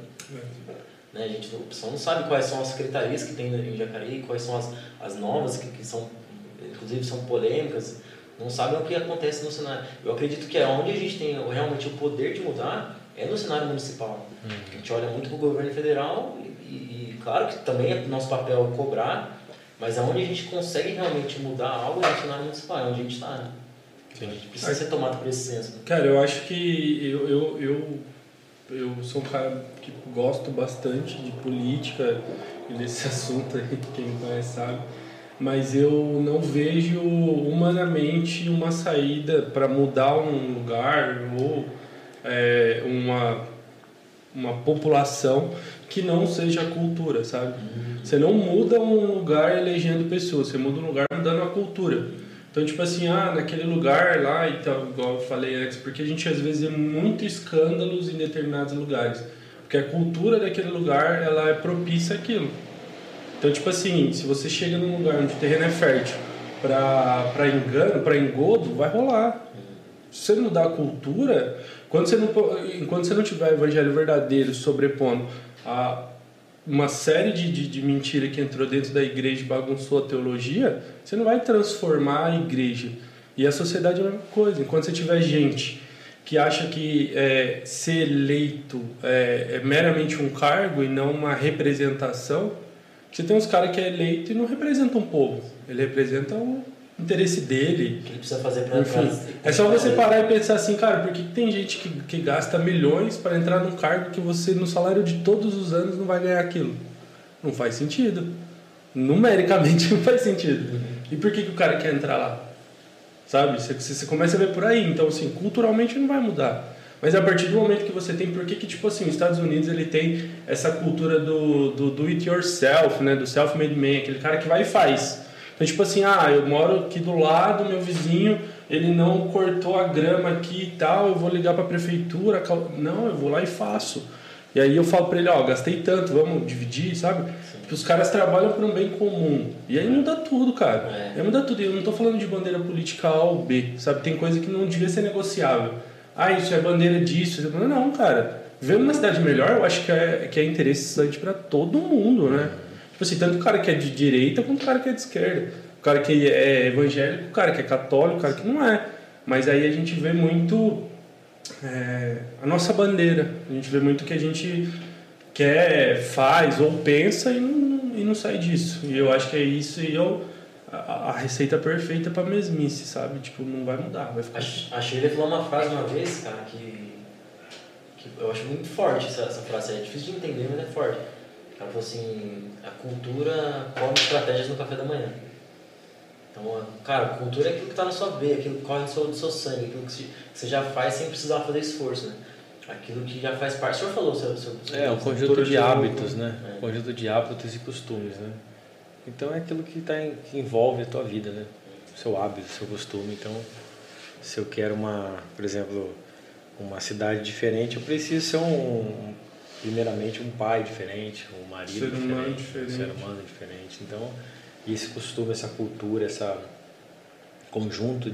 Né? O pessoal não sabe quais são as secretarias que tem em Jacareí, quais são as novas, que são, inclusive são polêmicas, não sabem o que acontece no cenário. Eu acredito que onde a gente tem realmente o poder de mudar é no cenário municipal. A gente olha muito para o governo federal e claro que também é nosso papel cobrar, mas aonde a gente consegue realmente mudar algo é no cenário municipal, é onde a gente está, né? A gente precisa ser tomado por esse senso. Né? Cara, eu acho que eu sou um cara que gosto bastante de política e desse assunto aí, quem me conhece sabe, mas eu não vejo humanamente uma saída para mudar um lugar ou uma população que não seja a cultura, sabe? Você não muda um lugar elegendo pessoas, você muda um lugar mudando a cultura. Então, tipo assim, naquele lugar lá, então, igual eu falei antes, porque a gente às vezes vê muito escândalos em determinados lugares, porque a cultura daquele lugar, ela é propícia àquilo. Então, tipo assim, se você chega num lugar onde o terreno é fértil, para engano, para engodo, vai rolar. Se você mudar a cultura, enquanto você não tiver evangelho verdadeiro sobrepondo a uma série de mentiras que entrou dentro da igreja e bagunçou a teologia, você não vai transformar a igreja. E a sociedade é a mesma coisa. Enquanto você tiver gente que acha que ser eleito é meramente um cargo e não uma representação, você tem uns caras que é eleito e não representam o povo. Ele representa o interesse dele. O que ele precisa fazer para entrar. É só você parar e pensar assim, cara, por que tem gente que gasta milhões para entrar num cargo que você, no salário de todos os anos, não vai ganhar aquilo? Não faz sentido. Numericamente não faz sentido. E por que o cara quer entrar lá? Sabe? Você começa a ver por aí. Então, assim, culturalmente não vai mudar. Mas a partir do momento que você tem... Por que, tipo assim, os Estados Unidos, ele tem essa cultura do it yourself, né? Do self-made man. Aquele cara que vai e faz. Então, tipo assim, eu moro aqui do lado, meu vizinho, ele não cortou a grama aqui e tal, eu vou ligar pra prefeitura. Não, eu vou lá e faço. E aí eu falo pra ele, gastei tanto, vamos dividir, sabe? Tipo, os caras trabalham por um bem comum. E aí muda tudo, cara. Aí muda tudo. E eu não tô falando de bandeira política A ou B, sabe? Tem coisa que não devia ser negociável. Isso é bandeira disso. Não, cara. Vivendo numa cidade melhor, eu acho que é interessante pra todo mundo, né? Tipo assim, tanto o cara que é de direita quanto o cara que é de esquerda. O cara que é evangélico, o cara que é católico, o cara que não é. Mas aí a gente vê muito a nossa bandeira. A gente vê muito que a gente quer, faz ou pensa e não sai disso. E eu acho que é isso e a receita perfeita pra mesmice, sabe? Tipo, não vai mudar, vai ficar... Achei ele falou uma frase uma vez, cara, que eu acho muito forte essa frase. É difícil de entender, mas é forte. O cara falou assim, a cultura come estratégias no café da manhã. Então, cara, a cultura é aquilo que está na sua veia, aquilo que corre do seu sangue, aquilo que você já faz sem precisar fazer esforço, né? Aquilo que já faz parte. O senhor falou, um conjunto de hábitos, né? Um conjunto de hábitos e costumes, né? Então é aquilo que que envolve a tua vida, né? O seu hábito, o seu costume. Então, se eu quero por exemplo, uma cidade diferente, eu preciso ser primeiramente um pai diferente, um marido diferente, um ser humano diferente. Então, esse costume, essa cultura, esse conjunto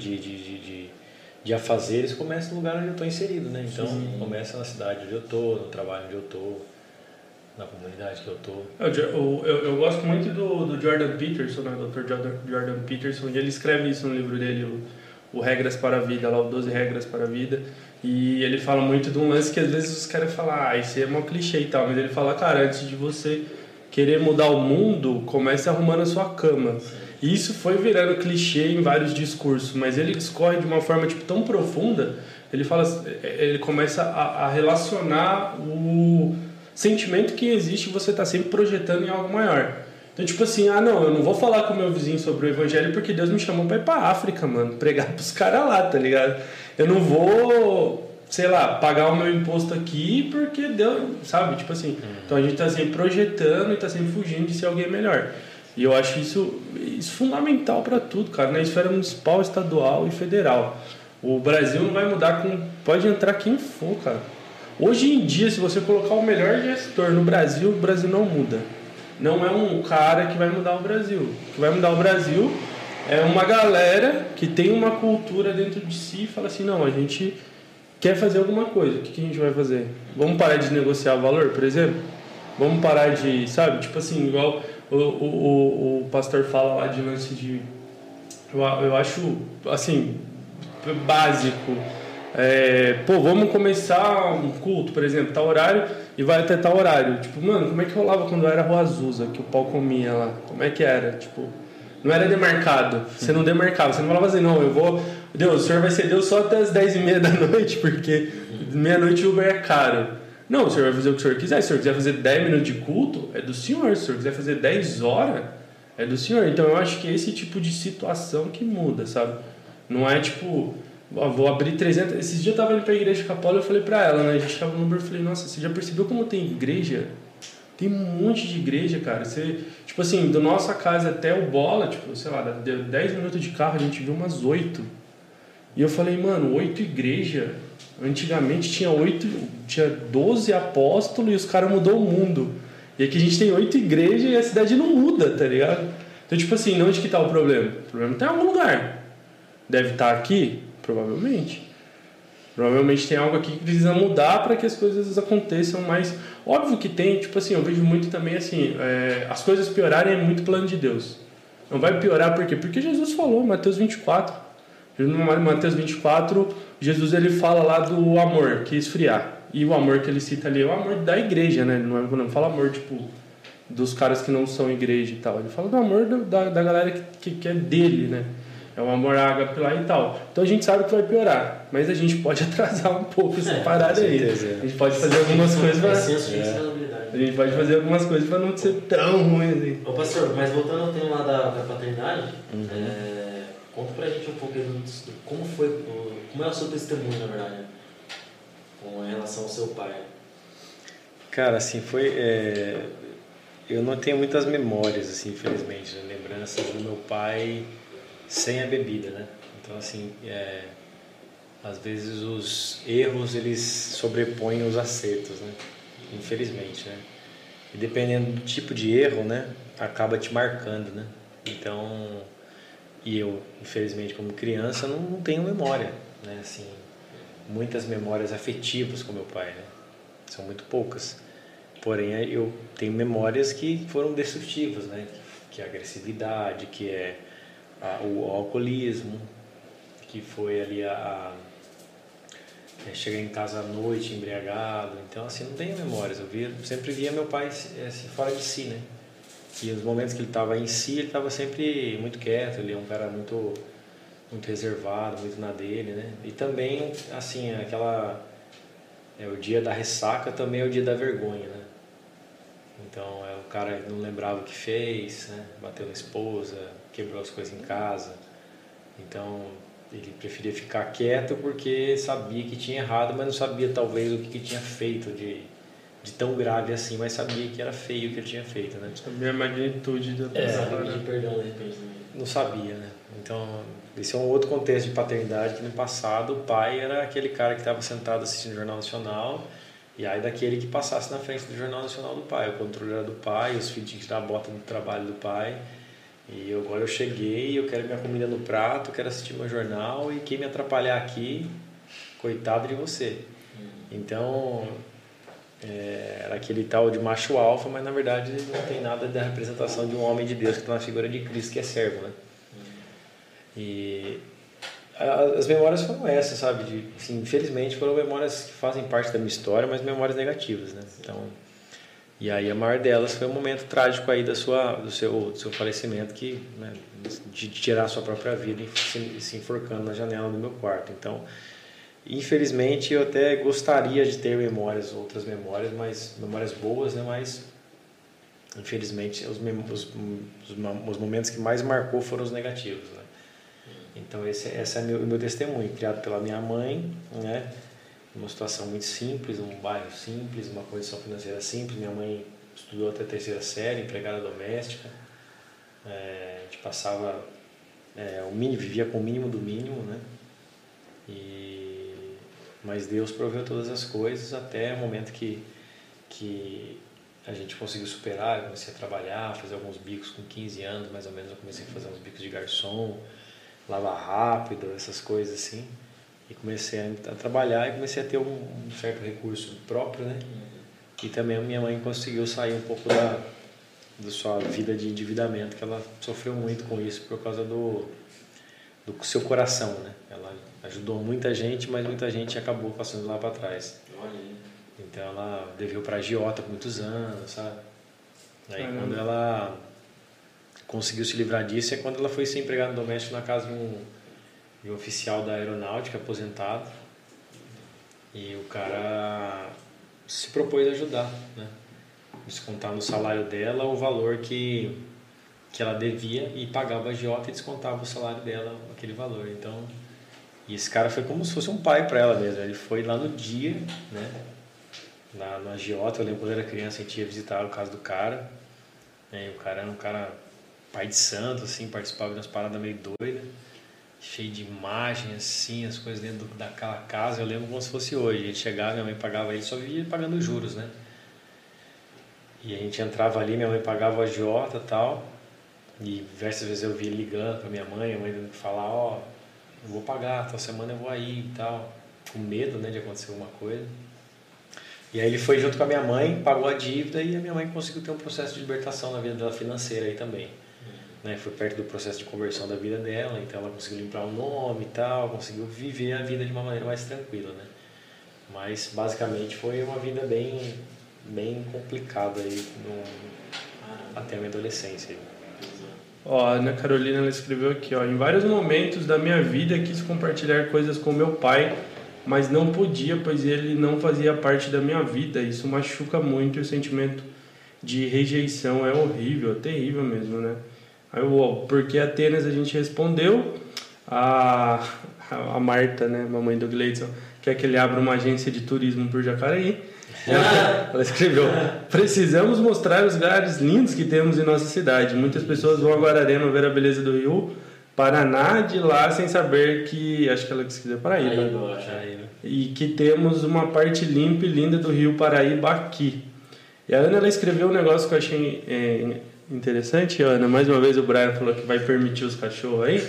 de afazeres começa no lugar onde eu estou inserido, né? Então, começa na cidade onde eu estou, no trabalho onde eu estou, na comunidade que eu estou. Eu gosto muito do Jordan Peterson, né? Dr. Jordan Peterson, e ele escreve isso no livro dele, o Regras para a Vida, lá o 12 Regras para a Vida. E ele fala muito de um lance que às vezes os caras falam, isso é mó clichê e tal, mas ele fala, cara, antes de você querer mudar o mundo, comece arrumando a sua cama. E isso foi virando clichê em vários discursos, mas ele discorre de uma forma tão profunda, ele começa a relacionar o sentimento que existe e você está sempre projetando em algo maior. Então, tipo assim, eu não vou falar com o meu vizinho sobre o evangelho porque Deus me chamou pra ir pra África, mano, pregar pros caras lá, tá ligado? Eu não vou, sei lá, pagar o meu imposto aqui porque Deus, sabe? Tipo assim, então a gente tá sempre projetando e tá sempre fugindo de ser alguém melhor. E eu acho isso fundamental pra tudo, cara, na esfera municipal, estadual e federal. O Brasil não vai mudar pode entrar quem for, cara. Hoje em dia, se você colocar o melhor gestor no Brasil, o Brasil não muda. Não é um cara que vai mudar o Brasil. O que vai mudar o Brasil é uma galera que tem uma cultura dentro de si e fala assim, não, a gente quer fazer alguma coisa. O que a gente vai fazer? Vamos parar de negociar valor, por exemplo? Vamos parar de, sabe? Tipo assim, igual o pastor fala lá de lance de... Eu acho, assim, básico. Vamos começar um culto, por exemplo, tal horário e vai até tal horário. Tipo, mano, como é que rolava quando era Rua Azusa, que o pau comia lá? Como é que era? Tipo, não era demarcado. Você não demarcava. Você não falava assim, não, Deus, o senhor vai ser Deus só até as 10h30 da noite, porque meia-noite o Uber é caro. Não, o senhor vai fazer o que o senhor quiser. Se o senhor quiser fazer 10 minutos de culto, é do senhor. Se o senhor quiser fazer 10 horas, é do senhor. Então eu acho que é esse tipo de situação que muda, sabe? Não é tipo... vou abrir 300... Esses dias eu tava indo pra igreja com a Paula e eu falei pra ela, né? A gente tava no Uber e falei, nossa, você já percebeu como tem igreja? Tem um monte de igreja, cara. Você, tipo assim, da nossa casa até o Bola, tipo, sei lá, 10 minutos de carro, a gente viu umas 8. E eu falei, mano, 8 igrejas. Antigamente tinha 12 apóstolos e os caras mudou o mundo. E aqui a gente tem 8 igrejas e a cidade não muda, tá ligado? Então, tipo assim, onde que tá o problema? O problema tá em algum lugar. Deve estar aqui? Provavelmente. Provavelmente tem algo aqui que precisa mudar para que as coisas aconteçam, mas óbvio que tem, tipo assim, eu vejo muito também assim, as coisas piorarem é muito plano de Deus. Não vai piorar por quê? Porque Jesus falou, Mateus 24. No Mateus 24, Jesus ele fala lá do amor que esfriar. E o amor que ele cita ali é o amor da igreja, né? Ele não fala amor, tipo, dos caras que não são igreja e tal. Ele fala do amor da galera que é dele, né? É o amor ágape lá e tal. Então a gente sabe que vai piorar, mas a gente pode atrasar um pouco essa parada aí. A gente pode fazer algumas coisas para... A gente pode fazer algumas coisas para não ser tão ruim assim. Ô pastor, mas voltando ao tema lá da paternidade, conta pra gente um pouco como é o seu testemunho, na verdade, com relação ao seu pai. Cara, assim, eu não tenho muitas memórias, assim, infelizmente, né? Lembranças do meu pai sem a bebida, né? Então, assim, às vezes os erros, eles sobrepõem os acertos, né? Infelizmente, né? E dependendo do tipo de erro, né? Acaba te marcando, né? Então, e eu, infelizmente, como criança, não tenho memória, né? Assim, muitas memórias afetivas com meu pai, né? São muito poucas. Porém, eu tenho memórias que foram destrutivas, né? Que é a agressividade, que é o alcoolismo, que foi ali chegar em casa à noite embriagado. Então, assim, não tenho memórias. Sempre via meu pai assim, fora de si, né? E nos momentos que ele estava em si, ele estava sempre muito quieto. Ele é um cara muito, muito reservado, muito na dele, né? E também, assim, o dia da ressaca também é o dia da vergonha, né? Então, o cara não lembrava o que fez, né? Bateu na esposa, quebrou as coisas em casa. Então, ele preferia ficar quieto porque sabia que tinha errado, mas não sabia talvez o que tinha feito de tão grave assim, mas sabia que era feio o que ele tinha feito, né? Sabia a magnitude da sabia pedir perdão de repente também. Não sabia, né? Então, esse é um outro contexto de paternidade, que no passado o pai era aquele cara que estava sentado assistindo o Jornal Nacional, e aí daquele que passasse na frente do Jornal Nacional do pai. O controle era do pai, os filhos tinham que tirar a bota do trabalho do pai. E agora eu cheguei, eu quero minha comida no prato, quero assistir meu jornal, e quem me atrapalhar aqui, coitado de você. Então, era aquele tal de macho alfa, mas na verdade não tem nada da representação de um homem de Deus que está na figura de Cristo, que é servo, né? E as memórias foram essas, sabe? Assim, infelizmente foram memórias que fazem parte da minha história, mas memórias negativas, né? Então, e aí a maior delas foi o momento trágico aí do seu falecimento, que, né, de tirar a sua própria vida e se enforcando na janela do meu quarto. Então, infelizmente eu até gostaria de ter outras memórias, mas memórias boas, né? Mas infelizmente os momentos que mais marcou foram os negativos, né? Então esse é o meu testemunho, criado pela minha mãe, né? Uma situação muito simples, um bairro simples, uma condição financeira simples. Minha mãe estudou até a 3ª série, empregada doméstica. A gente passava o mínimo, vivia com o mínimo do mínimo, né? Mas Deus proveu todas as coisas até o momento que a gente conseguiu superar. Eu comecei a trabalhar, fazer alguns bicos com 15 anos, mais ou menos. Eu comecei a fazer uns bicos de garçom, lavar rápido, essas coisas assim. E comecei a trabalhar e comecei a ter um certo recurso próprio, né? E também a minha mãe conseguiu sair um pouco da sua vida de endividamento, que ela sofreu muito com isso por causa do seu coração, né? Ela ajudou muita gente, mas muita gente acabou passando lá para trás. Então ela deveu para a agiota por muitos anos, sabe? Aí quando ela conseguiu se livrar disso é quando ela foi ser empregada doméstica na casa de um oficial da aeronáutica aposentado, e o cara se propôs a ajudar, né? Descontar no salário dela o valor que ela devia, e pagava a agiota e descontava o salário dela aquele valor. Então, e esse cara foi como se fosse um pai para ela mesmo. Ele foi lá no dia, né? Na agiota. Eu lembro quando eu era criança, a gente ia visitar o caso do cara, né? E o cara era um cara pai de santo, assim, participava de umas paradas meio doidas, cheio de imagem, assim, as coisas dentro daquela casa. Eu lembro como se fosse hoje. Ele chegava, minha mãe pagava ele, só vivia pagando juros, né? E a gente entrava ali, minha mãe pagava a agiota e tal, e diversas vezes eu via ele ligando pra minha mãe dando que falar, eu vou pagar, tal semana eu vou aí e tal. com medo, né, de acontecer alguma coisa. E aí ele foi junto com a minha mãe, pagou a dívida e a minha mãe conseguiu ter um processo de libertação na vida dela financeira aí também. Né? Foi perto do processo de conversão da vida dela, então ela conseguiu limpar o nome e tal, conseguiu viver a vida de uma maneira mais tranquila, né? Mas basicamente foi uma vida bem complicada aí até a minha adolescência. Ó, a Ana Carolina, ela escreveu aqui, ó: em vários momentos da minha vida quis compartilhar coisas com meu pai, mas não podia, pois ele não fazia parte da minha vida. Isso machuca muito e o sentimento de rejeição é horrível, é terrível mesmo, né? Aí, porque Atenas, a gente respondeu, a Marta, né, mamãe do Gleidson, quer que ele abra uma agência de turismo por Jacareí. Ela escreveu: precisamos mostrar os lugares lindos que temos em nossa cidade. Muitas pessoas vão a Guararema ver a beleza do Rio Paraná de lá sem saber que, acho que ela quis dizer Paraíba, e que temos uma parte limpa e linda do Rio Paraíba aqui. E a Ana, ela escreveu um negócio que eu achei interessante. Ana, mais uma vez o Brian falou que vai permitir os cachorros aí.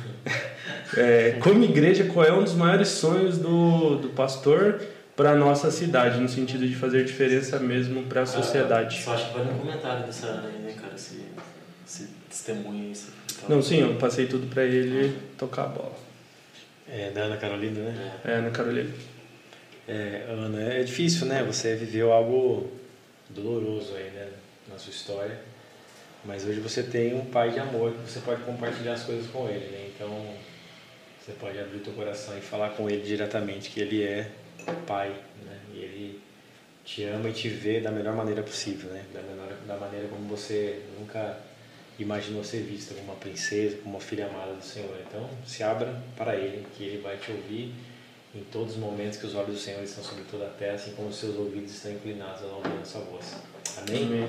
Como igreja, qual é um dos maiores sonhos do pastor para a nossa cidade, no sentido de fazer diferença mesmo para a sociedade? Só acho que vai no comentário dessa Ana aí, né, cara, esse testemunho aí. Não, sim, eu passei tudo para ele tocar a bola. Da Ana Carolina, né? Ana Carolina. Ana, é difícil, né? Você viveu algo doloroso aí, né, na sua história. Mas hoje você tem um pai de amor que você pode compartilhar as coisas com ele, né? Então, você pode abrir o teu coração e falar com ele diretamente que ele é pai, né? E ele te ama e te vê da melhor maneira possível, né? Da maneira como você nunca imaginou ser vista, como uma princesa, como uma filha amada do Senhor. Então, se abra para ele, que ele vai te ouvir em todos os momentos que os olhos do Senhor estão sobre toda a terra, assim como os seus ouvidos estão inclinados ao ouvir a sua voz. Amém?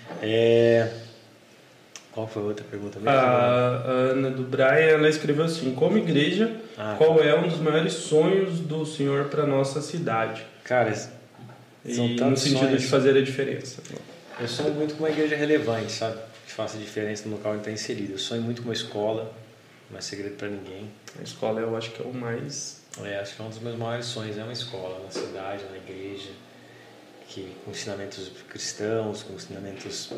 Qual foi a outra pergunta mesmo? A Ana do Brian, ela escreveu assim: como igreja, qual é um dos maiores sonhos do Senhor para nossa cidade? Cara, são tantos no sentido sonhos. de fazer a diferença. Eu sonho muito com uma igreja relevante, sabe? Que faça diferença no local onde está inserido. Eu sonho muito com uma escola, não é segredo para ninguém. A escola eu acho que é o mais... acho que é um dos meus maiores sonhos, é uma escola, na cidade, na igreja, com ensinamentos cristãos, com ensinamentos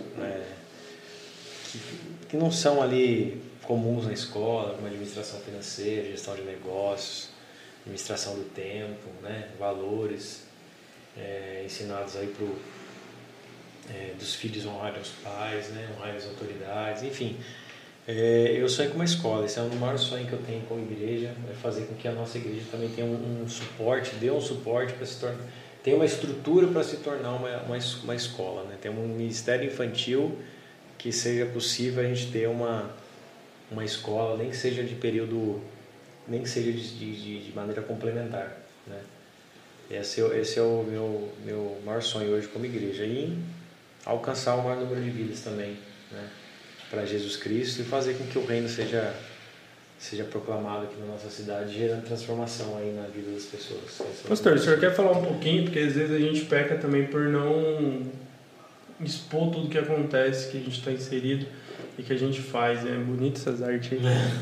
que não são ali comuns na escola, como administração financeira, gestão de negócios, administração do tempo, né? Valores ensinados aí dos filhos honrarem os pais, né? Honrarem as autoridades, enfim. Eu sonho com uma escola, esse é o maior sonho que eu tenho como igreja, é fazer com que a nossa igreja também tenha um suporte, dê um suporte para se tornar, tenha uma estrutura para se tornar uma escola, né? Tem um ministério infantil que seja possível a gente ter uma escola, nem que seja de período, nem que seja de maneira complementar, né? Esse é o meu maior sonho hoje como igreja, e alcançar o maior número de vidas também, né, para Jesus Cristo, e fazer com que o reino seja proclamado aqui na nossa cidade, gerando transformação aí na vida das pessoas. Pastor, o senhor quer falar um pouquinho, porque às vezes a gente peca também por não expor tudo que acontece, que a gente está inserido e que a gente faz. É bonito essas artes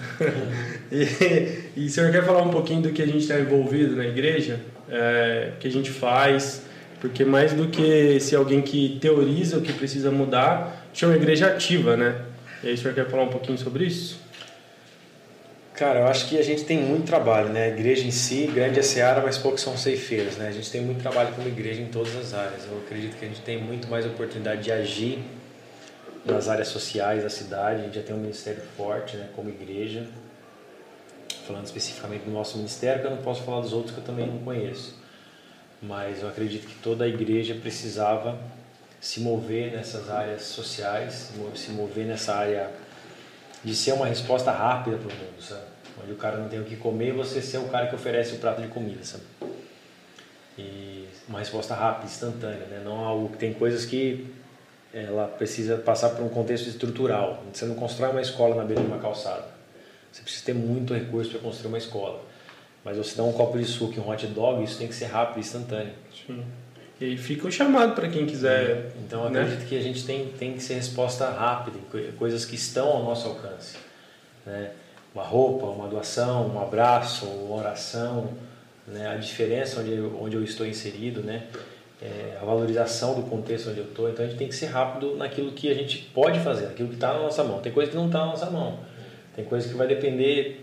aí. E o senhor quer falar um pouquinho do que a gente está envolvido na igreja, que a gente faz, porque mais do que ser alguém que teoriza o que precisa mudar, chama igreja ativa, né? E aí o senhor quer falar um pouquinho sobre isso? Cara, eu acho que a gente tem muito trabalho, né? A igreja em si, grande é a seara, mas poucos são ceifeiros, né? A gente tem muito trabalho como igreja em todas as áreas. Eu acredito que a gente tem muito mais oportunidade de agir nas áreas sociais da cidade. A gente já tem um ministério forte, né, como igreja. Falando especificamente do nosso ministério, que eu não posso falar dos outros que eu também não conheço. Mas eu acredito que toda a igreja precisava se mover nessas áreas sociais, se mover nessa área de ser uma resposta rápida para o mundo, sabe? Onde o cara não tem o que comer, você ser o cara que oferece o prato de comida, sabe? E uma resposta rápida, instantânea, né? Não algo que tem coisas que ela precisa passar por um contexto estrutural. Você não constrói uma escola na beira de uma calçada. Você precisa ter muito recurso para construir uma escola. Mas você dá um copo de suco e um hot dog, isso tem que ser rápido e instantâneo. Sim. E aí fica o chamado para quem quiser. Então eu acredito que a gente tem que ser resposta rápida, coisas que estão ao nosso alcance, né? Uma roupa, uma doação, um abraço, uma oração, né? A diferença onde eu estou inserido, né? A valorização do contexto onde eu estou. Então a gente tem que ser rápido naquilo que a gente pode fazer, naquilo que está na nossa mão. Tem coisa que não está na nossa mão. Tem coisa que vai depender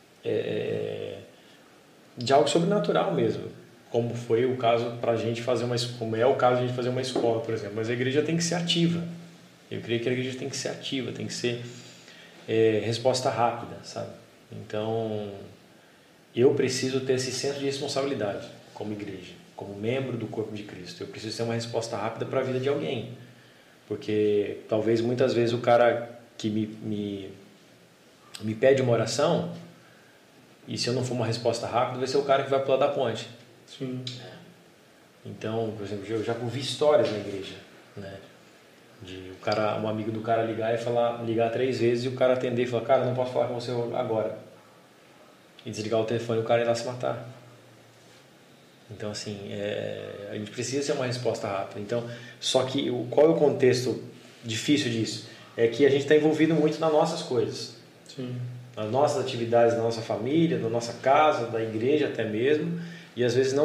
de algo sobrenatural mesmo, como foi o caso para a gente fazer como é o caso de a gente fazer uma escola, por exemplo. Mas a igreja tem que ser ativa. Eu creio que a igreja tem que ser ativa, tem que ser resposta rápida, sabe? Então, eu preciso ter esse senso de responsabilidade como igreja, como membro do corpo de Cristo. Eu preciso ter uma resposta rápida para a vida de alguém, porque talvez muitas vezes o cara que me pede uma oração, e se eu não for uma resposta rápida, vai ser o cara que vai pular da ponte. Sim. Então, por exemplo, eu já ouvi histórias na igreja, né? De um amigo do cara ligar 3 vezes e o cara atender e falar, cara, não posso falar com você agora. E desligar o telefone e o cara ir lá se matar. Então, assim, a gente precisa ter uma resposta rápida. Então, só que qual é o contexto difícil disso? É que a gente está envolvido muito nas nossas coisas. Sim. Nas nossas atividades, da nossa família, da nossa casa, da igreja até mesmo. E às vezes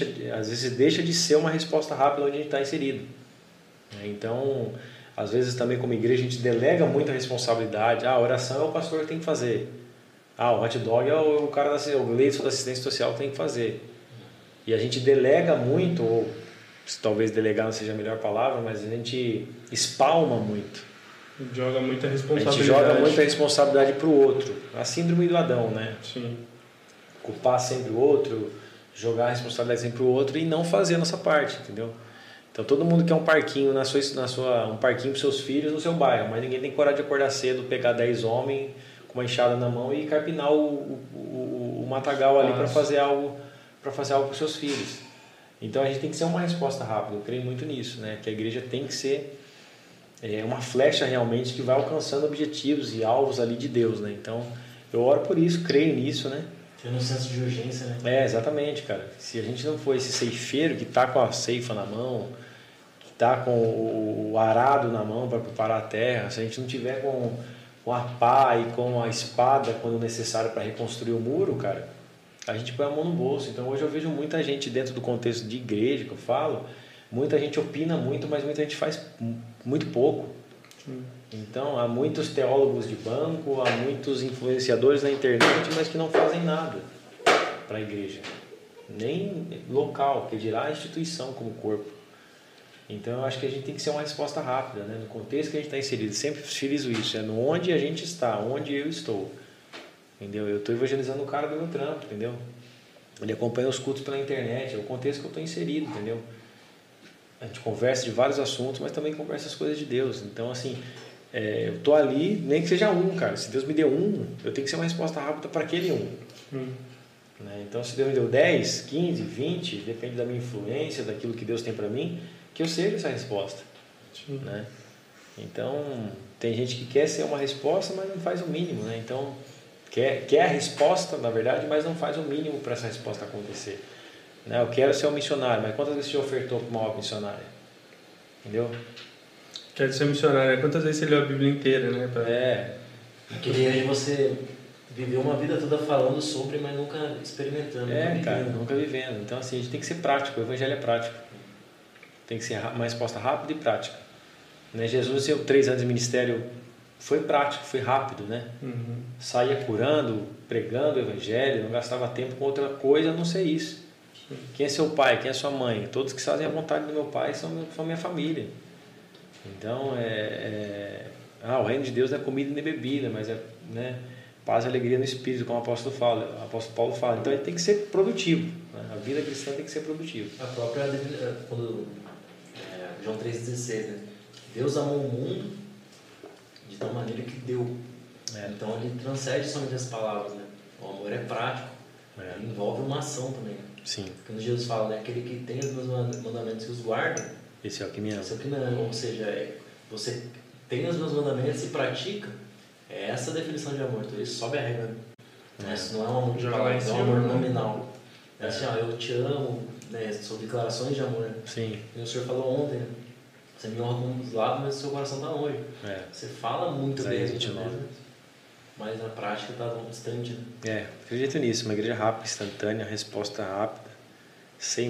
deixa de ser uma resposta rápida onde a gente está inserido. Então, às vezes também como igreja a gente delega muita responsabilidade. A oração é o pastor que tem que fazer. O hot dog é o cara o leito da assistência social que tem que fazer. E a gente delega muito, ou talvez delegar não seja a melhor palavra, mas a gente espalma muito. Joga muita responsabilidade. A gente joga muita responsabilidade para o outro. A síndrome do Adão, né? Sim. Culpar sempre o outro, jogar a responsabilidade sempre para o outro e não fazer a nossa parte, entendeu? Então todo mundo quer um parquinho um parquinho para seus filhos no seu bairro, mas ninguém tem coragem de acordar cedo, pegar 10 homens com uma enxada na mão e carpinar o matagal ali para fazer algo para os seus filhos. Então a gente tem que ser uma resposta rápida. Eu creio muito nisso, né? Que a igreja tem que ser uma flecha realmente que vai alcançando objetivos e alvos ali de Deus, né? Então eu oro por isso, creio nisso, né? Tendo um senso de urgência, né? Exatamente, cara. Se a gente não for esse ceifeiro que está com a ceifa na mão, que está com o arado na mão para preparar a terra, se a gente não tiver com a pá e com a espada quando necessário para reconstruir o muro, cara, a gente põe a mão no bolso. Então hoje eu vejo muita gente dentro do contexto de igreja que eu falo, muita gente opina muito, mas muita gente faz muito pouco. Então há muitos teólogos de banco, há muitos influenciadores na internet, mas que não fazem nada para a igreja, nem local, que dirá a instituição como corpo. Então eu acho que a gente tem que ser uma resposta rápida, né? No contexto que a gente está inserido. Sempre friso isso, no onde a gente está, onde eu estou, entendeu? Eu estou evangelizando o cara do meu trampo, entendeu? Ele acompanha os cultos pela internet, é o contexto que eu estou inserido, entendeu? A gente conversa de vários assuntos, mas também conversa as coisas de Deus. Então, assim, eu estou ali, nem que seja um, cara. Se Deus me deu um, eu tenho que ser uma resposta rápida para aquele um. Né? Então, se Deus me deu 10, 15, 20, depende da minha influência, daquilo que Deus tem para mim, que eu seja essa resposta. Né? Então, tem gente que quer ser uma resposta, mas não faz o mínimo. Né? Então, quer a resposta, na verdade, mas não faz o mínimo para essa resposta acontecer. Eu quero ser um missionário, mas quantas vezes você ofertou para uma obra missionária? Entendeu? Quero ser missionário. Quantas vezes você leu a Bíblia inteira, né? Queria você viver uma vida toda falando sobre, mas nunca experimentando. Nunca vivendo. Então, assim, a gente tem que ser prático. O evangelho é prático. Tem que ser uma resposta rápida e prática. Né? Jesus, seu 3 anos de ministério, foi prático, foi rápido, né? Saía curando, pregando o evangelho, não gastava tempo com outra coisa a não ser isso. Quem é seu pai? Quem é sua mãe? Todos que fazem a vontade do meu pai são minha família. Então, o reino de Deus não é comida nem bebida, mas né, paz e alegria no Espírito, como o apóstolo Paulo fala. Então, ele tem que ser produtivo. Né? A vida cristã tem que ser produtiva. A própria, quando João 3,16, né? Deus amou o mundo de tal maneira que deu. Então, ele transcende somente as palavras. Né? O amor é prático, ele envolve uma ação também. Sim. Quando Jesus fala, né, aquele que tem os meus mandamentos e os guarda, esse é o que me ama. Esse é o que me ama. Ou seja, você tem os meus mandamentos e pratica, é essa a definição de amor. Então isso sobe a regra. Isso não é um amor de palavras, é um amor nominal. É assim, eu te amo, né, são declarações de amor. Sim. E o senhor falou ontem, né? Você me honra com os lados, mas o seu coração está longe. Você fala muito bem, mas na prática está distante. Né? Acredito nisso, uma igreja rápida, instantânea, resposta rápida, sem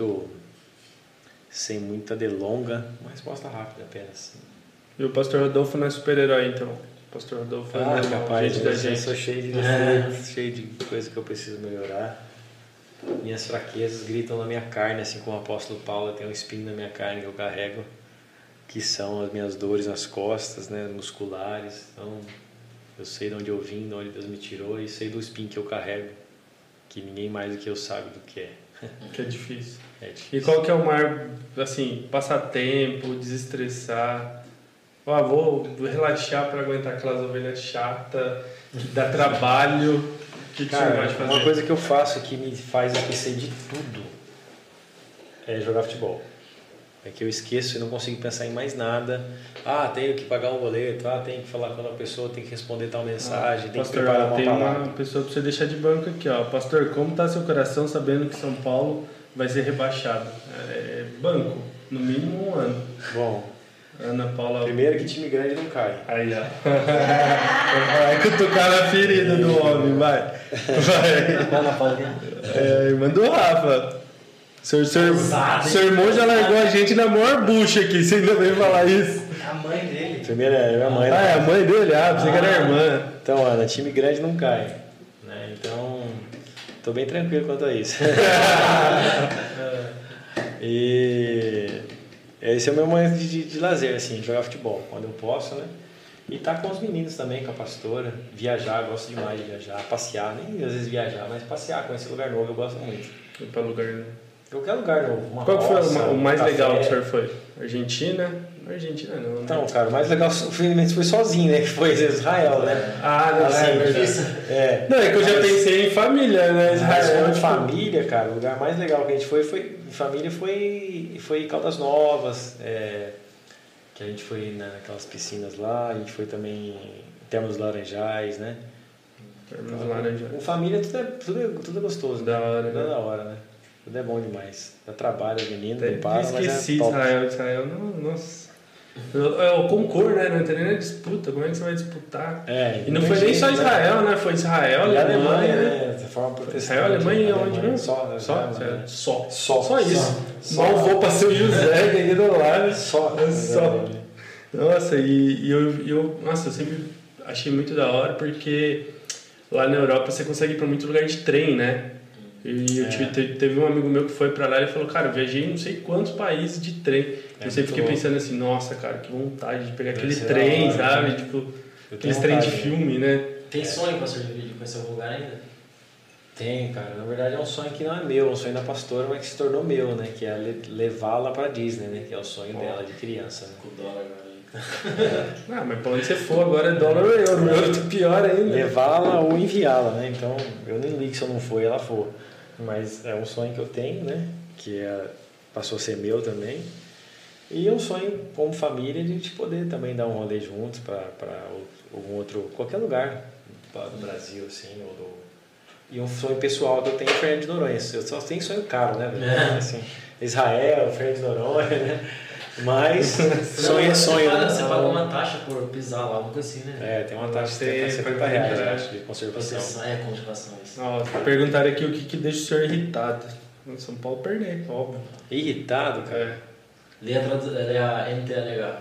muita delonga, uma resposta rápida apenas. E o pastor Rodolfo não é super-herói, então? O pastor Rodolfo é capaz, gente da gente. Eu sou cheio de defeitos, cheio de coisas que eu preciso melhorar. Minhas fraquezas gritam na minha carne, assim como o apóstolo Paulo, tem um espinho na minha carne que eu carrego, que são as minhas dores nas costas, né, musculares. Então, eu sei de onde eu vim, de onde Deus me tirou, e sei do espinho que eu carrego, que ninguém mais do que eu sabe do que é. Que é difícil. É difícil. E qual que é o maior, assim, passatempo, desestressar? Vou relaxar para aguentar aquelas ovelhas chatas, que dá trabalho. O que você vai fazer? Uma coisa que eu faço que me faz esquecer de tudo é jogar futebol. É que eu esqueço e não consigo pensar em mais nada. Tenho que pagar um boleto, tenho que falar com a pessoa, tenho que responder tal mensagem, tem pastor, que preparar uma tem palavra. uma pessoa para você deixar de banco aqui, ó. Pastor, como está seu coração sabendo que São Paulo vai ser rebaixado? Banco, no mínimo 1 ano. Bom, Ana Paula... primeiro que time grande não cai. Aí, ó. Vai cutucar na ferida do homem, vai. Ana Paula. Manda o Rafa. Seu irmão já largou a gente na maior bucha aqui, você ainda veio falar isso. A mãe dele. Primeiro é minha mãe. É a mãe dele? Pensei que era a irmã. Então, Ana, time grande não cai. Né? Então, tô bem tranquilo quanto a isso. E esse é o meu momento de lazer, assim, jogar futebol, quando eu posso, né? E tá com os meninos também, com a pastora, viajar, gosto demais de viajar, passear, nem às vezes viajar, mas passear, conhecer lugar novo, eu gosto muito. Foi pra lugar, né? Qualquer lugar novo. Qual que foi o mais café. legal que o senhor foi? Argentina? Argentina não, né? Então, cara, o mais legal foi sozinho, né? Que foi Israel, né? Não, assim, é verdade. Não, é que eu já pensei em família, né? Israel, em família, cara, o lugar mais legal que a gente foi em família foi Caldas Novas, que a gente foi naquelas piscinas lá, a gente foi também em Termas Laranjais, né? Termas Laranjais. Com família tudo é gostoso, da hora, tudo é da hora, né? Tudo é bom demais. Dá trabalho, os meninos, não param, esqueci Israel, não, nossa. O concurso, né? Não entra nem na disputa, como é que você vai disputar? E não foi nem só Israel, né? Foi Israel, Alemanha, né? Israel, Alemanha e onde mesmo? Só isso. Mal vou pra São José, aqui do lado. Só. Nossa, eu sempre achei muito da hora, porque lá na Europa você consegue ir pra muito lugar de trem, né? E teve um amigo meu que foi pra lá e falou, cara, eu viajei em não sei quantos países de trem. Eu sempre fiquei pensando assim, nossa, cara, que vontade de pegar aquele trem, sabe? Tipo, aqueles trem de filme, né? Tem sonho, pastor, de conhecer algum lugar ainda? Tem, cara. Na verdade é um sonho que não é meu, é um sonho da pastora, mas que se tornou meu, né? Que é levá-la pra Disney, né? Que é o sonho dela de criança, né? Com o dólar agora. Mas pra onde você for agora é dólar ou euro, o euro tá pior ainda. Levá-la ou enviá-la, né? Então, eu nem ligo se eu não for e ela for. Mas é um sonho que eu tenho, né? Que passou a ser meu também. E é um sonho como família de gente poder também dar um rolê juntos para algum outro, qualquer lugar do Brasil, assim. E um sonho pessoal que eu tenho é Fernando de Noronha. Eu só tenho sonho caro, né? Assim, Israel, Fernando de Noronha, né? Mas sonho é sonho, né? Você paga uma taxa por pisar lá, algo assim, né? Tem uma taxa de R$70, acho, de conservação. Conservação, isso. Perguntaram aqui o que deixa o senhor irritado. Em São Paulo perder, óbvio. Irritado, cara? Lê a NTLH.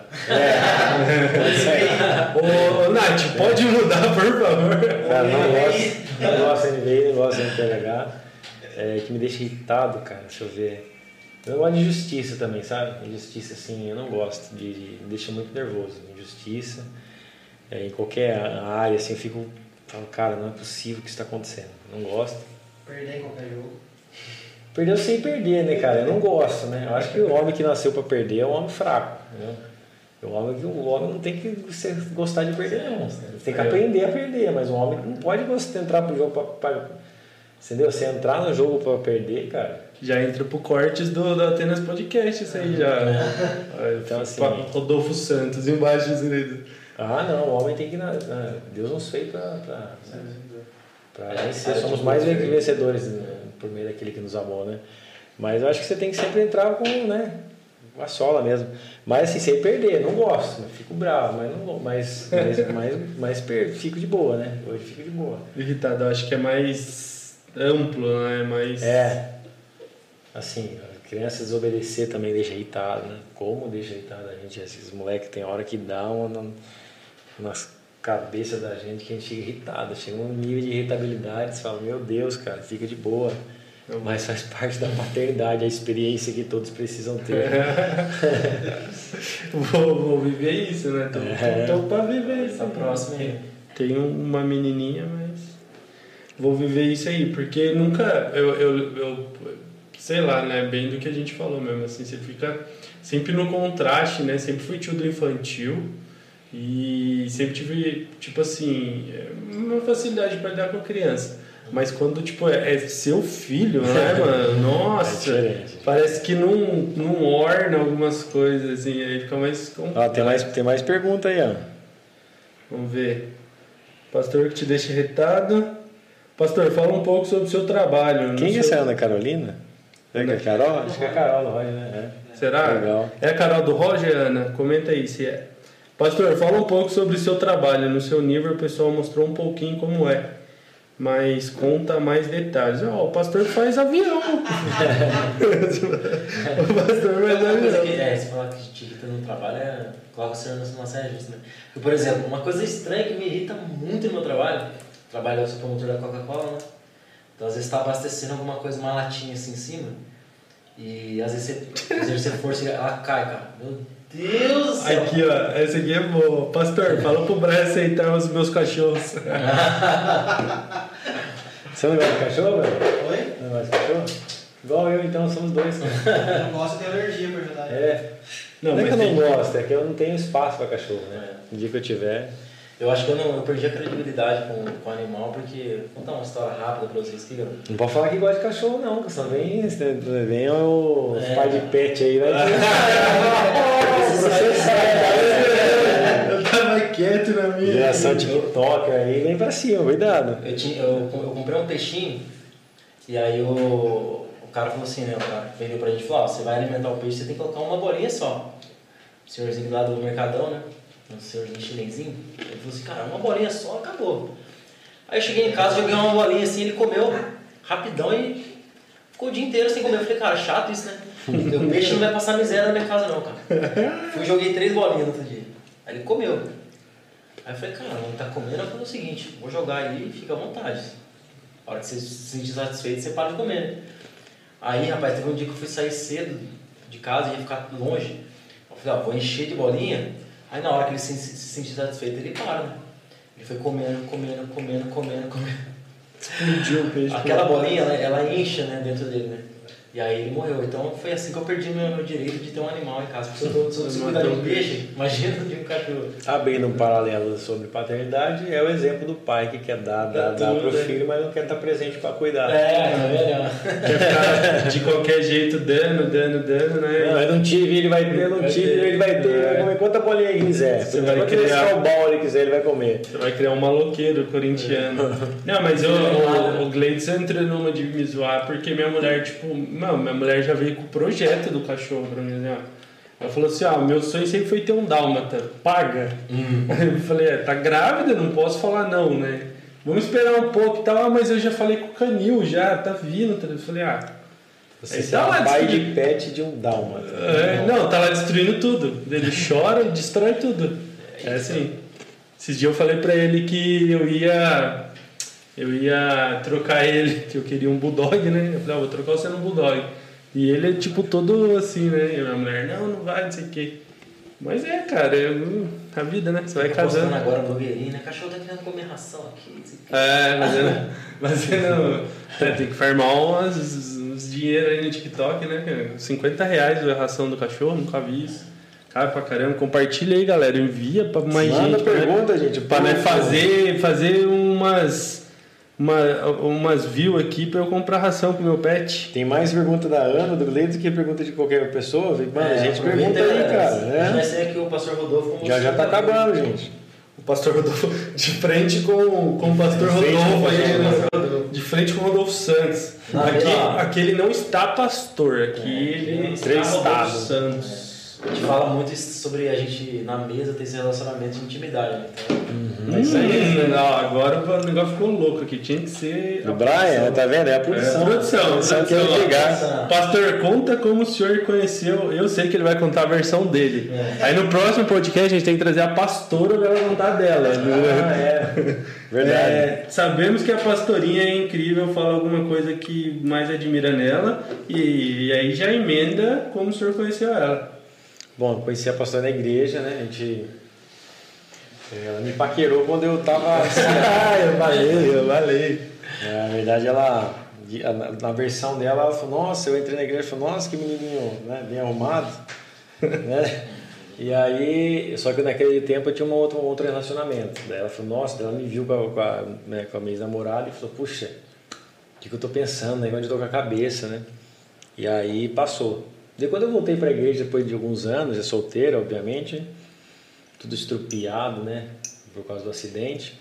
Ô, Nath, pode mudar, por favor. Cara, não gosto de NVI, não gosto de NTLH. Que me deixa irritado, cara, deixa eu ver. Eu gosto de injustiça também, sabe? Injustiça, assim, eu não gosto. Me deixa muito nervoso. Injustiça. Em qualquer área, assim, eu falo, cara, não é possível que isso está acontecendo. Não gosto. Perder em qualquer jogo. Perdeu sem perder, né, cara? Eu não gosto, né? Eu acho que o homem que nasceu para perder é um homem fraco, entendeu? O homem não tem que gostar de perder, não. Você tem que aprender a perder, mas o homem não pode entrar pro jogo para entendeu? Você entrar no jogo para perder, cara. Já entra pro cortes do Atenas Podcast, isso aí já. Então, assim. Rodolfo Santos, embaixo dos dedos. Não, o homem tem que. Deus nos fez para vencer. Somos mais vencedores por meio daquele que nos amou, né? Mas eu acho que você tem que sempre entrar com, né? assola mesmo. Mas assim, sem perder, não gosto, né? Fico bravo, mas fico de boa, né? Hoje fico de boa. Irritado, eu acho que é mais amplo, né? Mais... Assim, a criança desobedecer também deixa irritado, né? Como deixa irritado a gente? Esses moleques tem hora que dá nas cabeças da gente que a gente fica irritado. Chega um nível de irritabilidade, você fala, meu Deus, cara, fica de boa. Mas faz parte da paternidade, a experiência que todos precisam ter. Vou viver isso, né? Tô pra viver isso. Tá próximo aí. Tenho uma menininha, mas vou viver isso aí, porque nunca, eu sei lá, né? Bem do que a gente falou mesmo, assim, você fica sempre no contraste, né? Sempre fui tio do infantil e sempre tive, tipo assim, uma facilidade para lidar com a criança. Mas quando, tipo, é seu filho, né, mano? Nossa, parece que não orna algumas coisas, assim, aí fica mais complexo. Tem mais pergunta aí, ó. Vamos ver. Pastor que te deixa irritado. Pastor, fala um pouco sobre o seu trabalho. Quem é essa Ana Carolina? É que é a Carol? Acho que é a Carol do Roger, né? Será? Legal. É a Carol do Roger, Ana? Comenta aí se é. Pastor, fala um pouco sobre o seu trabalho. No seu nível, o pessoal mostrou um pouquinho como é. Mas conta mais detalhes. O pastor faz avião. O pastor faz avião. Você fala que te irrita no trabalho, coloca o senhor numa saia justa, né? Porque, por exemplo, uma coisa estranha que me irrita muito no meu trabalho, eu sou promotor da Coca-Cola, né? Então, às vezes, está abastecendo alguma coisa, uma latinha assim em cima, e às vezes você exercer força e ela cai, cara. Meu Deus do céu! Aqui, ó, essa aqui é boa. Pastor, fala pro Brian aceitar os meus cachorros. Você não gosta de cachorro, velho? Oi? Não gosta de cachorro? Igual eu, então, somos dois. Eu não gosto de alergia, pra verdade. Não é que eu não gosto, é que eu não tenho espaço para cachorro, né? No dia que eu tiver... Eu acho que eu perdi a credibilidade com o animal, porque... Vou contar uma história rápida pra vocês aqui, galera. Não pode falar que gosta de cachorro, não, porque só vem os pais de pet aí, vai Eu tava quieto na minha. Geração TikTok aí, vem pra cima, cuidado. Eu comprei um peixinho, e aí o cara falou assim, né? O cara vendeu pra gente e falou, você vai alimentar o peixe, você tem que colocar uma bolinha só. O senhorzinho lá do Mercadão, né? Um senhorzinho chinesinho. Ele falou assim, cara, uma bolinha só, acabou. Aí eu cheguei em casa, joguei uma bolinha assim, ele comeu rapidão e ficou o dia inteiro sem comer. Eu falei, cara, chato isso, né? O peixe não vai passar miséria na minha casa não, cara. Fui e joguei 3 bolinhas no outro dia. Aí ele comeu. Aí eu falei, cara, não tá comendo, eu falei o seguinte, vou jogar aí e fica à vontade. A hora que você se sentir satisfeito, você para de comer, né? Aí, rapaz, teve um dia que eu fui sair cedo de casa, ia ficar longe. Eu falei, vou encher de bolinha. Aí na hora que ele se sentir satisfeito, ele para, né? Ele foi comendo. Explodiu o peixe. Aquela bolinha, ela incha, né, dentro dele, né? E aí ele morreu. Então foi assim que eu perdi meu direito de ter um animal em casa. Porque se eu consigo cuidar de um peixe, imagina de um cachorro. Abrindo um paralelo sobre paternidade, é o exemplo do pai que quer dar pro filho, mas não quer estar presente para cuidar. Melhor. Quer ficar de qualquer jeito dando, né? Não, eu não tive, ele vai ter, eu não tive, ele vai ter, ele vai comer quanta bolinha ele quiser. Você vai quanto criar o bal ele quiser, ele vai comer. Você vai criar um maloqueiro corintiano. Não, mas o Gleidson entrou numa de me zoar, porque minha mulher, tipo... Não, minha mulher já veio com o projeto do cachorro pra mim, né? Ela falou assim, meu sonho sempre foi ter um dálmata, paga. Aí eu falei, tá grávida, não posso falar não, né? Vamos esperar um pouco e tal, mas eu já falei com o canil, já, tá vindo. Eu falei, você tá lá pai de pet de um dálmata. Não, tá lá destruindo tudo. Ele chora e destrói tudo. É assim. Esses dias eu falei pra ele que eu ia trocar ele, que eu queria um bulldog, né? Eu falei, vou trocar você num bulldog. E ele é tipo todo assim, né? E a minha mulher, não vai, não sei o quê. Mas cara, a vida, né? Você vai casando. Agora blogueirinho, né? Cachorro tá querendo comer ração aqui. Mas não. Tem que farmar uns dinheiro aí no TikTok, né? R$50 a ração do cachorro, nunca vi isso. Cara, pra caramba, compartilha aí, galera. Envia pra mais gente. Manda pergunta, gente. Pra fazer umas views aqui pra eu comprar ração pro meu pet. Tem mais pergunta da Ana, do Gleito, do que pergunta de qualquer pessoa. Mano, a gente pergunta aí, cara. Né? Vai ser aqui o pastor Rodolfo. Já tá acabando, gente. O pastor Rodolfo de frente com o pastor Rodolfo aí. de frente com o Rodolfo Santos. Aqui ele não está pastor, aqui ele está Rodolfo Santos. A gente fala muito sobre a gente, na mesa, ter esse relacionamento de intimidade. Então, é isso aí. Não, agora o negócio ficou louco aqui. Tinha que ser. O Brian, tá vendo? É a produção. Produção que ele ligar. Pastor, conta como o senhor conheceu. Eu sei que ele vai contar a versão dele. Aí no próximo podcast a gente tem que trazer a pastora pra ela contar dela. Verdade. Sabemos que a pastorinha é incrível, fala alguma coisa que mais admira nela. E aí já emenda como o senhor conheceu ela. Bom, conheci a pastora na igreja, né? Ela me paquerou quando eu tava assim. eu falei. Na verdade, ela, na versão dela, ela falou: nossa, eu entrei na igreja e falei: nossa, que menininho, né? Bem arrumado. Né? E aí, só que naquele tempo eu tinha um outro relacionamento. Daí ela falou: nossa, ela me viu com a minha ex-namorada e falou: puxa, o que eu tô pensando, né? Onde eu tô com a cabeça, né? E aí passou. Daí quando eu voltei para a igreja depois de alguns anos, já solteira, obviamente, tudo estrupiado, né, por causa do acidente.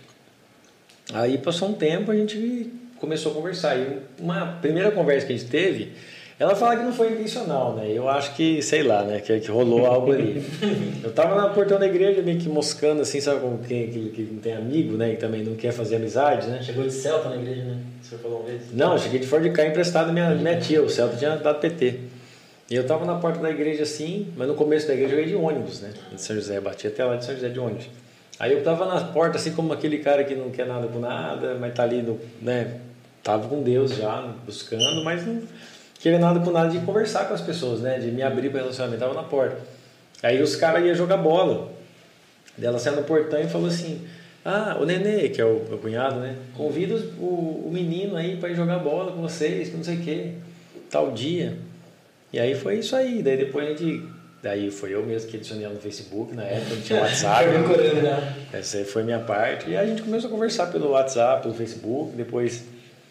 Aí passou um tempo, a gente começou a conversar. E uma primeira conversa que a gente teve, ela fala que não foi intencional, né? Eu acho que, sei lá, né, que rolou algo ali. Eu tava no portão da igreja meio que moscando assim, sabe como quem que não tem amigo, né, e também não quer fazer amizade, né? Chegou de Celta na igreja, né? O senhor falou uma vez? Não, eu cheguei de Ford Ka emprestado da minha tia, o Celta tinha dado PT. E eu estava na porta da igreja assim, mas no começo da igreja eu ia de ônibus, né? De São José, bati até lá de São José de ônibus. Aí eu estava na porta assim como aquele cara que não quer nada com nada, mas tá ali, né? Tava com Deus já, buscando, mas não queria nada com nada de conversar com as pessoas, né? De me abrir para o relacionamento, tava na porta. Aí os caras iam jogar bola. Daí ela saiu no portão e falou assim: o Nenê, que é o meu cunhado, né? Convida o menino aí para ir jogar bola com vocês, que não sei o que, tal dia. E aí foi isso aí, daí depois a gente... Daí foi eu mesmo que adicionei ela no Facebook, na época não tinha WhatsApp. Essa aí foi a minha parte. E aí a gente começou a conversar pelo WhatsApp, pelo Facebook, depois...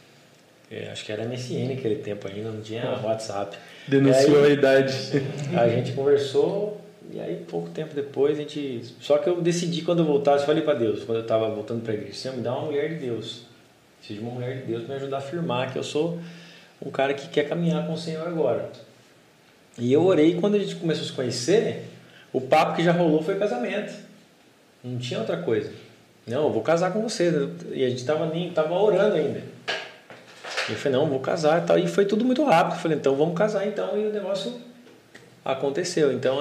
acho que era MSN naquele tempo ainda, não tinha WhatsApp. Denunciou a idade. A gente conversou, e aí pouco tempo depois a gente... Só que eu decidi quando eu voltasse, falei para Deus, quando eu estava voltando para a igreja, Senhor, me dá uma mulher de Deus. Preciso de uma mulher de Deus para me ajudar a afirmar que eu sou um cara que quer caminhar com o Senhor agora. E eu orei, quando a gente começou a se conhecer, o papo que já rolou foi casamento. Não tinha outra coisa. Não, eu vou casar com você. E a gente tava orando ainda. E eu falei, não, vou casar e tal. E foi tudo muito rápido. Eu falei, então vamos casar então. E o negócio aconteceu. Então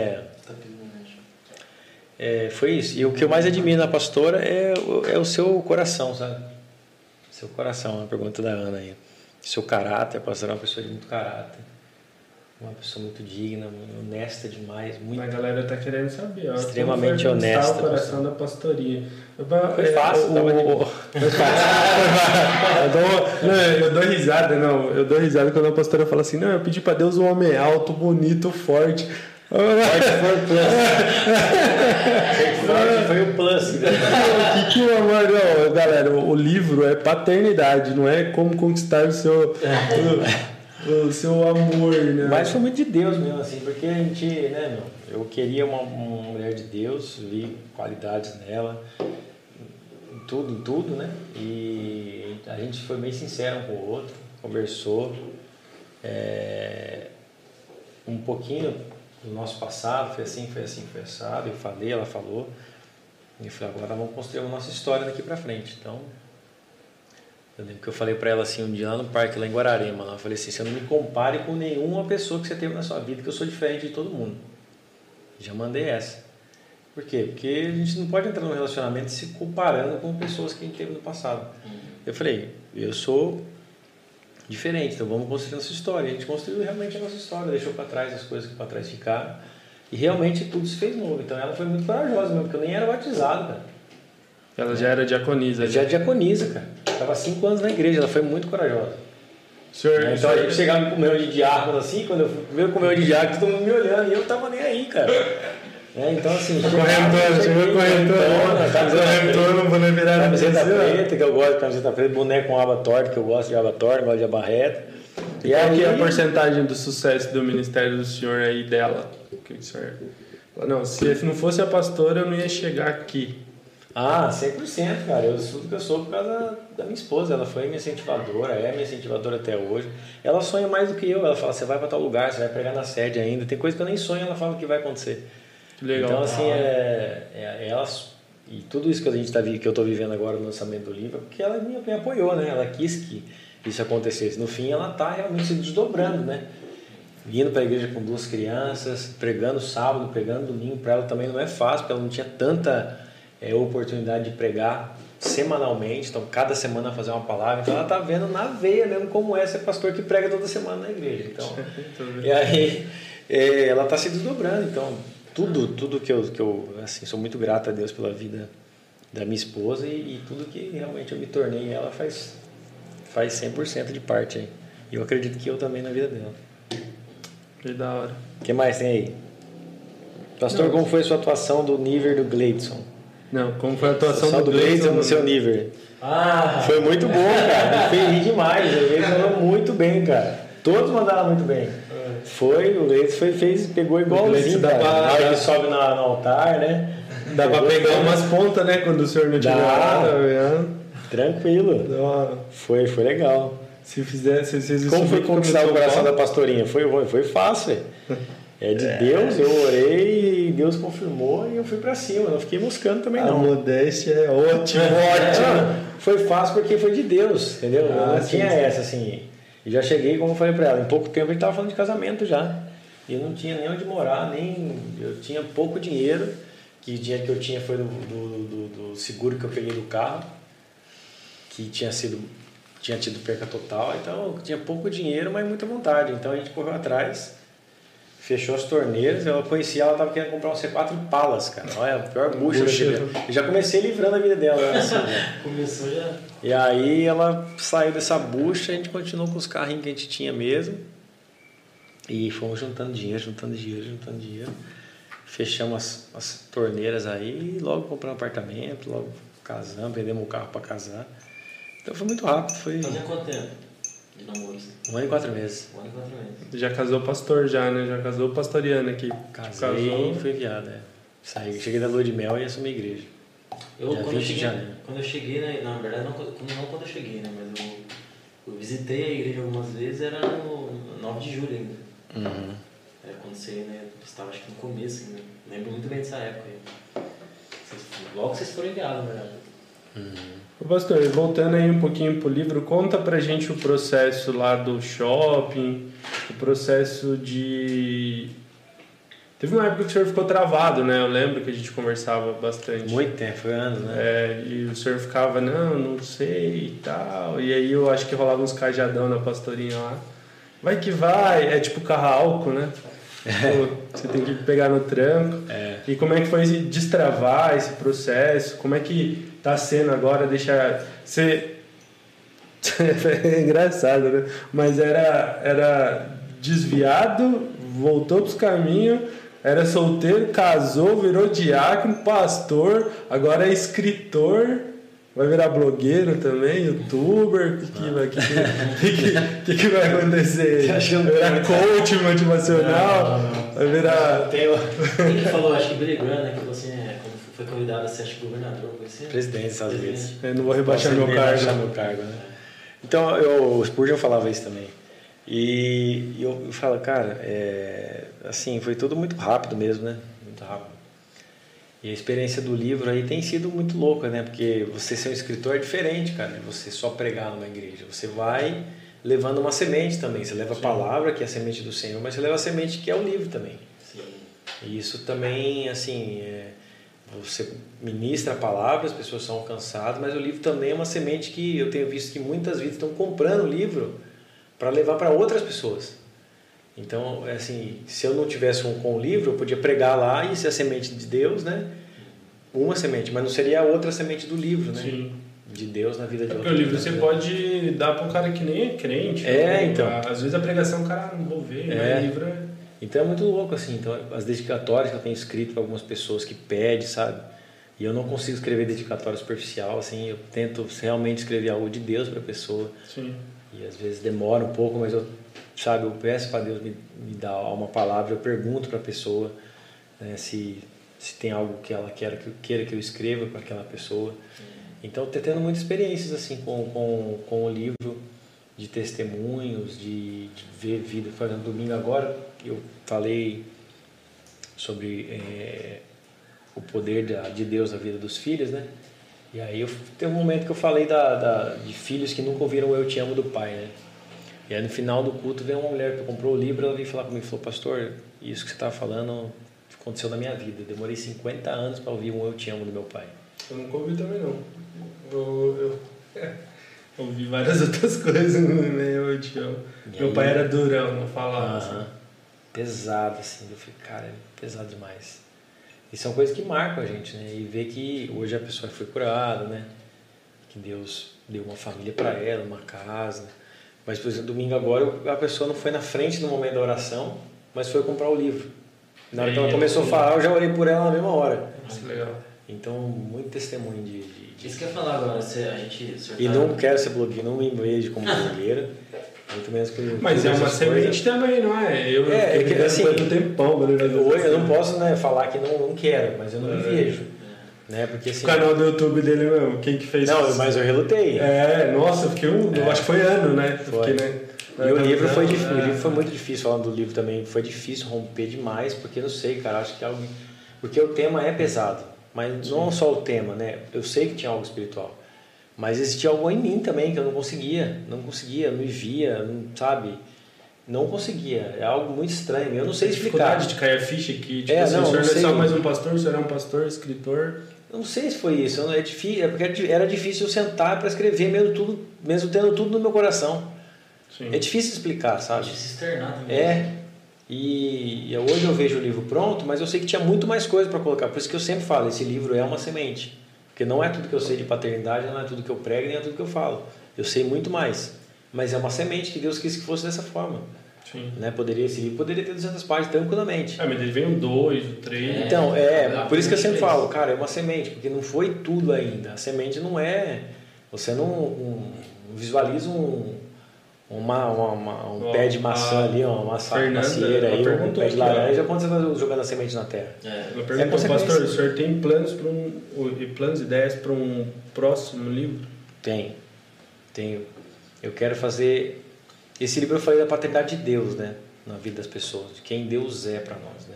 foi isso. E o que eu mais admiro na pastora é o seu coração, sabe? Seu coração, a pergunta da Ana aí. Seu caráter, a pastora é uma pessoa de muito caráter. Uma pessoa muito digna, honesta demais. Muito... A galera tá querendo saber. Extremamente honesta. O coração da pastoria. Foi fácil. Eu dou risada, Eu dou risada quando a pastora fala assim, não, eu pedi pra Deus um homem alto, bonito, forte. Forte foi o plus. O que o amor... Não, galera, o livro é paternidade, não é como conquistar o seu... O seu amor, né? Mas foi muito de Deus mesmo, assim, porque a gente, né, eu queria uma mulher de Deus, vi qualidades nela, em tudo, né? E a gente foi bem sincero um com o outro, conversou um pouquinho do nosso passado, foi assim, foi assado, eu falei, ela falou, e eu falei, agora vamos construir a nossa história daqui pra frente, então... Eu lembro que eu falei pra ela assim um dia lá no parque, lá em Guararema, eu falei assim, você não me compare com nenhuma pessoa que você teve na sua vida, que eu sou diferente de todo mundo. Já mandei essa. Por quê? Porque a gente não pode entrar num relacionamento se comparando com pessoas que a gente teve no passado. Eu falei, eu sou diferente, então vamos construir nossa história. A gente construiu realmente a nossa história, deixou pra trás as coisas que pra trás ficaram. E realmente tudo se fez novo. Então ela foi muito corajosa mesmo, porque eu nem era batizado, cara. Ela já era diaconisa. Já era diaconisa, cara. Estava 5 anos na igreja, ela foi muito corajosa. Então a gente chegava com o meu de diácono assim, quando eu veio com o meu de diácono, todo mundo me olhando, e eu tava nem aí, cara. Então assim... Chegou correntona, não vou nem virar camiseta preta, que eu gosto de camiseta preta, boneco com aba torta, que eu gosto de aba torta, gosto de aba reta. E qual que é a porcentagem do sucesso do ministério do senhor aí dela? O que o senhor... Não, se não fosse a pastora, eu não ia chegar aqui. Ah, 100%, cara. Eu sou do que eu sou por causa da minha esposa. Ela foi minha incentivadora, é minha incentivadora até hoje. Ela sonha mais do que eu. Ela fala, você vai pra tal lugar, você vai pregar na sede ainda. Tem coisa que eu nem sonho, ela fala que vai acontecer. Legal. Então, assim, ela... E tudo isso que que eu tô vivendo agora no lançamento do livro, porque ela me apoiou, né? Ela quis que isso acontecesse. No fim, ela tá realmente se desdobrando, né? Indo para a igreja com 2 crianças, pregando sábado, pregando domingo. Para ela também não é fácil, porque ela não tinha tanta oportunidade de pregar semanalmente. Então, cada semana fazer uma palavra. Então, ela tá vendo na veia mesmo como é ser pastor que prega toda semana na igreja. Então, e aí, ela tá se desdobrando. Então, tudo que eu assim, sou muito grato a Deus pela vida da minha esposa e tudo que realmente eu me tornei, ela faz 100% de parte aí. E eu acredito que eu também na vida dela. Que da hora. O que mais tem aí? Pastor, como foi a sua atuação do Níver do Gleidson? Não, como foi a atuação do Gleidson no seu Níver? Foi muito bom, cara. Me fez rir demais. Ele falou muito bem, cara. Todos mandaram muito bem. O Gleidson pegou igualzinho, cara. Na hora que sobe no altar, né? Dá pra pegar umas pontas, né? Quando o senhor não tiver lá. Tranquilo. Foi legal. Se fizesse isso. Como foi conquistar o coração da pastorinha? Foi fácil. É de Deus, eu orei e Deus confirmou e eu fui pra cima. Não fiquei moscando também, não. A modéstia é ótimo. Foi fácil porque foi de Deus, entendeu? Eu não tinha essa, assim. E já cheguei, como eu falei pra ela, em pouco tempo a gente tava falando de casamento já. E eu não tinha nem onde morar, eu tinha pouco dinheiro. Que o dinheiro que eu tinha foi do seguro que eu peguei do carro, que tinha tido perca total, então eu tinha pouco dinheiro, mas muita vontade. Então a gente correu atrás, fechou as torneiras, eu conheci ela, estava querendo comprar um C4 Impalas, cara. Olha, a pior bucha. Eu já comecei livrando a vida dela. Assim, né? Começou já. E aí ela saiu dessa bucha, a gente continuou com os carrinhos que a gente tinha mesmo. E fomos juntando dinheiro. Fechamos as torneiras aí, logo compramos um apartamento, logo casamos, vendemos um carro para casar. Então foi muito rápido. Fazia quanto tempo de namoro? 1 ano e 4 meses. 1 ano e 4 meses. Já casou pastor já, né? Já casou pastoreando aqui. Casei e fui viado, Cheguei da lua de mel e assumi a igreja. Quando eu cheguei, né, na verdade, não quando eu cheguei, né? Mas eu visitei a igreja algumas vezes, era no 9 de julho ainda. Uhum. Quando você, né, estava acho que no começo, né? Lembro muito bem dessa época aí. Logo vocês foram enviados, na verdade. Ô pastor, voltando aí um pouquinho pro livro, conta pra gente o processo lá do shopping, o processo de... Teve uma época que o senhor ficou travado, né? Eu lembro que a gente conversava bastante. Muito tempo, foi anos, né? E o senhor ficava, não sei e tal. E aí eu acho que rolava uns cajadão na pastorinha lá. Vai que vai, é tipo carro a álcool, né? Você tem que pegar no tranco. E como é que foi destravar esse processo? Como é que tá sendo agora deixar... É engraçado, né? Mas era desviado, voltou pros caminhos, era solteiro, casou, virou diácono, pastor, agora é escritor... Vai virar blogueiro também, youtuber? O que vai acontecer? Vai virar coach motivacional? Não. Vai virar... Quem que falou? Acho que Billy Graham, né? Que você quando foi convidado a ser governador, presidente dos Estados Unidos. Eu não vou rebaixar meu cargo. Né? Então, o Spurgeon falava isso também. E eu falo, cara, assim, foi tudo muito rápido mesmo, né? Muito rápido. E a experiência do livro aí tem sido muito louca, né? Porque você ser um escritor é diferente, cara, de você só pregar numa igreja. Você vai levando uma semente também. Você leva a palavra, que é a semente do Senhor, mas você leva a semente que é o livro também. Sim. E isso também, assim, você ministra a palavra, as pessoas são alcançadas, mas o livro também é uma semente que eu tenho visto que muitas vidas estão comprando o livro para levar para outras pessoas. Então, assim, se eu não tivesse com o livro, eu podia pregar lá e ser a semente de Deus, né? Uma semente, mas não seria a outra semente do livro, né? Sim. De Deus na vida de outra. Porque o livro você pode dar para um cara que nem é crente. Então. Às vezes a pregação o cara não vou ver, mas o livro é... Então é muito louco, assim. Então, as dedicatórias que eu tenho escrito para algumas pessoas que pedem, sabe? E eu não consigo escrever dedicatória superficial, assim. Eu tento realmente escrever algo de Deus para a pessoa. Sim. E às vezes demora um pouco, mas eu peço para Deus me dar uma palavra, eu pergunto para a pessoa, né, se se tem algo que ela queira que eu escreva para aquela pessoa. Então, estou tendo muitas experiências assim com o livro, de testemunhos, de ver vida. Por exemplo, domingo agora eu falei sobre o poder de Deus na vida dos filhos, né? E aí teve um momento que eu falei de filhos que nunca ouviram o Eu Te Amo do pai, né? E aí no final do culto veio uma mulher que comprou o livro, ela veio falar comigo e falou: pastor, isso que você estava falando aconteceu na minha vida. Eu demorei 50 anos para ouvir um Eu Te Amo do meu pai. Eu nunca ouvi também não. Eu ouvi várias outras coisas no meu Eu Te Amo. Meu pai era durão, não falava assim. Pesado, assim. Eu falei, cara, é pesado demais. E são coisas que marcam a gente, né? E ver que hoje a pessoa foi curada, né? Que Deus deu uma família para ela, uma casa. Mas, por exemplo, domingo agora, a pessoa não foi na frente no momento da oração, mas foi comprar o livro. Na hora que ela começou a falar, eu já orei por ela na mesma hora. Nossa, legal. Então, muito testemunho de... Isso que eu ia falar agora, E não quero ser blogueiro, não me vejo como blogueira. Muito menos que mas é uma semente também, não é? Assim, um tempão, hoje eu não posso, né, falar que não quero, mas eu não me vejo. Né? Porque, assim, o canal do YouTube dele mesmo, quem que fez não, isso? Mas eu relutei. Nossa, eu fiquei eu acho que foi ano, né? Foi. Fiquei, né? E o livro foi difícil, o livro foi muito difícil, falando do livro também, foi difícil romper demais, porque não sei, cara, acho que é algo... Porque o tema é pesado, mas não só o tema, né? Eu sei que tinha algo espiritual, mas existia algo em mim também que eu não conseguia, não me via, não, sabe? Não conseguia, é algo muito estranho, eu não sei explicar. Dificuldade de cair a ficha que, tipo assim, o senhor não é só mais um pastor, o senhor é um pastor, escritor... Não sei se foi isso, é difícil, porque era difícil eu sentar para escrever mesmo tendo tudo no meu coração. Sim. É difícil explicar, sabe? De se externar também. E hoje eu vejo o livro pronto, mas eu sei que tinha muito mais coisa para colocar. Por isso que eu sempre falo, esse livro é uma semente. Porque não é tudo que eu sei de paternidade, não é tudo que eu prego, nem é tudo que eu falo. Eu sei muito mais. Mas é uma semente que Deus quis que fosse dessa forma. Sim. Né? Esse livro poderia ter 200 páginas tranquilamente. Mas ele veio o 2, o 3... Então, por isso que eu sempre falo, cara, é uma semente, porque não foi tudo ainda. A semente não é... Você não visualiza um pé de maçã ali, uma macieira aí, um pé de laranja, quando você vai jogando a semente na terra. Ela perguntou, pastor, o senhor tem planos e ideias para um próximo livro? Tenho. Eu quero fazer... Esse livro eu falei da paternidade de Deus, né? Na vida das pessoas, de quem Deus é para nós, né?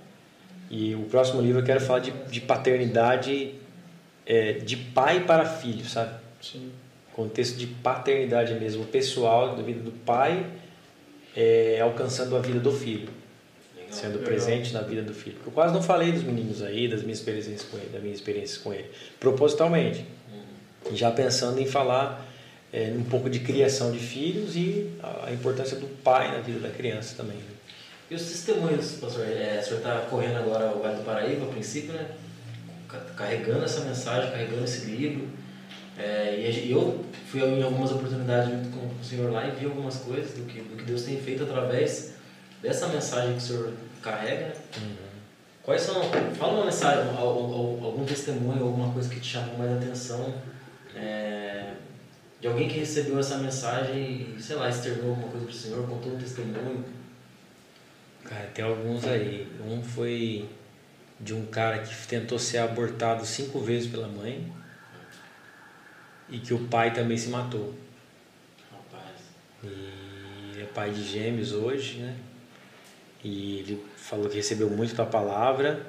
E o próximo livro eu quero falar de paternidade de pai para filho, sabe? Sim. Contexto de paternidade mesmo, pessoal, da vida do pai alcançando a vida do filho. Legal. Sendo presente na vida do filho. Porque eu quase não falei dos meninos aí, das minhas experiências com ele, propositalmente. Já pensando em falar um pouco de criação de filhos e a importância do pai na vida da criança também. Né? E os testemunhos, pastor? O senhor está correndo agora o Vale do Paraíba, a princípio, né? Carregando essa mensagem, carregando esse livro. E eu fui em algumas oportunidades junto com o senhor lá e vi algumas coisas do que Deus tem feito através dessa mensagem que o senhor carrega. Né? Quais são? Fala uma mensagem, algum testemunho, alguma coisa que te chamou mais atenção. De alguém que recebeu essa mensagem e, sei lá, externou alguma coisa para o senhor, contou um testemunho. Cara, tem alguns aí. Um foi de um cara que tentou ser abortado 5 vezes pela mãe e que o pai também se matou. Rapaz. E é pai de gêmeos hoje, né? E ele falou que recebeu muito da palavra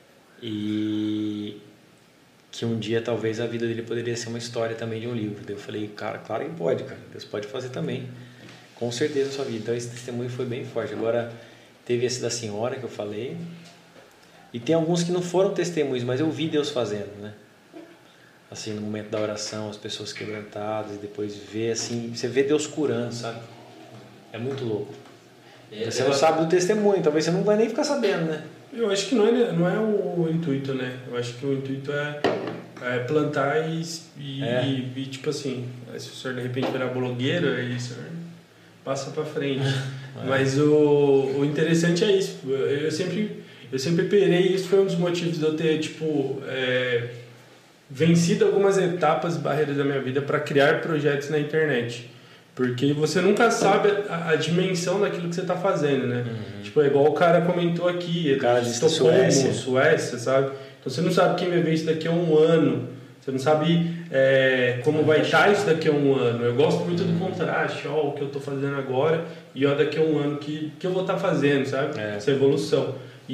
e que um dia talvez a vida dele poderia ser uma história também de um livro. Daí eu falei, cara, claro que pode, cara. Deus pode fazer também. Com certeza a sua vida. Então esse testemunho foi bem forte. Agora teve esse da senhora que eu falei. E tem alguns que não foram testemunhos, mas eu vi Deus fazendo, né? Assim, no momento da oração, as pessoas quebrantadas e depois ver assim, você vê Deus curando, sabe? É muito louco. Você não sabe do testemunho, talvez você não vai nem ficar sabendo, né? Eu acho que não é o intuito, né? Eu acho que o intuito é plantar e tipo assim, se o senhor de repente virar blogueiro, aí o senhor passa pra frente. Mas o interessante é isso. Eu sempre perei, isso foi um dos motivos de eu ter, tipo, vencido algumas etapas e barreiras da minha vida para criar projetos na internet. Porque você nunca sabe a dimensão daquilo que você está fazendo, né? Tipo, é igual o cara comentou aqui, o cara de Suécia, sabe? Então você não sabe quem vai ver isso daqui a um ano, você não sabe como vai estar isso daqui a um ano. Eu gosto muito do contraste, ó, o que eu estou fazendo agora e ó, daqui a um ano que eu vou estar fazendo, sabe? Essa evolução.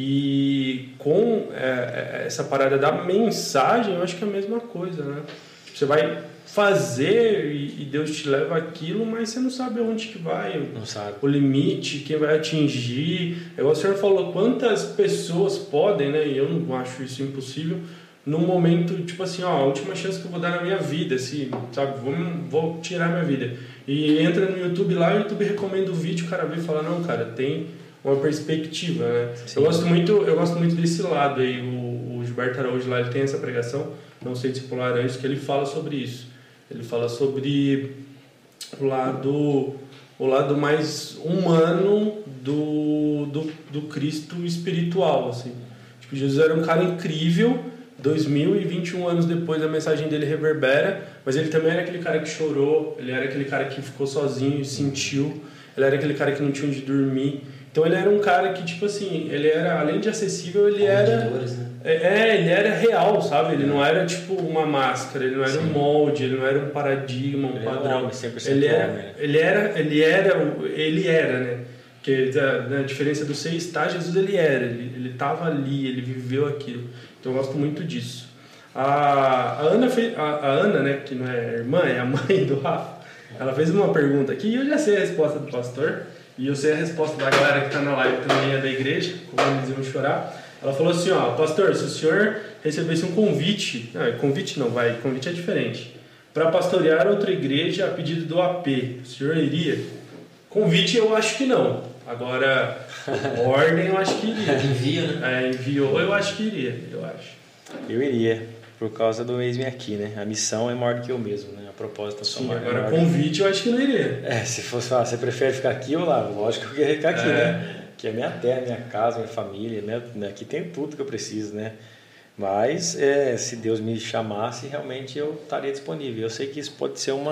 E com essa parada da mensagem, eu acho que é a mesma coisa, né? Você vai fazer e Deus te leva aquilo, mas você não sabe aonde que vai, não sabe o limite, quem vai atingir. Igual o senhor falou, quantas pessoas podem, né? E eu não acho isso impossível, num momento, tipo assim, ó, a última chance que eu vou dar na minha vida, assim, sabe? Vou tirar minha vida. E entra no YouTube lá, o YouTube recomenda o vídeo, o cara vê e fala, não, cara, tem uma perspectiva, né? Eu gosto muito desse lado aí. O Gilberto Araújo lá, ele tem essa pregação, não sei discipular antes, que ele fala sobre isso. Ele fala sobre o lado mais humano do Cristo espiritual, assim. Tipo, Jesus era um cara incrível, 2021 anos depois a mensagem dele reverbera, mas ele também era aquele cara que chorou, ele era aquele cara que ficou sozinho e sentiu, ele era aquele cara que não tinha onde dormir. Então ele era um cara que, tipo assim, ele era, além de acessível, ele era... ele era real, sabe? Ele não era tipo uma máscara, ele não era um molde, ele não era um paradigma, um padrão. Ele era, né? Porque a diferença do ser estar, Jesus ele estava ali, ele viveu aquilo. Então eu gosto muito disso. A Ana, né, que não é irmã, é a mãe do Rafa, ela fez uma pergunta aqui e eu já sei a resposta do pastor. E eu sei a resposta da galera que está na live também é da igreja, como eles iam chorar. Ela falou assim, ó, pastor, se o senhor recebesse um convite, convite é diferente, para pastorear outra igreja a pedido do AP, o senhor iria? Convite eu acho que não. Agora, ordem eu acho que iria. Envio, né? Enviou, eu acho que iria, Eu iria, por causa do eis-me aqui, né? A missão é maior do que eu mesmo, né? A proposta só maior. Agora, convite eu acho que não iria. Se fosse falar, você prefere ficar aqui ou lá? Lógico que eu queria ficar aqui, né? Que é minha terra, minha casa, minha família, aqui tem tudo que eu preciso, né? Mas, se Deus me chamasse, realmente eu estaria disponível. Eu sei que isso pode ser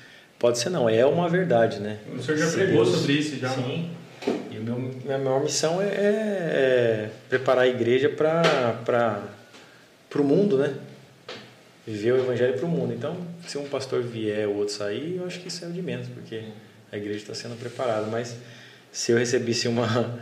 é uma verdade, né? O senhor já pregou sobre isso, já? Sim. E minha maior missão é preparar a igreja para o mundo, né? Viver o evangelho para o mundo. Então, se um pastor vier ou outro sair, eu acho que isso é o de menos, porque a igreja está sendo preparada. Mas se eu recebesse uma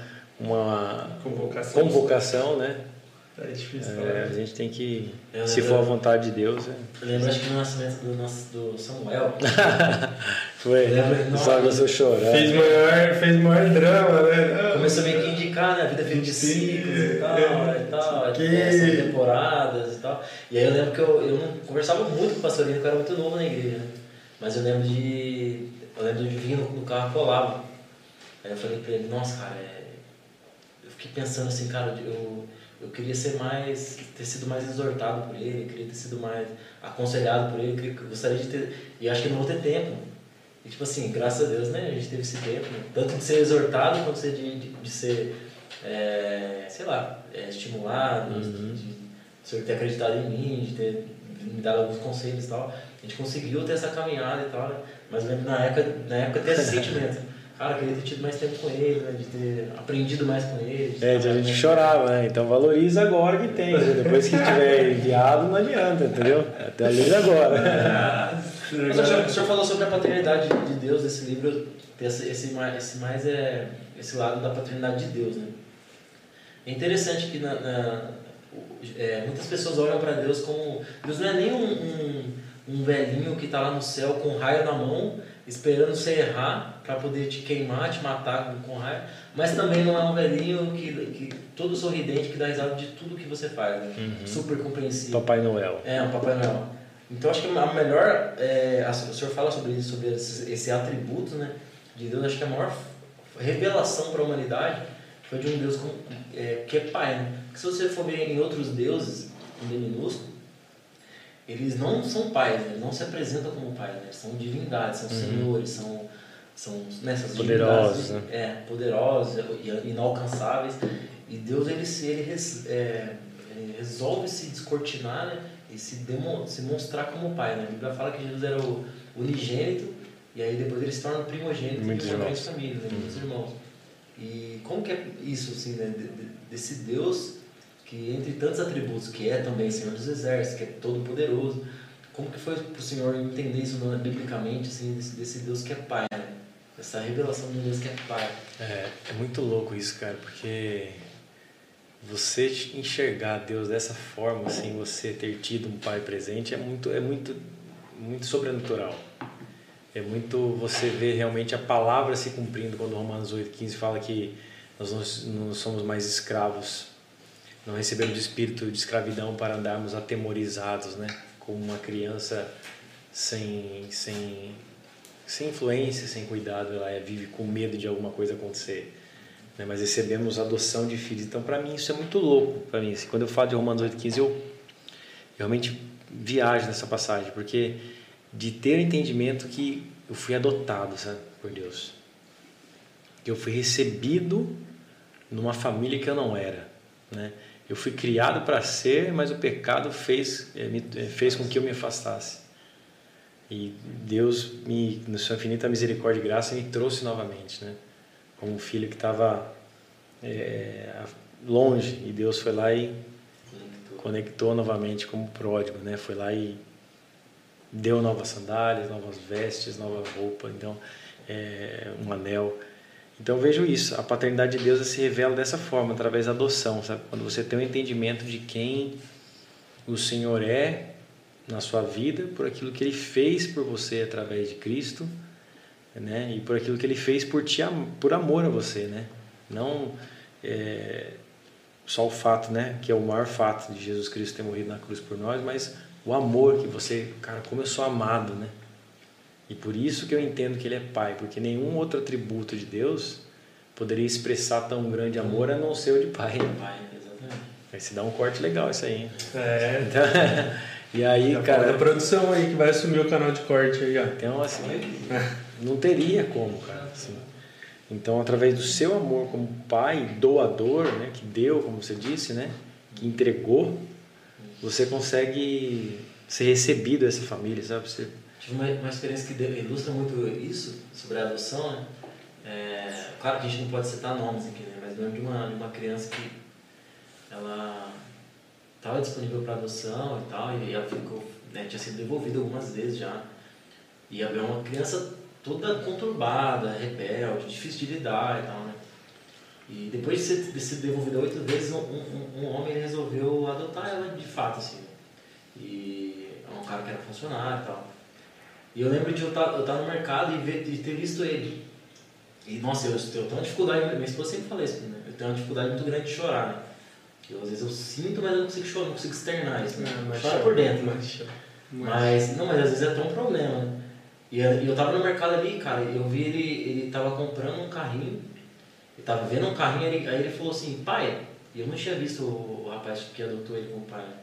convocação, né? É difícil. A gente tem que, se for a vontade de Deus... Eu lembro, acho que no nascimento do Samuel. Foi, só que eu sou chorando. Fez maior drama, né? Começou meio que indicar, né? A vida feita de ciclos e tal, essas temporadas e tal. E aí eu lembro que eu não conversava muito com o pastorinho, porque eu era muito novo na igreja, né? Mas eu lembro de vir no carro colava. Aí eu falei pra ele, nossa, cara, eu fiquei pensando assim, cara, eu queria ter sido mais exortado por ele, eu queria ter sido mais aconselhado por ele, eu gostaria de ter, e acho que eu não vou ter tempo. E tipo assim, graças a Deus, né, a gente teve esse tempo, né? Tanto de ser exortado, quanto de ser, sei lá, estimulado, de o senhor ter acreditado em mim, de ter me dado alguns conselhos e tal. A gente conseguiu ter essa caminhada e tal, né? Mas eu lembro na época ter esse sentimento. Cara, eu queria ter tido mais tempo com ele, né? De ter aprendido mais com ele. A gente chorava, né? Então valoriza agora que tem. Né? Depois que tiver enviado, não adianta, entendeu? Até ali agora. Mas o senhor falou sobre a paternidade de Deus nesse livro, esse lado da paternidade de Deus, né? É interessante que muitas pessoas olham para Deus como... Deus não é nem um velhinho que está lá no céu com um raio na mão, esperando você errar para poder te queimar, te matar com raio, mas também não é um velhinho que todo sorridente, que dá risada de tudo que você faz, né? Super compreensível. Papai Noel. Um Papai Noel. Então acho que a melhor, o senhor fala sobre isso, sobre esse atributo, né, de Deus. Acho que a maior revelação para a humanidade foi de um Deus que é Pai, né? Porque se você for ver em outros deuses, em D minúsculo, eles não são pais, né? Eles não se apresentam como pais, né? São divindades, são senhores, são essas poderosos, né? Poderosos e inalcançáveis. E Deus ele resolve se descortinar, né? E se mostrar como pai, né? A Bíblia fala que Jesus era o unigênito e aí depois ele se torna primogênito de uma grande família, né? Muitos irmãos. E como que é isso, assim, né? Desse Deus que, entre tantos atributos, que é também Senhor dos Exércitos, que é todo-poderoso, como que foi para o Senhor entender isso biblicamente, assim, desse Deus que é Pai, né? Essa revelação de um Deus que é Pai. É muito louco isso, cara, porque você enxergar Deus dessa forma, assim, você ter tido um Pai presente, é muito sobrenatural. É muito você ver realmente a palavra se cumprindo quando Romanos 8,15 fala que nós não somos mais escravos, não recebemos de espírito de escravidão para andarmos atemorizados, né? Como uma criança sem influência, sem cuidado, ela vive com medo de alguma coisa acontecer, né? Mas recebemos adoção de filhos. Então, para mim, isso é muito louco. Para mim, assim, quando eu falo de Romanos 8,15, eu realmente viajo nessa passagem, porque de ter entendimento que eu fui adotado, sabe, por Deus, que eu fui recebido numa família que eu não era, né? Eu fui criado para ser, mas o pecado fez com que eu me afastasse. E Deus, na sua infinita misericórdia e graça, me trouxe novamente, né? Como um filho que estava longe, e Deus foi lá e conectou novamente como pródigo, né? Foi lá e deu novas sandálias, novas vestes, nova roupa, então um anel. Então eu vejo isso, a paternidade de Deus se revela dessa forma, através da adoção, sabe? Quando você tem um entendimento de quem o Senhor é na sua vida, por aquilo que Ele fez por você através de Cristo, né? E por aquilo que Ele fez por amor a você, né? Não só o fato, né? Que é o maior fato de Jesus Cristo ter morrido na cruz por nós, mas o amor que você, cara, como eu sou amado, né? E por isso que eu entendo que Ele é Pai, porque nenhum outro atributo de Deus poderia expressar tão grande amor a não ser o de Pai. Pai, exatamente. Vai se dar um corte legal isso aí, hein? Então, e aí, já cara... a produção aí que vai assumir o canal de corte aí, ó. Então, assim, não teria como, cara, assim. Então, através do seu amor como pai, doador, né, que deu, como você disse, né, que entregou, você consegue ser recebido dessa família, sabe? Você... Tive uma experiência que ilustra muito isso, sobre a adoção, né? Claro que a gente não pode citar nomes aqui, né? Mas lembro de uma criança que ela estava disponível para adoção e tal, e ela ficou, né, tinha sido devolvida algumas vezes já. E havia uma criança toda conturbada, rebelde, difícil de lidar e tal, né? E depois de ser devolvida 8 vezes, um homem resolveu adotar ela de fato, assim. E é um cara que era funcionário e tal. E eu lembro de eu estar no mercado e ter visto ele. E, nossa, eu tenho uma dificuldade, minha esposa sempre fala isso, né? Eu tenho uma dificuldade muito grande de chorar, né? Às vezes eu sinto, mas eu não consigo chorar, não consigo externar isso, né? Chora por dentro, mas às vezes é tão um problema, né? E eu tava no mercado ali, cara, e eu vi ele tava comprando um carrinho, ele tava vendo um carrinho, aí ele falou assim, pai, e eu não tinha visto o rapaz que adotou ele como pai.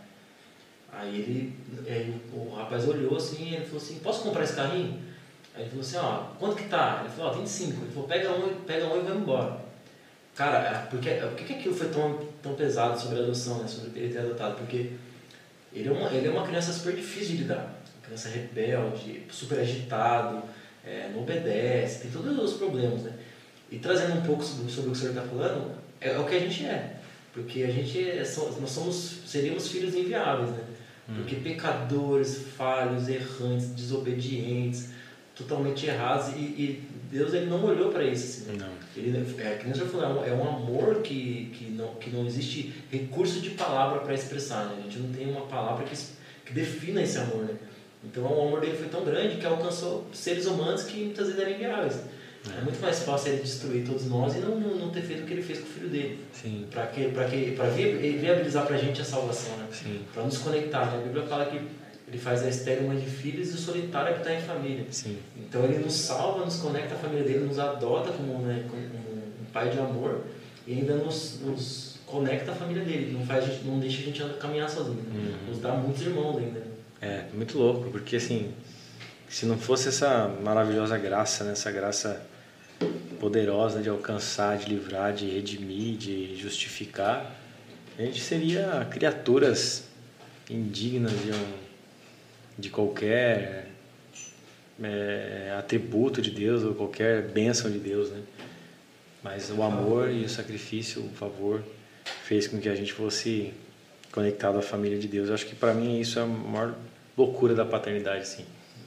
Aí o rapaz olhou assim e ele falou assim, posso comprar esse carrinho? Aí ele falou assim, ó, quanto que tá? Ele falou, ó, 25. Ele falou, pega um e vai embora. Cara, por que aquilo foi tão pesado sobre a adoção, né? Sobre ele ter adotado? Porque ele é uma criança super difícil de lidar. Uma criança rebelde, super agitado, não obedece, tem todos os problemas, né? E trazendo um pouco sobre o que o senhor está falando, é o que a gente é. Porque nós seríamos filhos inviáveis, né? Porque pecadores, falhos, errantes, desobedientes, totalmente errados, e Deus ele não olhou para isso, assim, né? Não. Que nem o senhor falou, é um amor que não existe recurso de palavra para expressar, né? A gente não tem uma palavra que defina esse amor, né? Então o amor dele foi tão grande que alcançou seres humanos que muitas vezes eram inviáveis. É muito mais fácil ele destruir todos nós e não ter feito o que ele fez com o filho dele. Sim. Para viabilizar para a gente a salvação, né? Para nos conectar, né? A Bíblia fala que ele faz a estéril mãe de filhos e o solitário habitar em família. Sim. Então ele nos salva, nos conecta à família dele, nos adota como um pai de amor e ainda nos conecta à família dele. Não deixa a gente caminhar sozinho, né? Nos dá muitos irmãos ainda. É, muito louco, porque assim, se não fosse essa maravilhosa graça, né? Essa graça poderosa de alcançar, de livrar, de redimir, de justificar, a gente seria criaturas indignas de qualquer atributo de Deus ou qualquer bênção de Deus, né? Mas o amor e o sacrifício, o favor, fez com que a gente fosse conectado à família de Deus. Eu acho que para mim isso é a maior loucura da paternidade, sim.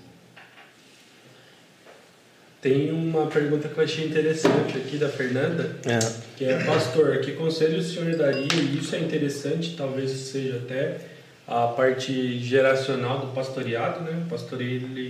Tem uma pergunta que eu achei interessante aqui da Fernanda, que é: pastor, que conselho o senhor daria? E isso é interessante, talvez seja até a parte geracional do pastoreado, né? O pastoreio,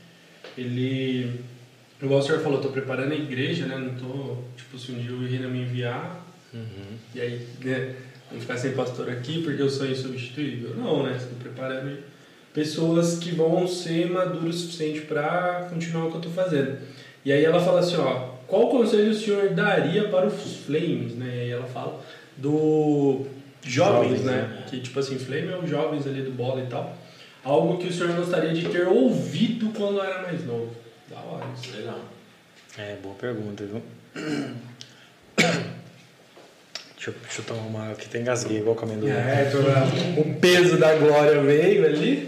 igual o senhor falou, estou preparando a igreja, né? Não estou, tipo, se um dia o Irina me enviar, e aí, né, vou ficar sem pastor aqui porque eu sou insubstituível. Não, né? Estou preparando pessoas que vão ser maduras o suficiente para continuar o que eu estou fazendo. E aí ela fala assim, ó, qual conselho o senhor daria para os Flames, né? E aí ela fala do jovens, né? Que tipo assim, Flame é os jovens ali do bola e tal. Algo que o senhor gostaria de ter ouvido quando era mais novo. Da hora, isso é legal. Boa pergunta, viu? Deixa eu tomar uma água aqui, até engasguei igual com a amendoim. O peso da glória veio ali.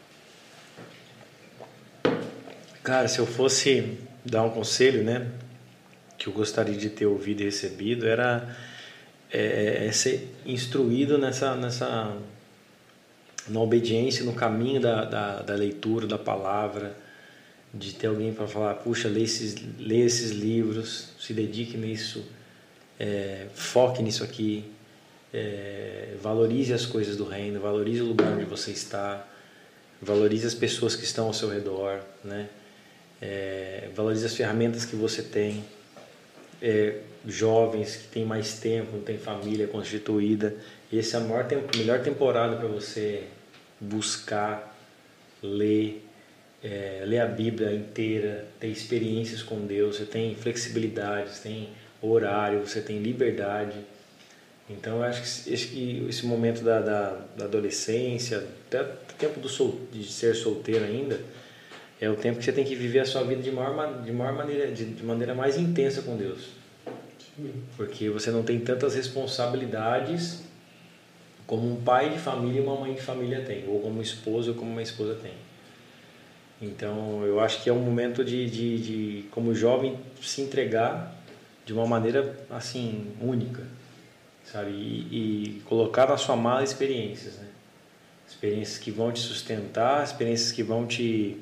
Cara, se eu fosse dar um conselho, né, que eu gostaria de ter ouvido e recebido, era ser instruído na obediência, no caminho da leitura, da palavra, de ter alguém para falar, puxa, lê esses livros, se dedique nisso, foque nisso aqui, valorize as coisas do reino, valorize o lugar onde você está, valorize as pessoas que estão ao seu redor, né? Valorize as ferramentas que você tem, jovens que têm mais tempo, não têm família constituída. Essa é a melhor temporada para você buscar, ler a Bíblia inteira, ter experiências com Deus. Você tem flexibilidade, você tem horário, você tem liberdade. Então eu acho que esse momento da adolescência, até o tempo de ser solteiro ainda, é o tempo que você tem que viver a sua vida de maneira mais intensa com Deus. Porque você não tem tantas responsabilidades como um pai de família e uma mãe de família tem, ou como um esposo ou como uma esposa tem. Então eu acho que é um momento de como jovem, se entregar de uma maneira assim única, sabe? E colocar na sua mala experiências, né? Experiências que vão te sustentar, experiências que vão te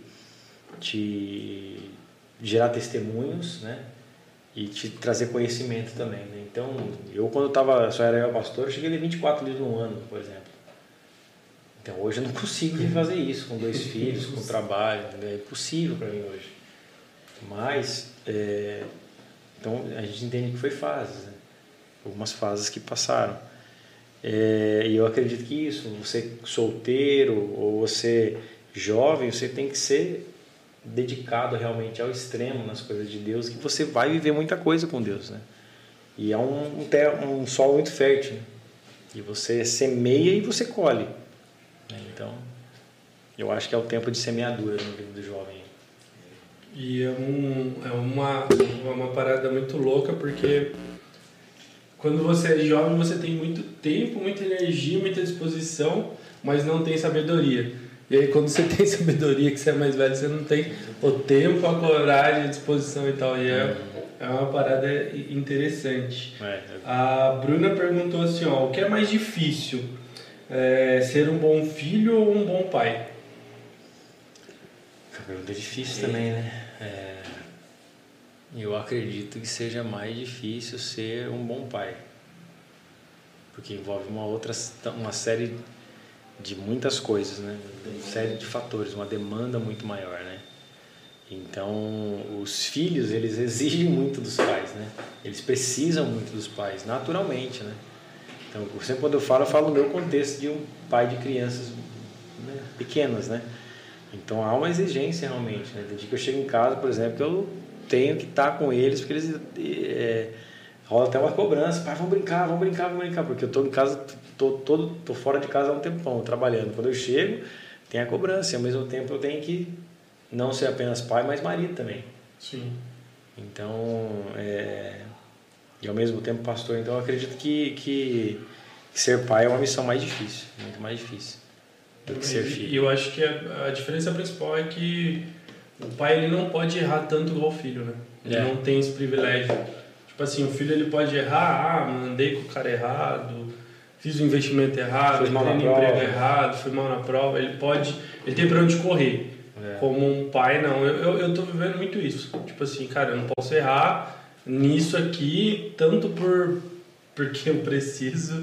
gerar testemunhos, né? E te trazer conhecimento também, né? Então, eu quando só era pastor, eu cheguei a ler 24 livros no ano, por exemplo. Então, hoje eu não consigo fazer isso com 2 filhos, com trabalho, é impossível para mim hoje. Mas, então, a gente entende que foi fases, né? Algumas fases que passaram. E eu acredito que isso, você solteiro ou você jovem, você tem que ser dedicado realmente ao extremo nas coisas de Deus, que você vai viver muita coisa com Deus, né? E é um solo muito fértil, né? E você semeia e você colhe, né? Então, eu acho que é o tempo de semeadura no vida do jovem. E é uma parada muito louca, porque quando você é jovem, você tem muito tempo, muita energia, muita disposição, mas não tem sabedoria. E aí quando você tem sabedoria, que você é mais velho, você não tem o tempo, a coragem, a disposição e tal. E é uma parada interessante. A Bruna perguntou assim, ó, o que é mais difícil? Ser um bom filho ou um bom pai? A pergunta é difícil também, né? Eu acredito que seja mais difícil ser um bom pai. Porque envolve uma série de muitas coisas, né? Uma série de fatores, uma demanda muito maior, né? Então, os filhos, eles exigem muito dos pais, né? Eles precisam muito dos pais, naturalmente, né? Então, sempre quando eu falo no meu contexto de um pai de crianças, né, pequenas, né? Então, há uma exigência realmente, né? Desde que eu chego em casa, por exemplo, eu tenho que estar com eles, porque eles... rola até uma cobrança, pai, vamos brincar, porque eu estou em casa, tô fora de casa há um tempão, trabalhando. Quando eu chego, tem a cobrança, e ao mesmo tempo eu tenho que não ser apenas pai, mas marido também. Sim. Então, e ao mesmo tempo pastor, então eu acredito que ser pai é uma missão mais difícil, muito mais difícil do que ser filho. E eu acho que a diferença principal é que o pai ele não pode errar tanto igual o filho, né? Ele não tem esse privilégio. Tipo assim, o filho ele pode errar, andei com o cara errado, fiz o investimento errado, entrei no emprego errado, fui mal na prova, ele tem pra onde correr. Como um pai, não. Eu tô vivendo muito isso. Tipo assim, cara, eu não posso errar nisso aqui, tanto porque eu preciso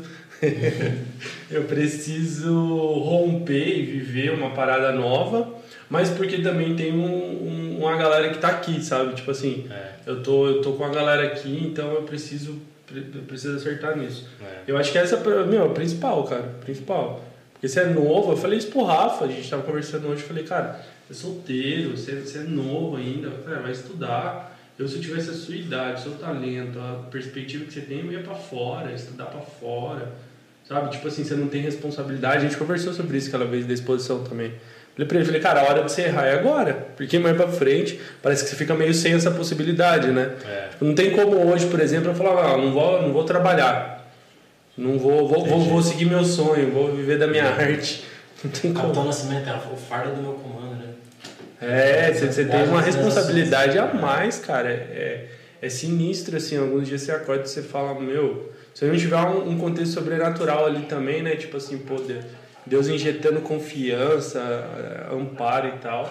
romper e viver uma parada nova, mas porque também tem uma galera que tá aqui, sabe? Tipo assim, eu tô com a galera aqui, então eu preciso acertar nisso. Eu acho que essa é a principal, cara. Principal. Porque você é novo, eu falei isso pro Rafa, a gente tava conversando hoje, eu falei, cara, você é solteiro, você é novo ainda, cara, vai estudar. Se eu tivesse a sua idade, seu talento, a perspectiva que você tem, eu ia pra fora, estudar pra fora, sabe? Tipo assim, você não tem responsabilidade. A gente conversou sobre isso aquela vez da exposição também. Falei pra ele, cara, a hora de você errar é agora, porque mais pra frente parece que você fica meio sem essa possibilidade, né? Tipo, não tem como hoje, por exemplo, eu falar, não vou trabalhar, não vou seguir meu sonho, vou viver da minha arte. Não tem como. Capitão Nascimento é o fardo do meu comando, né? Você tem uma responsabilidade a mais, cara. É sinistro, assim. Alguns dias você acorda e você fala, se não tiver um contexto sobrenatural ali também, né? Tipo assim, pô, Deus injetando confiança, amparo e tal,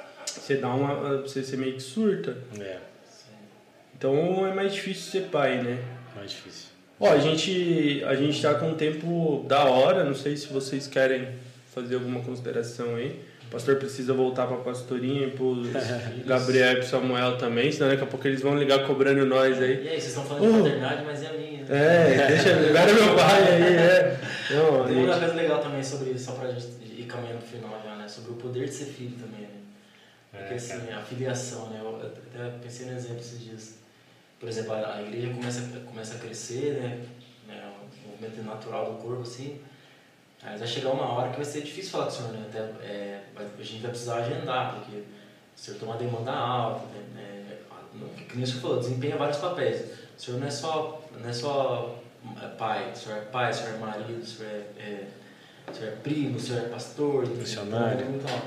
você meio que surta. Então é mais difícil ser pai, né? Mais difícil. Ó, a gente tá com um tempo da hora, não sei se vocês querem fazer alguma consideração aí. O pastor precisa voltar para a pastorinha e pro Gabriel e pro Samuel também, senão daqui a pouco eles vão ligar cobrando nós aí. E aí, vocês estão falando de paternidade, mas é a minha. Libera meu pai aí, Não, tem uma coisa legal também sobre isso, só pra gente ir caminhando pro final já, né? Sobre o poder de ser filho também, né? Porque assim, a filiação, né? Eu até pensei no exemplo esses dias. Por exemplo, a igreja começa a crescer, né? O movimento natural do corpo, assim. Aí vai chegar uma hora que vai ser difícil falar com o senhor, né? A gente vai precisar agendar, porque o senhor tem uma demanda alta, né? Que nem o senhor falou, desempenha vários papéis. O senhor não é só pai, o senhor é marido, o senhor é primo, o senhor é pastor, funcionário.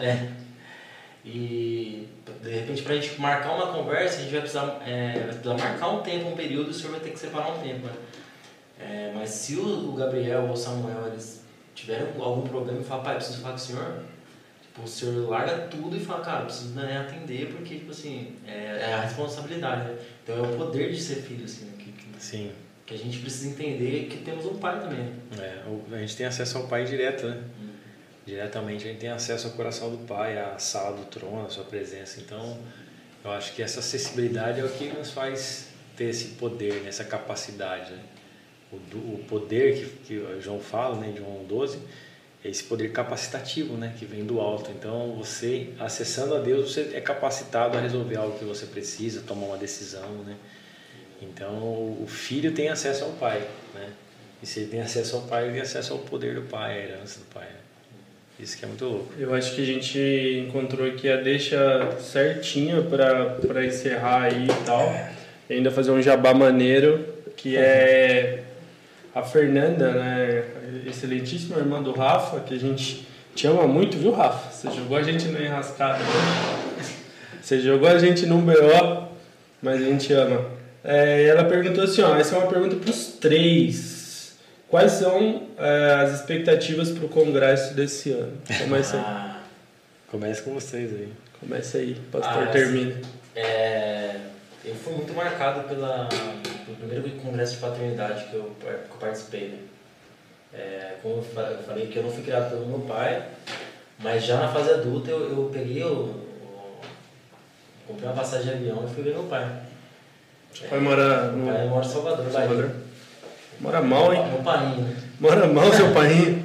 E de repente, para a gente marcar uma conversa, a gente vai precisar marcar um tempo, um período, o senhor vai ter que separar um tempo, né? Mas se o Gabriel ou o Samuel eles tiverem algum problema e falar, pai, preciso falar com o senhor, tipo, o senhor larga tudo e fala, cara, preciso atender, porque, tipo assim, é a responsabilidade, né? Então é o poder de ser filho, assim, né? Sim. Que a gente precisa entender que temos um pai também. A gente tem acesso ao pai direto, né? Diretamente a gente tem acesso ao coração do pai, à sala do trono, à sua presença. Então, eu acho que essa acessibilidade é o que nos faz ter esse poder, né? Essa capacidade, né? O poder que o João fala, né, de João 12, é esse poder capacitativo, né, que vem do alto. Então, você, acessando a Deus, você é capacitado a resolver algo que você precisa, tomar uma decisão, né? Então, o filho tem acesso ao pai, né? E se ele tem acesso ao pai, ele tem acesso ao poder do pai, à herança do pai, né? Isso que é muito louco. Eu acho que a gente encontrou aqui a deixa certinha para encerrar aí e tal. E ainda fazer um jabá maneiro, que é a Fernanda, né? Excelentíssima irmã do Rafa, que a gente te ama muito, viu, Rafa? Você jogou a gente na enrascada, né? Você jogou a gente num BO, mas a gente ama. Ela perguntou assim, essa é uma pergunta para os três. Quais são as expectativas para o congresso desse ano? Começa aí. Começa com vocês aí. Começa aí, pastor, termina. Eu fui muito marcado pelo primeiro congresso de paternidade que eu participei, né? Como eu falei que eu não fui criado pelo meu pai, mas já na fase adulta eu peguei, comprei uma passagem de avião e fui ver meu pai. Seu pai mora no... Meu pai mora em Salvador. Mora mal, hein? Meu painho, né? Mora mal, seu painho.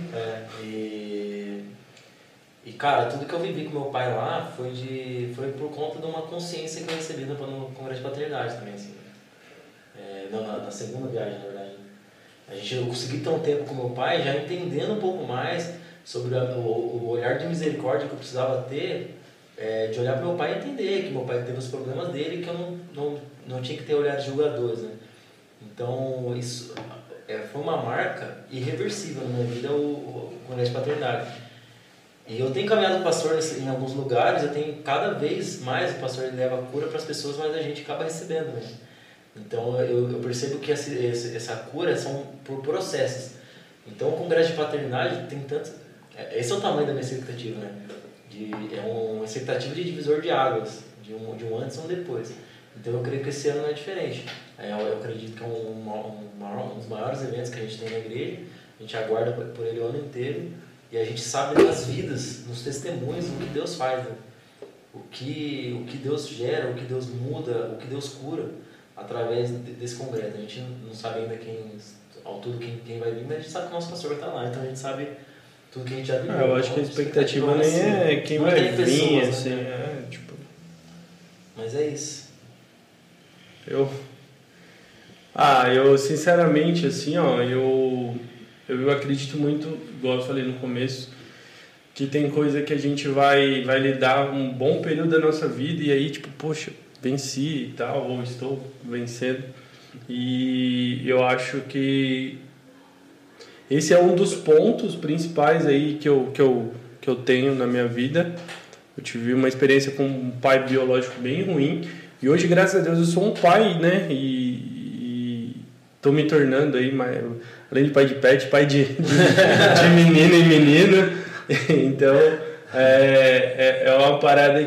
E cara, tudo que eu vivi com meu pai lá foi por conta de uma consciência que eu recebi no congresso de paternidade também, assim. Na segunda viagem, na verdade. Eu consegui ter um tempo com meu pai, já entendendo um pouco mais sobre o olhar de misericórdia que eu precisava ter, de olhar para meu pai e entender que meu pai teve os problemas dele e que eu não tinha que ter olhar de julgadores, né? Então, isso foi uma marca irreversível na minha vida, o congresso de paternidade. E eu tenho caminhado com o pastor em alguns lugares, eu tenho cada vez mais o pastor ele leva a cura para as pessoas, mas a gente acaba recebendo, né? Então eu percebo que essa cura são por processos. Então o congresso de paternidade tem tanto... Esse é o tamanho da minha expectativa, né? É uma expectativa de divisor de águas, de um antes e um depois. Então eu creio que esse ano não é diferente. Eu acredito que é um dos maiores eventos que a gente tem na igreja, a gente aguarda por ele o ano inteiro e a gente sabe nas vidas, nos testemunhos, o que Deus faz, né? O que Deus gera, o que Deus muda, o que Deus cura através desse congresso. A gente não sabe ainda quem vai vir, mas a gente sabe que o nosso pastor vai estar lá, então a gente sabe tudo que a gente já viu. Eu acho que a expectativa nem é quem vai vir, pessoas, assim, né? Tipo... Mas é isso. Eu sinceramente, assim, ó, eu acredito muito, igual eu falei no começo, que tem coisa que a gente vai lidar um bom período da nossa vida e aí, tipo, poxa, venci e tal, ou estou vencendo. E eu acho que esse é um dos pontos principais aí que eu tenho na minha vida. Eu tive uma experiência com um pai biológico bem ruim. E hoje, graças a Deus, eu sou um pai, né? E tô me tornando aí, além de pai de pet, pai de menino e menina. Então, é uma parada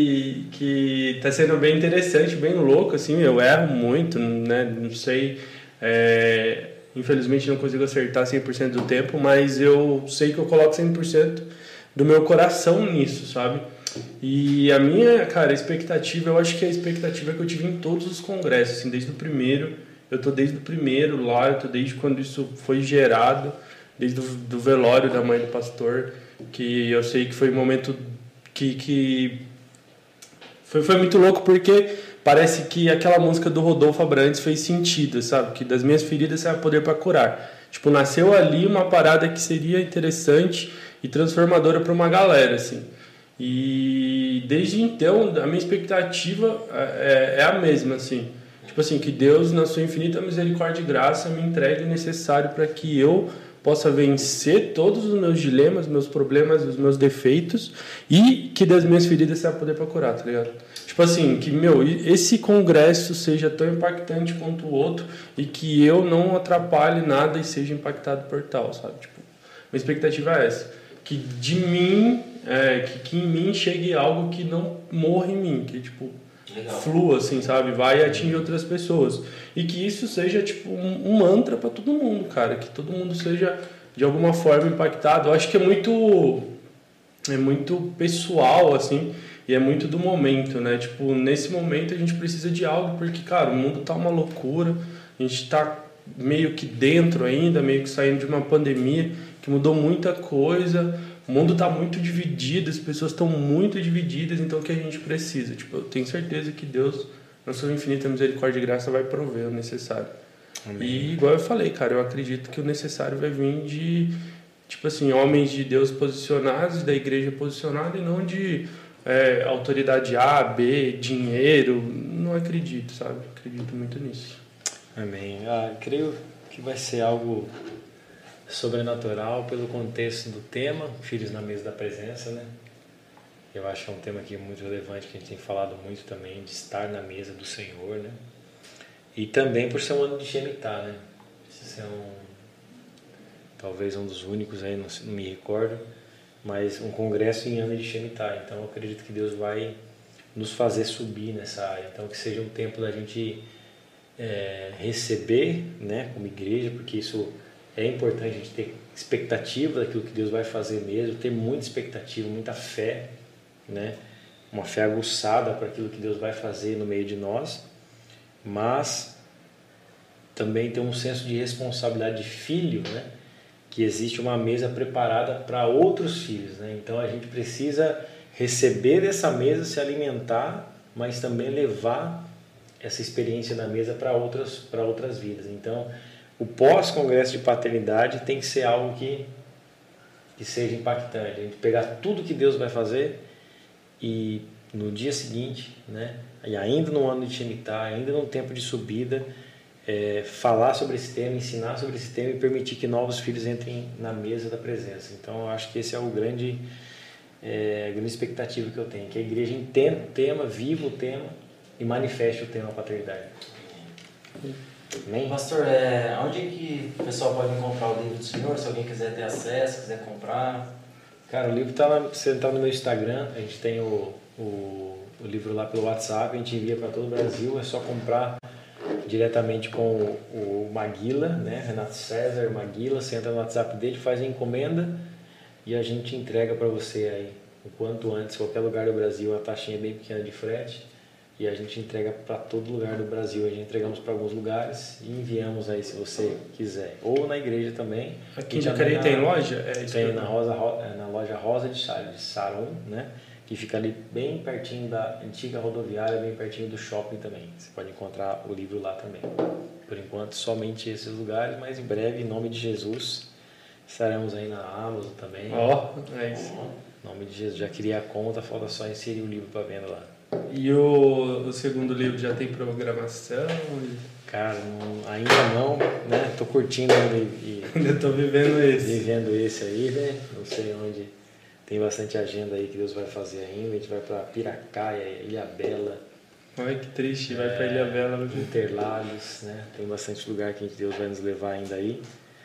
que tá sendo bem interessante, bem louco, assim. Eu erro muito, né? Não sei... Infelizmente não consigo acertar 100% do tempo, mas eu sei que eu coloco 100% do meu coração nisso, sabe? E a minha, cara, expectativa, eu acho que é a expectativa que eu tive em todos os congressos, assim, desde o primeiro, eu tô desde o primeiro lá, eu tô desde quando isso foi gerado, desde do velório da mãe do pastor, que eu sei que foi um momento que foi muito louco, porque parece que aquela música do Rodolfo Abrantes fez sentido, sabe? Que das minhas feridas sai poder para curar. Tipo, nasceu ali uma parada que seria interessante e transformadora para uma galera, assim. E desde então, a minha expectativa é a mesma, assim. Tipo assim, que Deus, na sua infinita misericórdia e graça, me entregue o necessário para que eu possa vencer todos os meus dilemas, meus problemas, os meus defeitos e que das minhas feridas saia poder para curar, tá ligado? Tipo assim, que, esse congresso seja tão impactante quanto o outro e que eu não atrapalhe nada e seja impactado por tal, sabe? Tipo, minha expectativa é essa. Que de mim, que em mim chegue algo que não morra em mim, que, tipo, legal, flua, assim, sabe? Vai atingir outras pessoas. E que isso seja, tipo, um mantra para todo mundo, cara. Que todo mundo seja, de alguma forma, impactado. Eu acho que é muito pessoal, assim, e é muito do momento, né? Tipo, nesse momento a gente precisa de algo, porque, cara, o mundo tá uma loucura, a gente tá meio que dentro ainda, meio que saindo de uma pandemia que mudou muita coisa, o mundo tá muito dividido, as pessoas estão muito divididas, então o que a gente precisa? Tipo, eu tenho certeza que Deus, na sua infinita misericórdia e graça, vai prover o necessário. Amém. E, igual eu falei, cara, eu acredito que o necessário vai vir de, tipo assim, homens de Deus posicionados, da igreja posicionada, e não de autoridade A, B, dinheiro. Não acredito, sabe? Acredito muito nisso. Amém. Creio que vai ser algo sobrenatural pelo contexto do tema, Filhos na Mesa da Presença, né? Eu acho que é um tema aqui muito relevante, que a gente tem falado muito também, de estar na mesa do Senhor, né? E também por ser um ano de Shemitah, né? Esse é talvez um dos únicos aí, não me recordo, mas um congresso em ano de Shemitah. Então eu acredito que Deus vai nos fazer subir nessa área. Então que seja um tempo da gente receber, né, como igreja, porque isso é importante, a gente ter expectativa daquilo que Deus vai fazer mesmo, ter muita expectativa, muita fé, né? Uma fé aguçada para aquilo que Deus vai fazer no meio de nós, mas também ter um senso de responsabilidade de filho, né? Que existe uma mesa preparada para outros filhos, né? Então a gente precisa receber dessa mesa, se alimentar, mas também levar essa experiência da mesa para outras vidas. Então o pós-congresso de paternidade tem que ser algo que seja impactante. A gente pegar tudo que Deus vai fazer e no dia seguinte, né, e ainda no ano de Shemitah, ainda no tempo de subida, falar sobre esse tema, ensinar sobre esse tema e permitir que novos filhos entrem na mesa da presença. Então eu acho que esse é o grande a grande expectativa que eu tenho, que a igreja entenda o tema, viva o tema e manifeste o tema paternidade. Amém? Pastor, onde que o pessoal pode encontrar o livro do Senhor, se alguém quiser ter acesso, quiser comprar? Cara, o livro está sentado no meu Instagram, a gente tem o livro lá pelo WhatsApp, a gente envia para todo o Brasil, é só comprar diretamente com o Maguila, né? Renato César Maguila, você entra no WhatsApp dele, faz a encomenda e a gente entrega para você aí o quanto antes, qualquer lugar do Brasil, a taxinha é bem pequena de frete e a gente entrega para todo lugar do Brasil, a gente entregamos para alguns lugares e enviamos aí se você quiser, ou na igreja também. Aqui em Jacareí tem loja? Tem na loja Rosa de Saron, né? Que fica ali bem pertinho da antiga rodoviária, bem pertinho do shopping também. Você pode encontrar o livro lá também. Por enquanto, somente esses lugares, mas em breve, em nome de Jesus, estaremos aí na Amazon também. É isso. Em nome de Jesus, já criei a conta, falta só inserir o livro para venda lá. E o segundo livro já tem programação? Cara, ainda não, né? Tô curtindo ainda tô vivendo esse. Vivendo esse aí, né? Não sei onde. Tem bastante agenda aí que Deus vai fazer ainda. A gente vai para Piracaia, Ilhabela. Olha que triste, vai para Ilhabela. Interlagos, né? Tem bastante lugar que Deus vai nos levar ainda aí.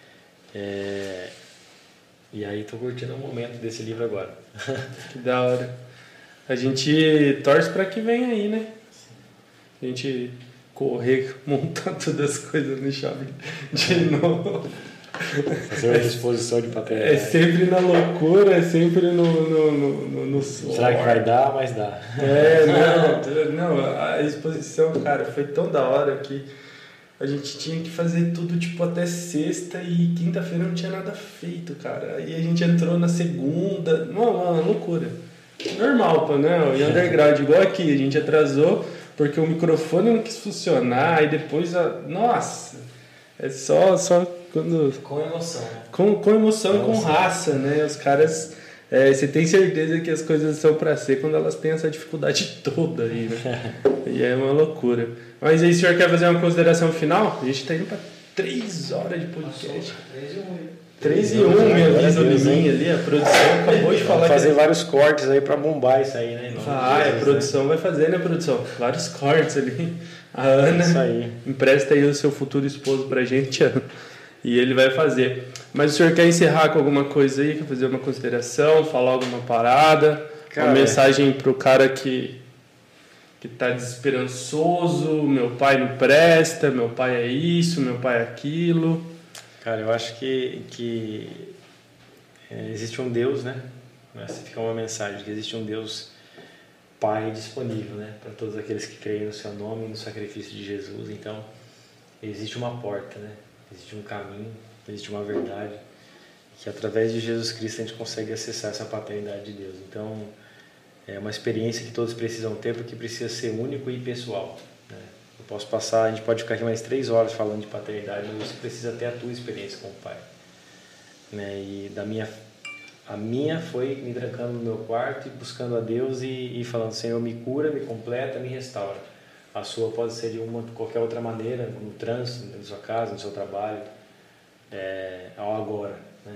E aí tô curtindo o momento desse livro agora. Que da hora. A gente torce para que venha aí, né? A gente correr, montar todas as coisas no shopping de novo. Fazer uma exposição de paternidade. É sempre na loucura, é sempre no suor. Será que vai dar? Mas dá. Não, a exposição, cara, foi tão da hora que a gente tinha que fazer tudo tipo até sexta e quinta-feira não tinha nada feito, cara. Aí a gente entrou na segunda, uma loucura. Normal, pô, né? E underground, igual aqui, a gente atrasou porque o microfone não quis funcionar e depois nossa, é só quando... Com emoção. Com emoção e com raça, né? Os caras... você tem certeza que as coisas são pra ser quando elas têm essa dificuldade toda aí, né? E é uma loucura. Mas aí, o senhor quer fazer uma consideração final? A gente tá indo pra 3 horas de podcast. 3 e 1, me avisa o Liminha ali. A produção acabou de falar. Vai fazer vários cortes aí pra bombar isso aí, né? A produção vai fazer, né, produção? Vários cortes ali. A Ana isso aí. Empresta aí o seu futuro esposo pra gente, Ana. E ele vai fazer. Mas o senhor quer encerrar com alguma coisa aí? Quer fazer uma consideração? Falar alguma parada? Cara, uma mensagem pro cara que tá desesperançoso? Meu pai não presta, meu pai é isso, meu pai é aquilo. Cara, eu acho que existe um Deus, né? Essa fica uma mensagem, que existe um Deus Pai disponível, né? Para todos aqueles que creem no seu nome e no sacrifício de Jesus. Então, existe uma porta, né? Existe um caminho, existe uma verdade, que através de Jesus Cristo a gente consegue acessar essa paternidade de Deus. Então, é uma experiência que todos precisam ter, porque precisa ser único e pessoal, né? Eu posso passar, a gente pode ficar aqui mais 3 horas falando de paternidade, mas você precisa ter a tua experiência com o Pai, né? E a minha foi me trancando no meu quarto e buscando a Deus e falando: Senhor, me cura, me completa, me restaura. A sua pode ser de qualquer outra maneira, no trânsito, na sua casa, no seu trabalho, ao agora, né?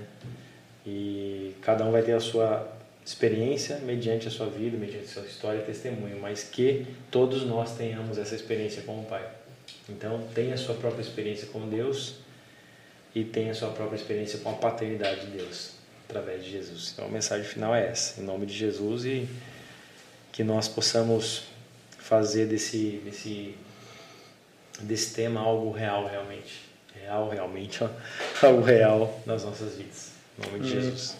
E cada um vai ter a sua experiência mediante a sua vida, mediante a sua história e testemunho, mas que todos nós tenhamos essa experiência com o Pai. Então, tenha a sua própria experiência com Deus e tenha a sua própria experiência com a paternidade de Deus, através de Jesus. Então, a mensagem final é essa, em nome de Jesus, e que nós possamos fazer desse tema algo real, realmente. Algo real nas nossas vidas. Em nome de Jesus.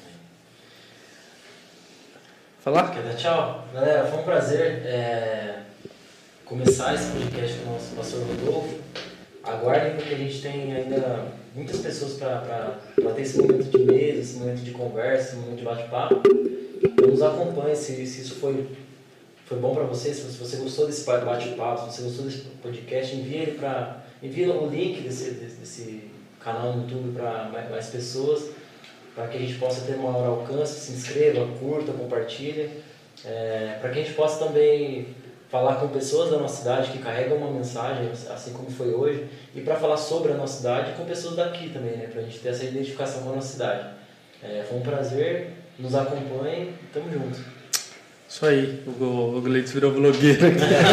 Falar? Quer dar tchau? Galera, foi um prazer começar esse podcast com o nosso pastor Rodolfo. Aguardem, porque a gente tem ainda muitas pessoas para ter esse momento de mesa, esse momento de conversa, esse momento de bate-papo. Então, nos acompanhe se isso foi bom para você, se você gostou desse bate-papo, se você gostou desse podcast, envie o link desse canal no YouTube para mais pessoas, para que a gente possa ter maior alcance. Se inscreva, curta, compartilhe, para que a gente possa também falar com pessoas da nossa cidade que carregam uma mensagem, assim como foi hoje, e para falar sobre a nossa cidade com pessoas daqui também, né, para a gente ter essa identificação com a nossa cidade. Foi um prazer nos acompanhem. Tamo junto. Isso aí, o Gleitson virou vlogueiro.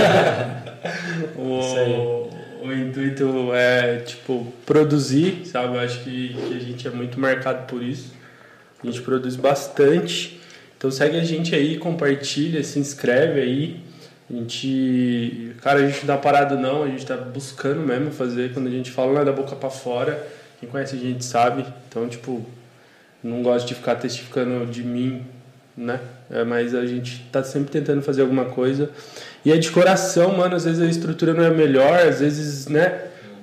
O intuito é, tipo, produzir, sabe? Eu acho que a gente é muito marcado por isso. A gente produz bastante. Então segue a gente aí, compartilha, se inscreve aí. A gente não tá parado não, a gente tá buscando mesmo fazer. Quando a gente fala, não é da boca pra fora. Quem conhece a gente sabe. Então, tipo, não gosto de ficar testificando de mim, né? Mas a gente tá sempre tentando fazer alguma coisa. E é de coração, mano. Às vezes a estrutura não é melhor, às vezes, né?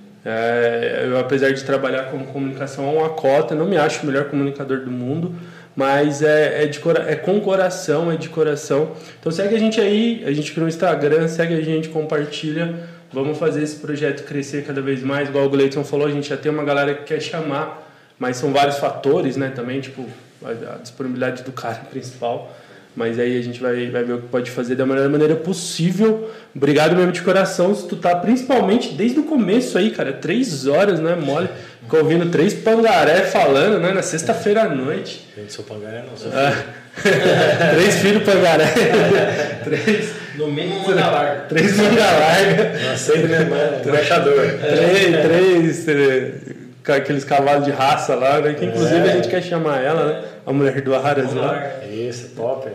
Eu, apesar de trabalhar com comunicação a uma cota, não me acho o melhor comunicador do mundo, mas é com coração, é de coração. Então segue a gente aí, a gente criou um Instagram, segue a gente, compartilha. Vamos fazer esse projeto crescer cada vez mais. Igual o Gleitson falou, a gente já tem uma galera que quer chamar, mas são vários fatores, né? Também, tipo, a disponibilidade do cara principal. Mas aí a gente vai ver o que pode fazer da melhor maneira possível. Obrigado mesmo de coração. Se tu tá principalmente desde o começo aí, cara, 3 horas, né? Mole. Ficou ouvindo 3 pangaré falando, né? Na sexta-feira à noite. Eu não sou pangaré, não, sou filho. 3 filhos pangaré. 3. No mínimo manga larga. 3 manga larga. Não aceito minha irmã, embaixador. 3 aqueles cavalos de raça lá, né? Que inclusive a gente quer chamar ela, né? A mulher do Aras lá. Isso, top.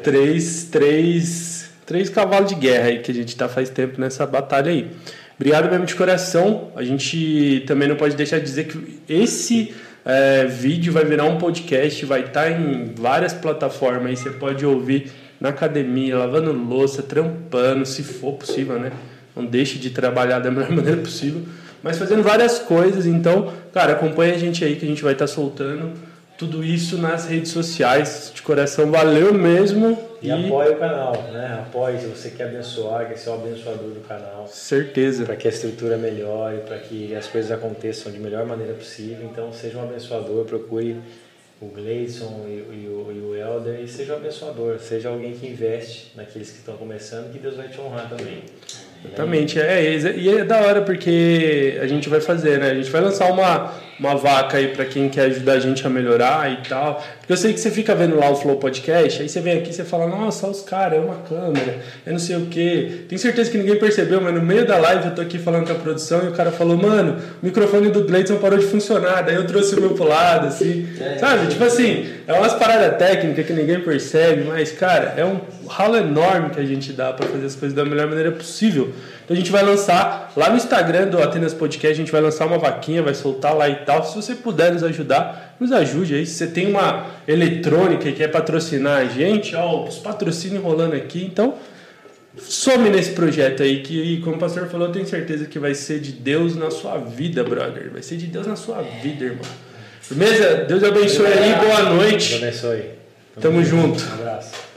3 cavalos de guerra aí que a gente tá faz tempo nessa batalha aí. Obrigado mesmo de coração. A gente também não pode deixar de dizer que esse vídeo vai virar um podcast, vai estar em várias plataformas aí. Você pode ouvir na academia, lavando louça, trampando, se for possível, né? Não deixe de trabalhar da melhor maneira possível, mas fazendo várias coisas. Então, cara, acompanha a gente aí que a gente vai estar soltando tudo isso nas redes sociais. De coração, valeu mesmo. E apoie o canal, né? Apoie se você quer abençoar, quer ser um abençoador do canal. Certeza. Para que a estrutura melhore, para que as coisas aconteçam de melhor maneira possível. Então, seja um abençoador, procure o Gleitson e o Helder e seja um abençoador. Seja alguém que investe naqueles que estão começando, que Deus vai te honrar também. Exatamente, e é da hora porque a gente vai fazer, né? A gente vai lançar uma vaca aí pra quem quer ajudar a gente a melhorar e tal. Porque eu sei que você fica vendo lá o Flow Podcast, aí você vem aqui e você fala, nossa, olha os caras, é uma câmera, é não sei o quê. Tenho certeza que ninguém percebeu, mas no meio da live eu tô aqui falando com a produção e o cara falou, mano, o microfone do Gleitson parou de funcionar, daí eu trouxe o meu pro lado, assim, sabe? Tipo assim, é umas paradas técnicas que ninguém percebe, mas, cara, é um ralo enorme que a gente dá pra fazer as coisas da melhor maneira possível. Então a gente vai lançar lá no Instagram do Atenas Podcast, a gente vai lançar uma vaquinha, vai soltar lá e tal. Se você puder nos ajudar, nos ajude aí. Se você tem uma eletrônica e quer patrocinar a gente, ó, os patrocínios rolando aqui, então some nesse projeto aí, que como o pastor falou, eu tenho certeza que vai ser de Deus na sua vida, brother. Vai ser de Deus na sua vida, irmão. Firmeza? Deus abençoe aí, boa noite. Deus abençoe. Tamo junto. Um abraço.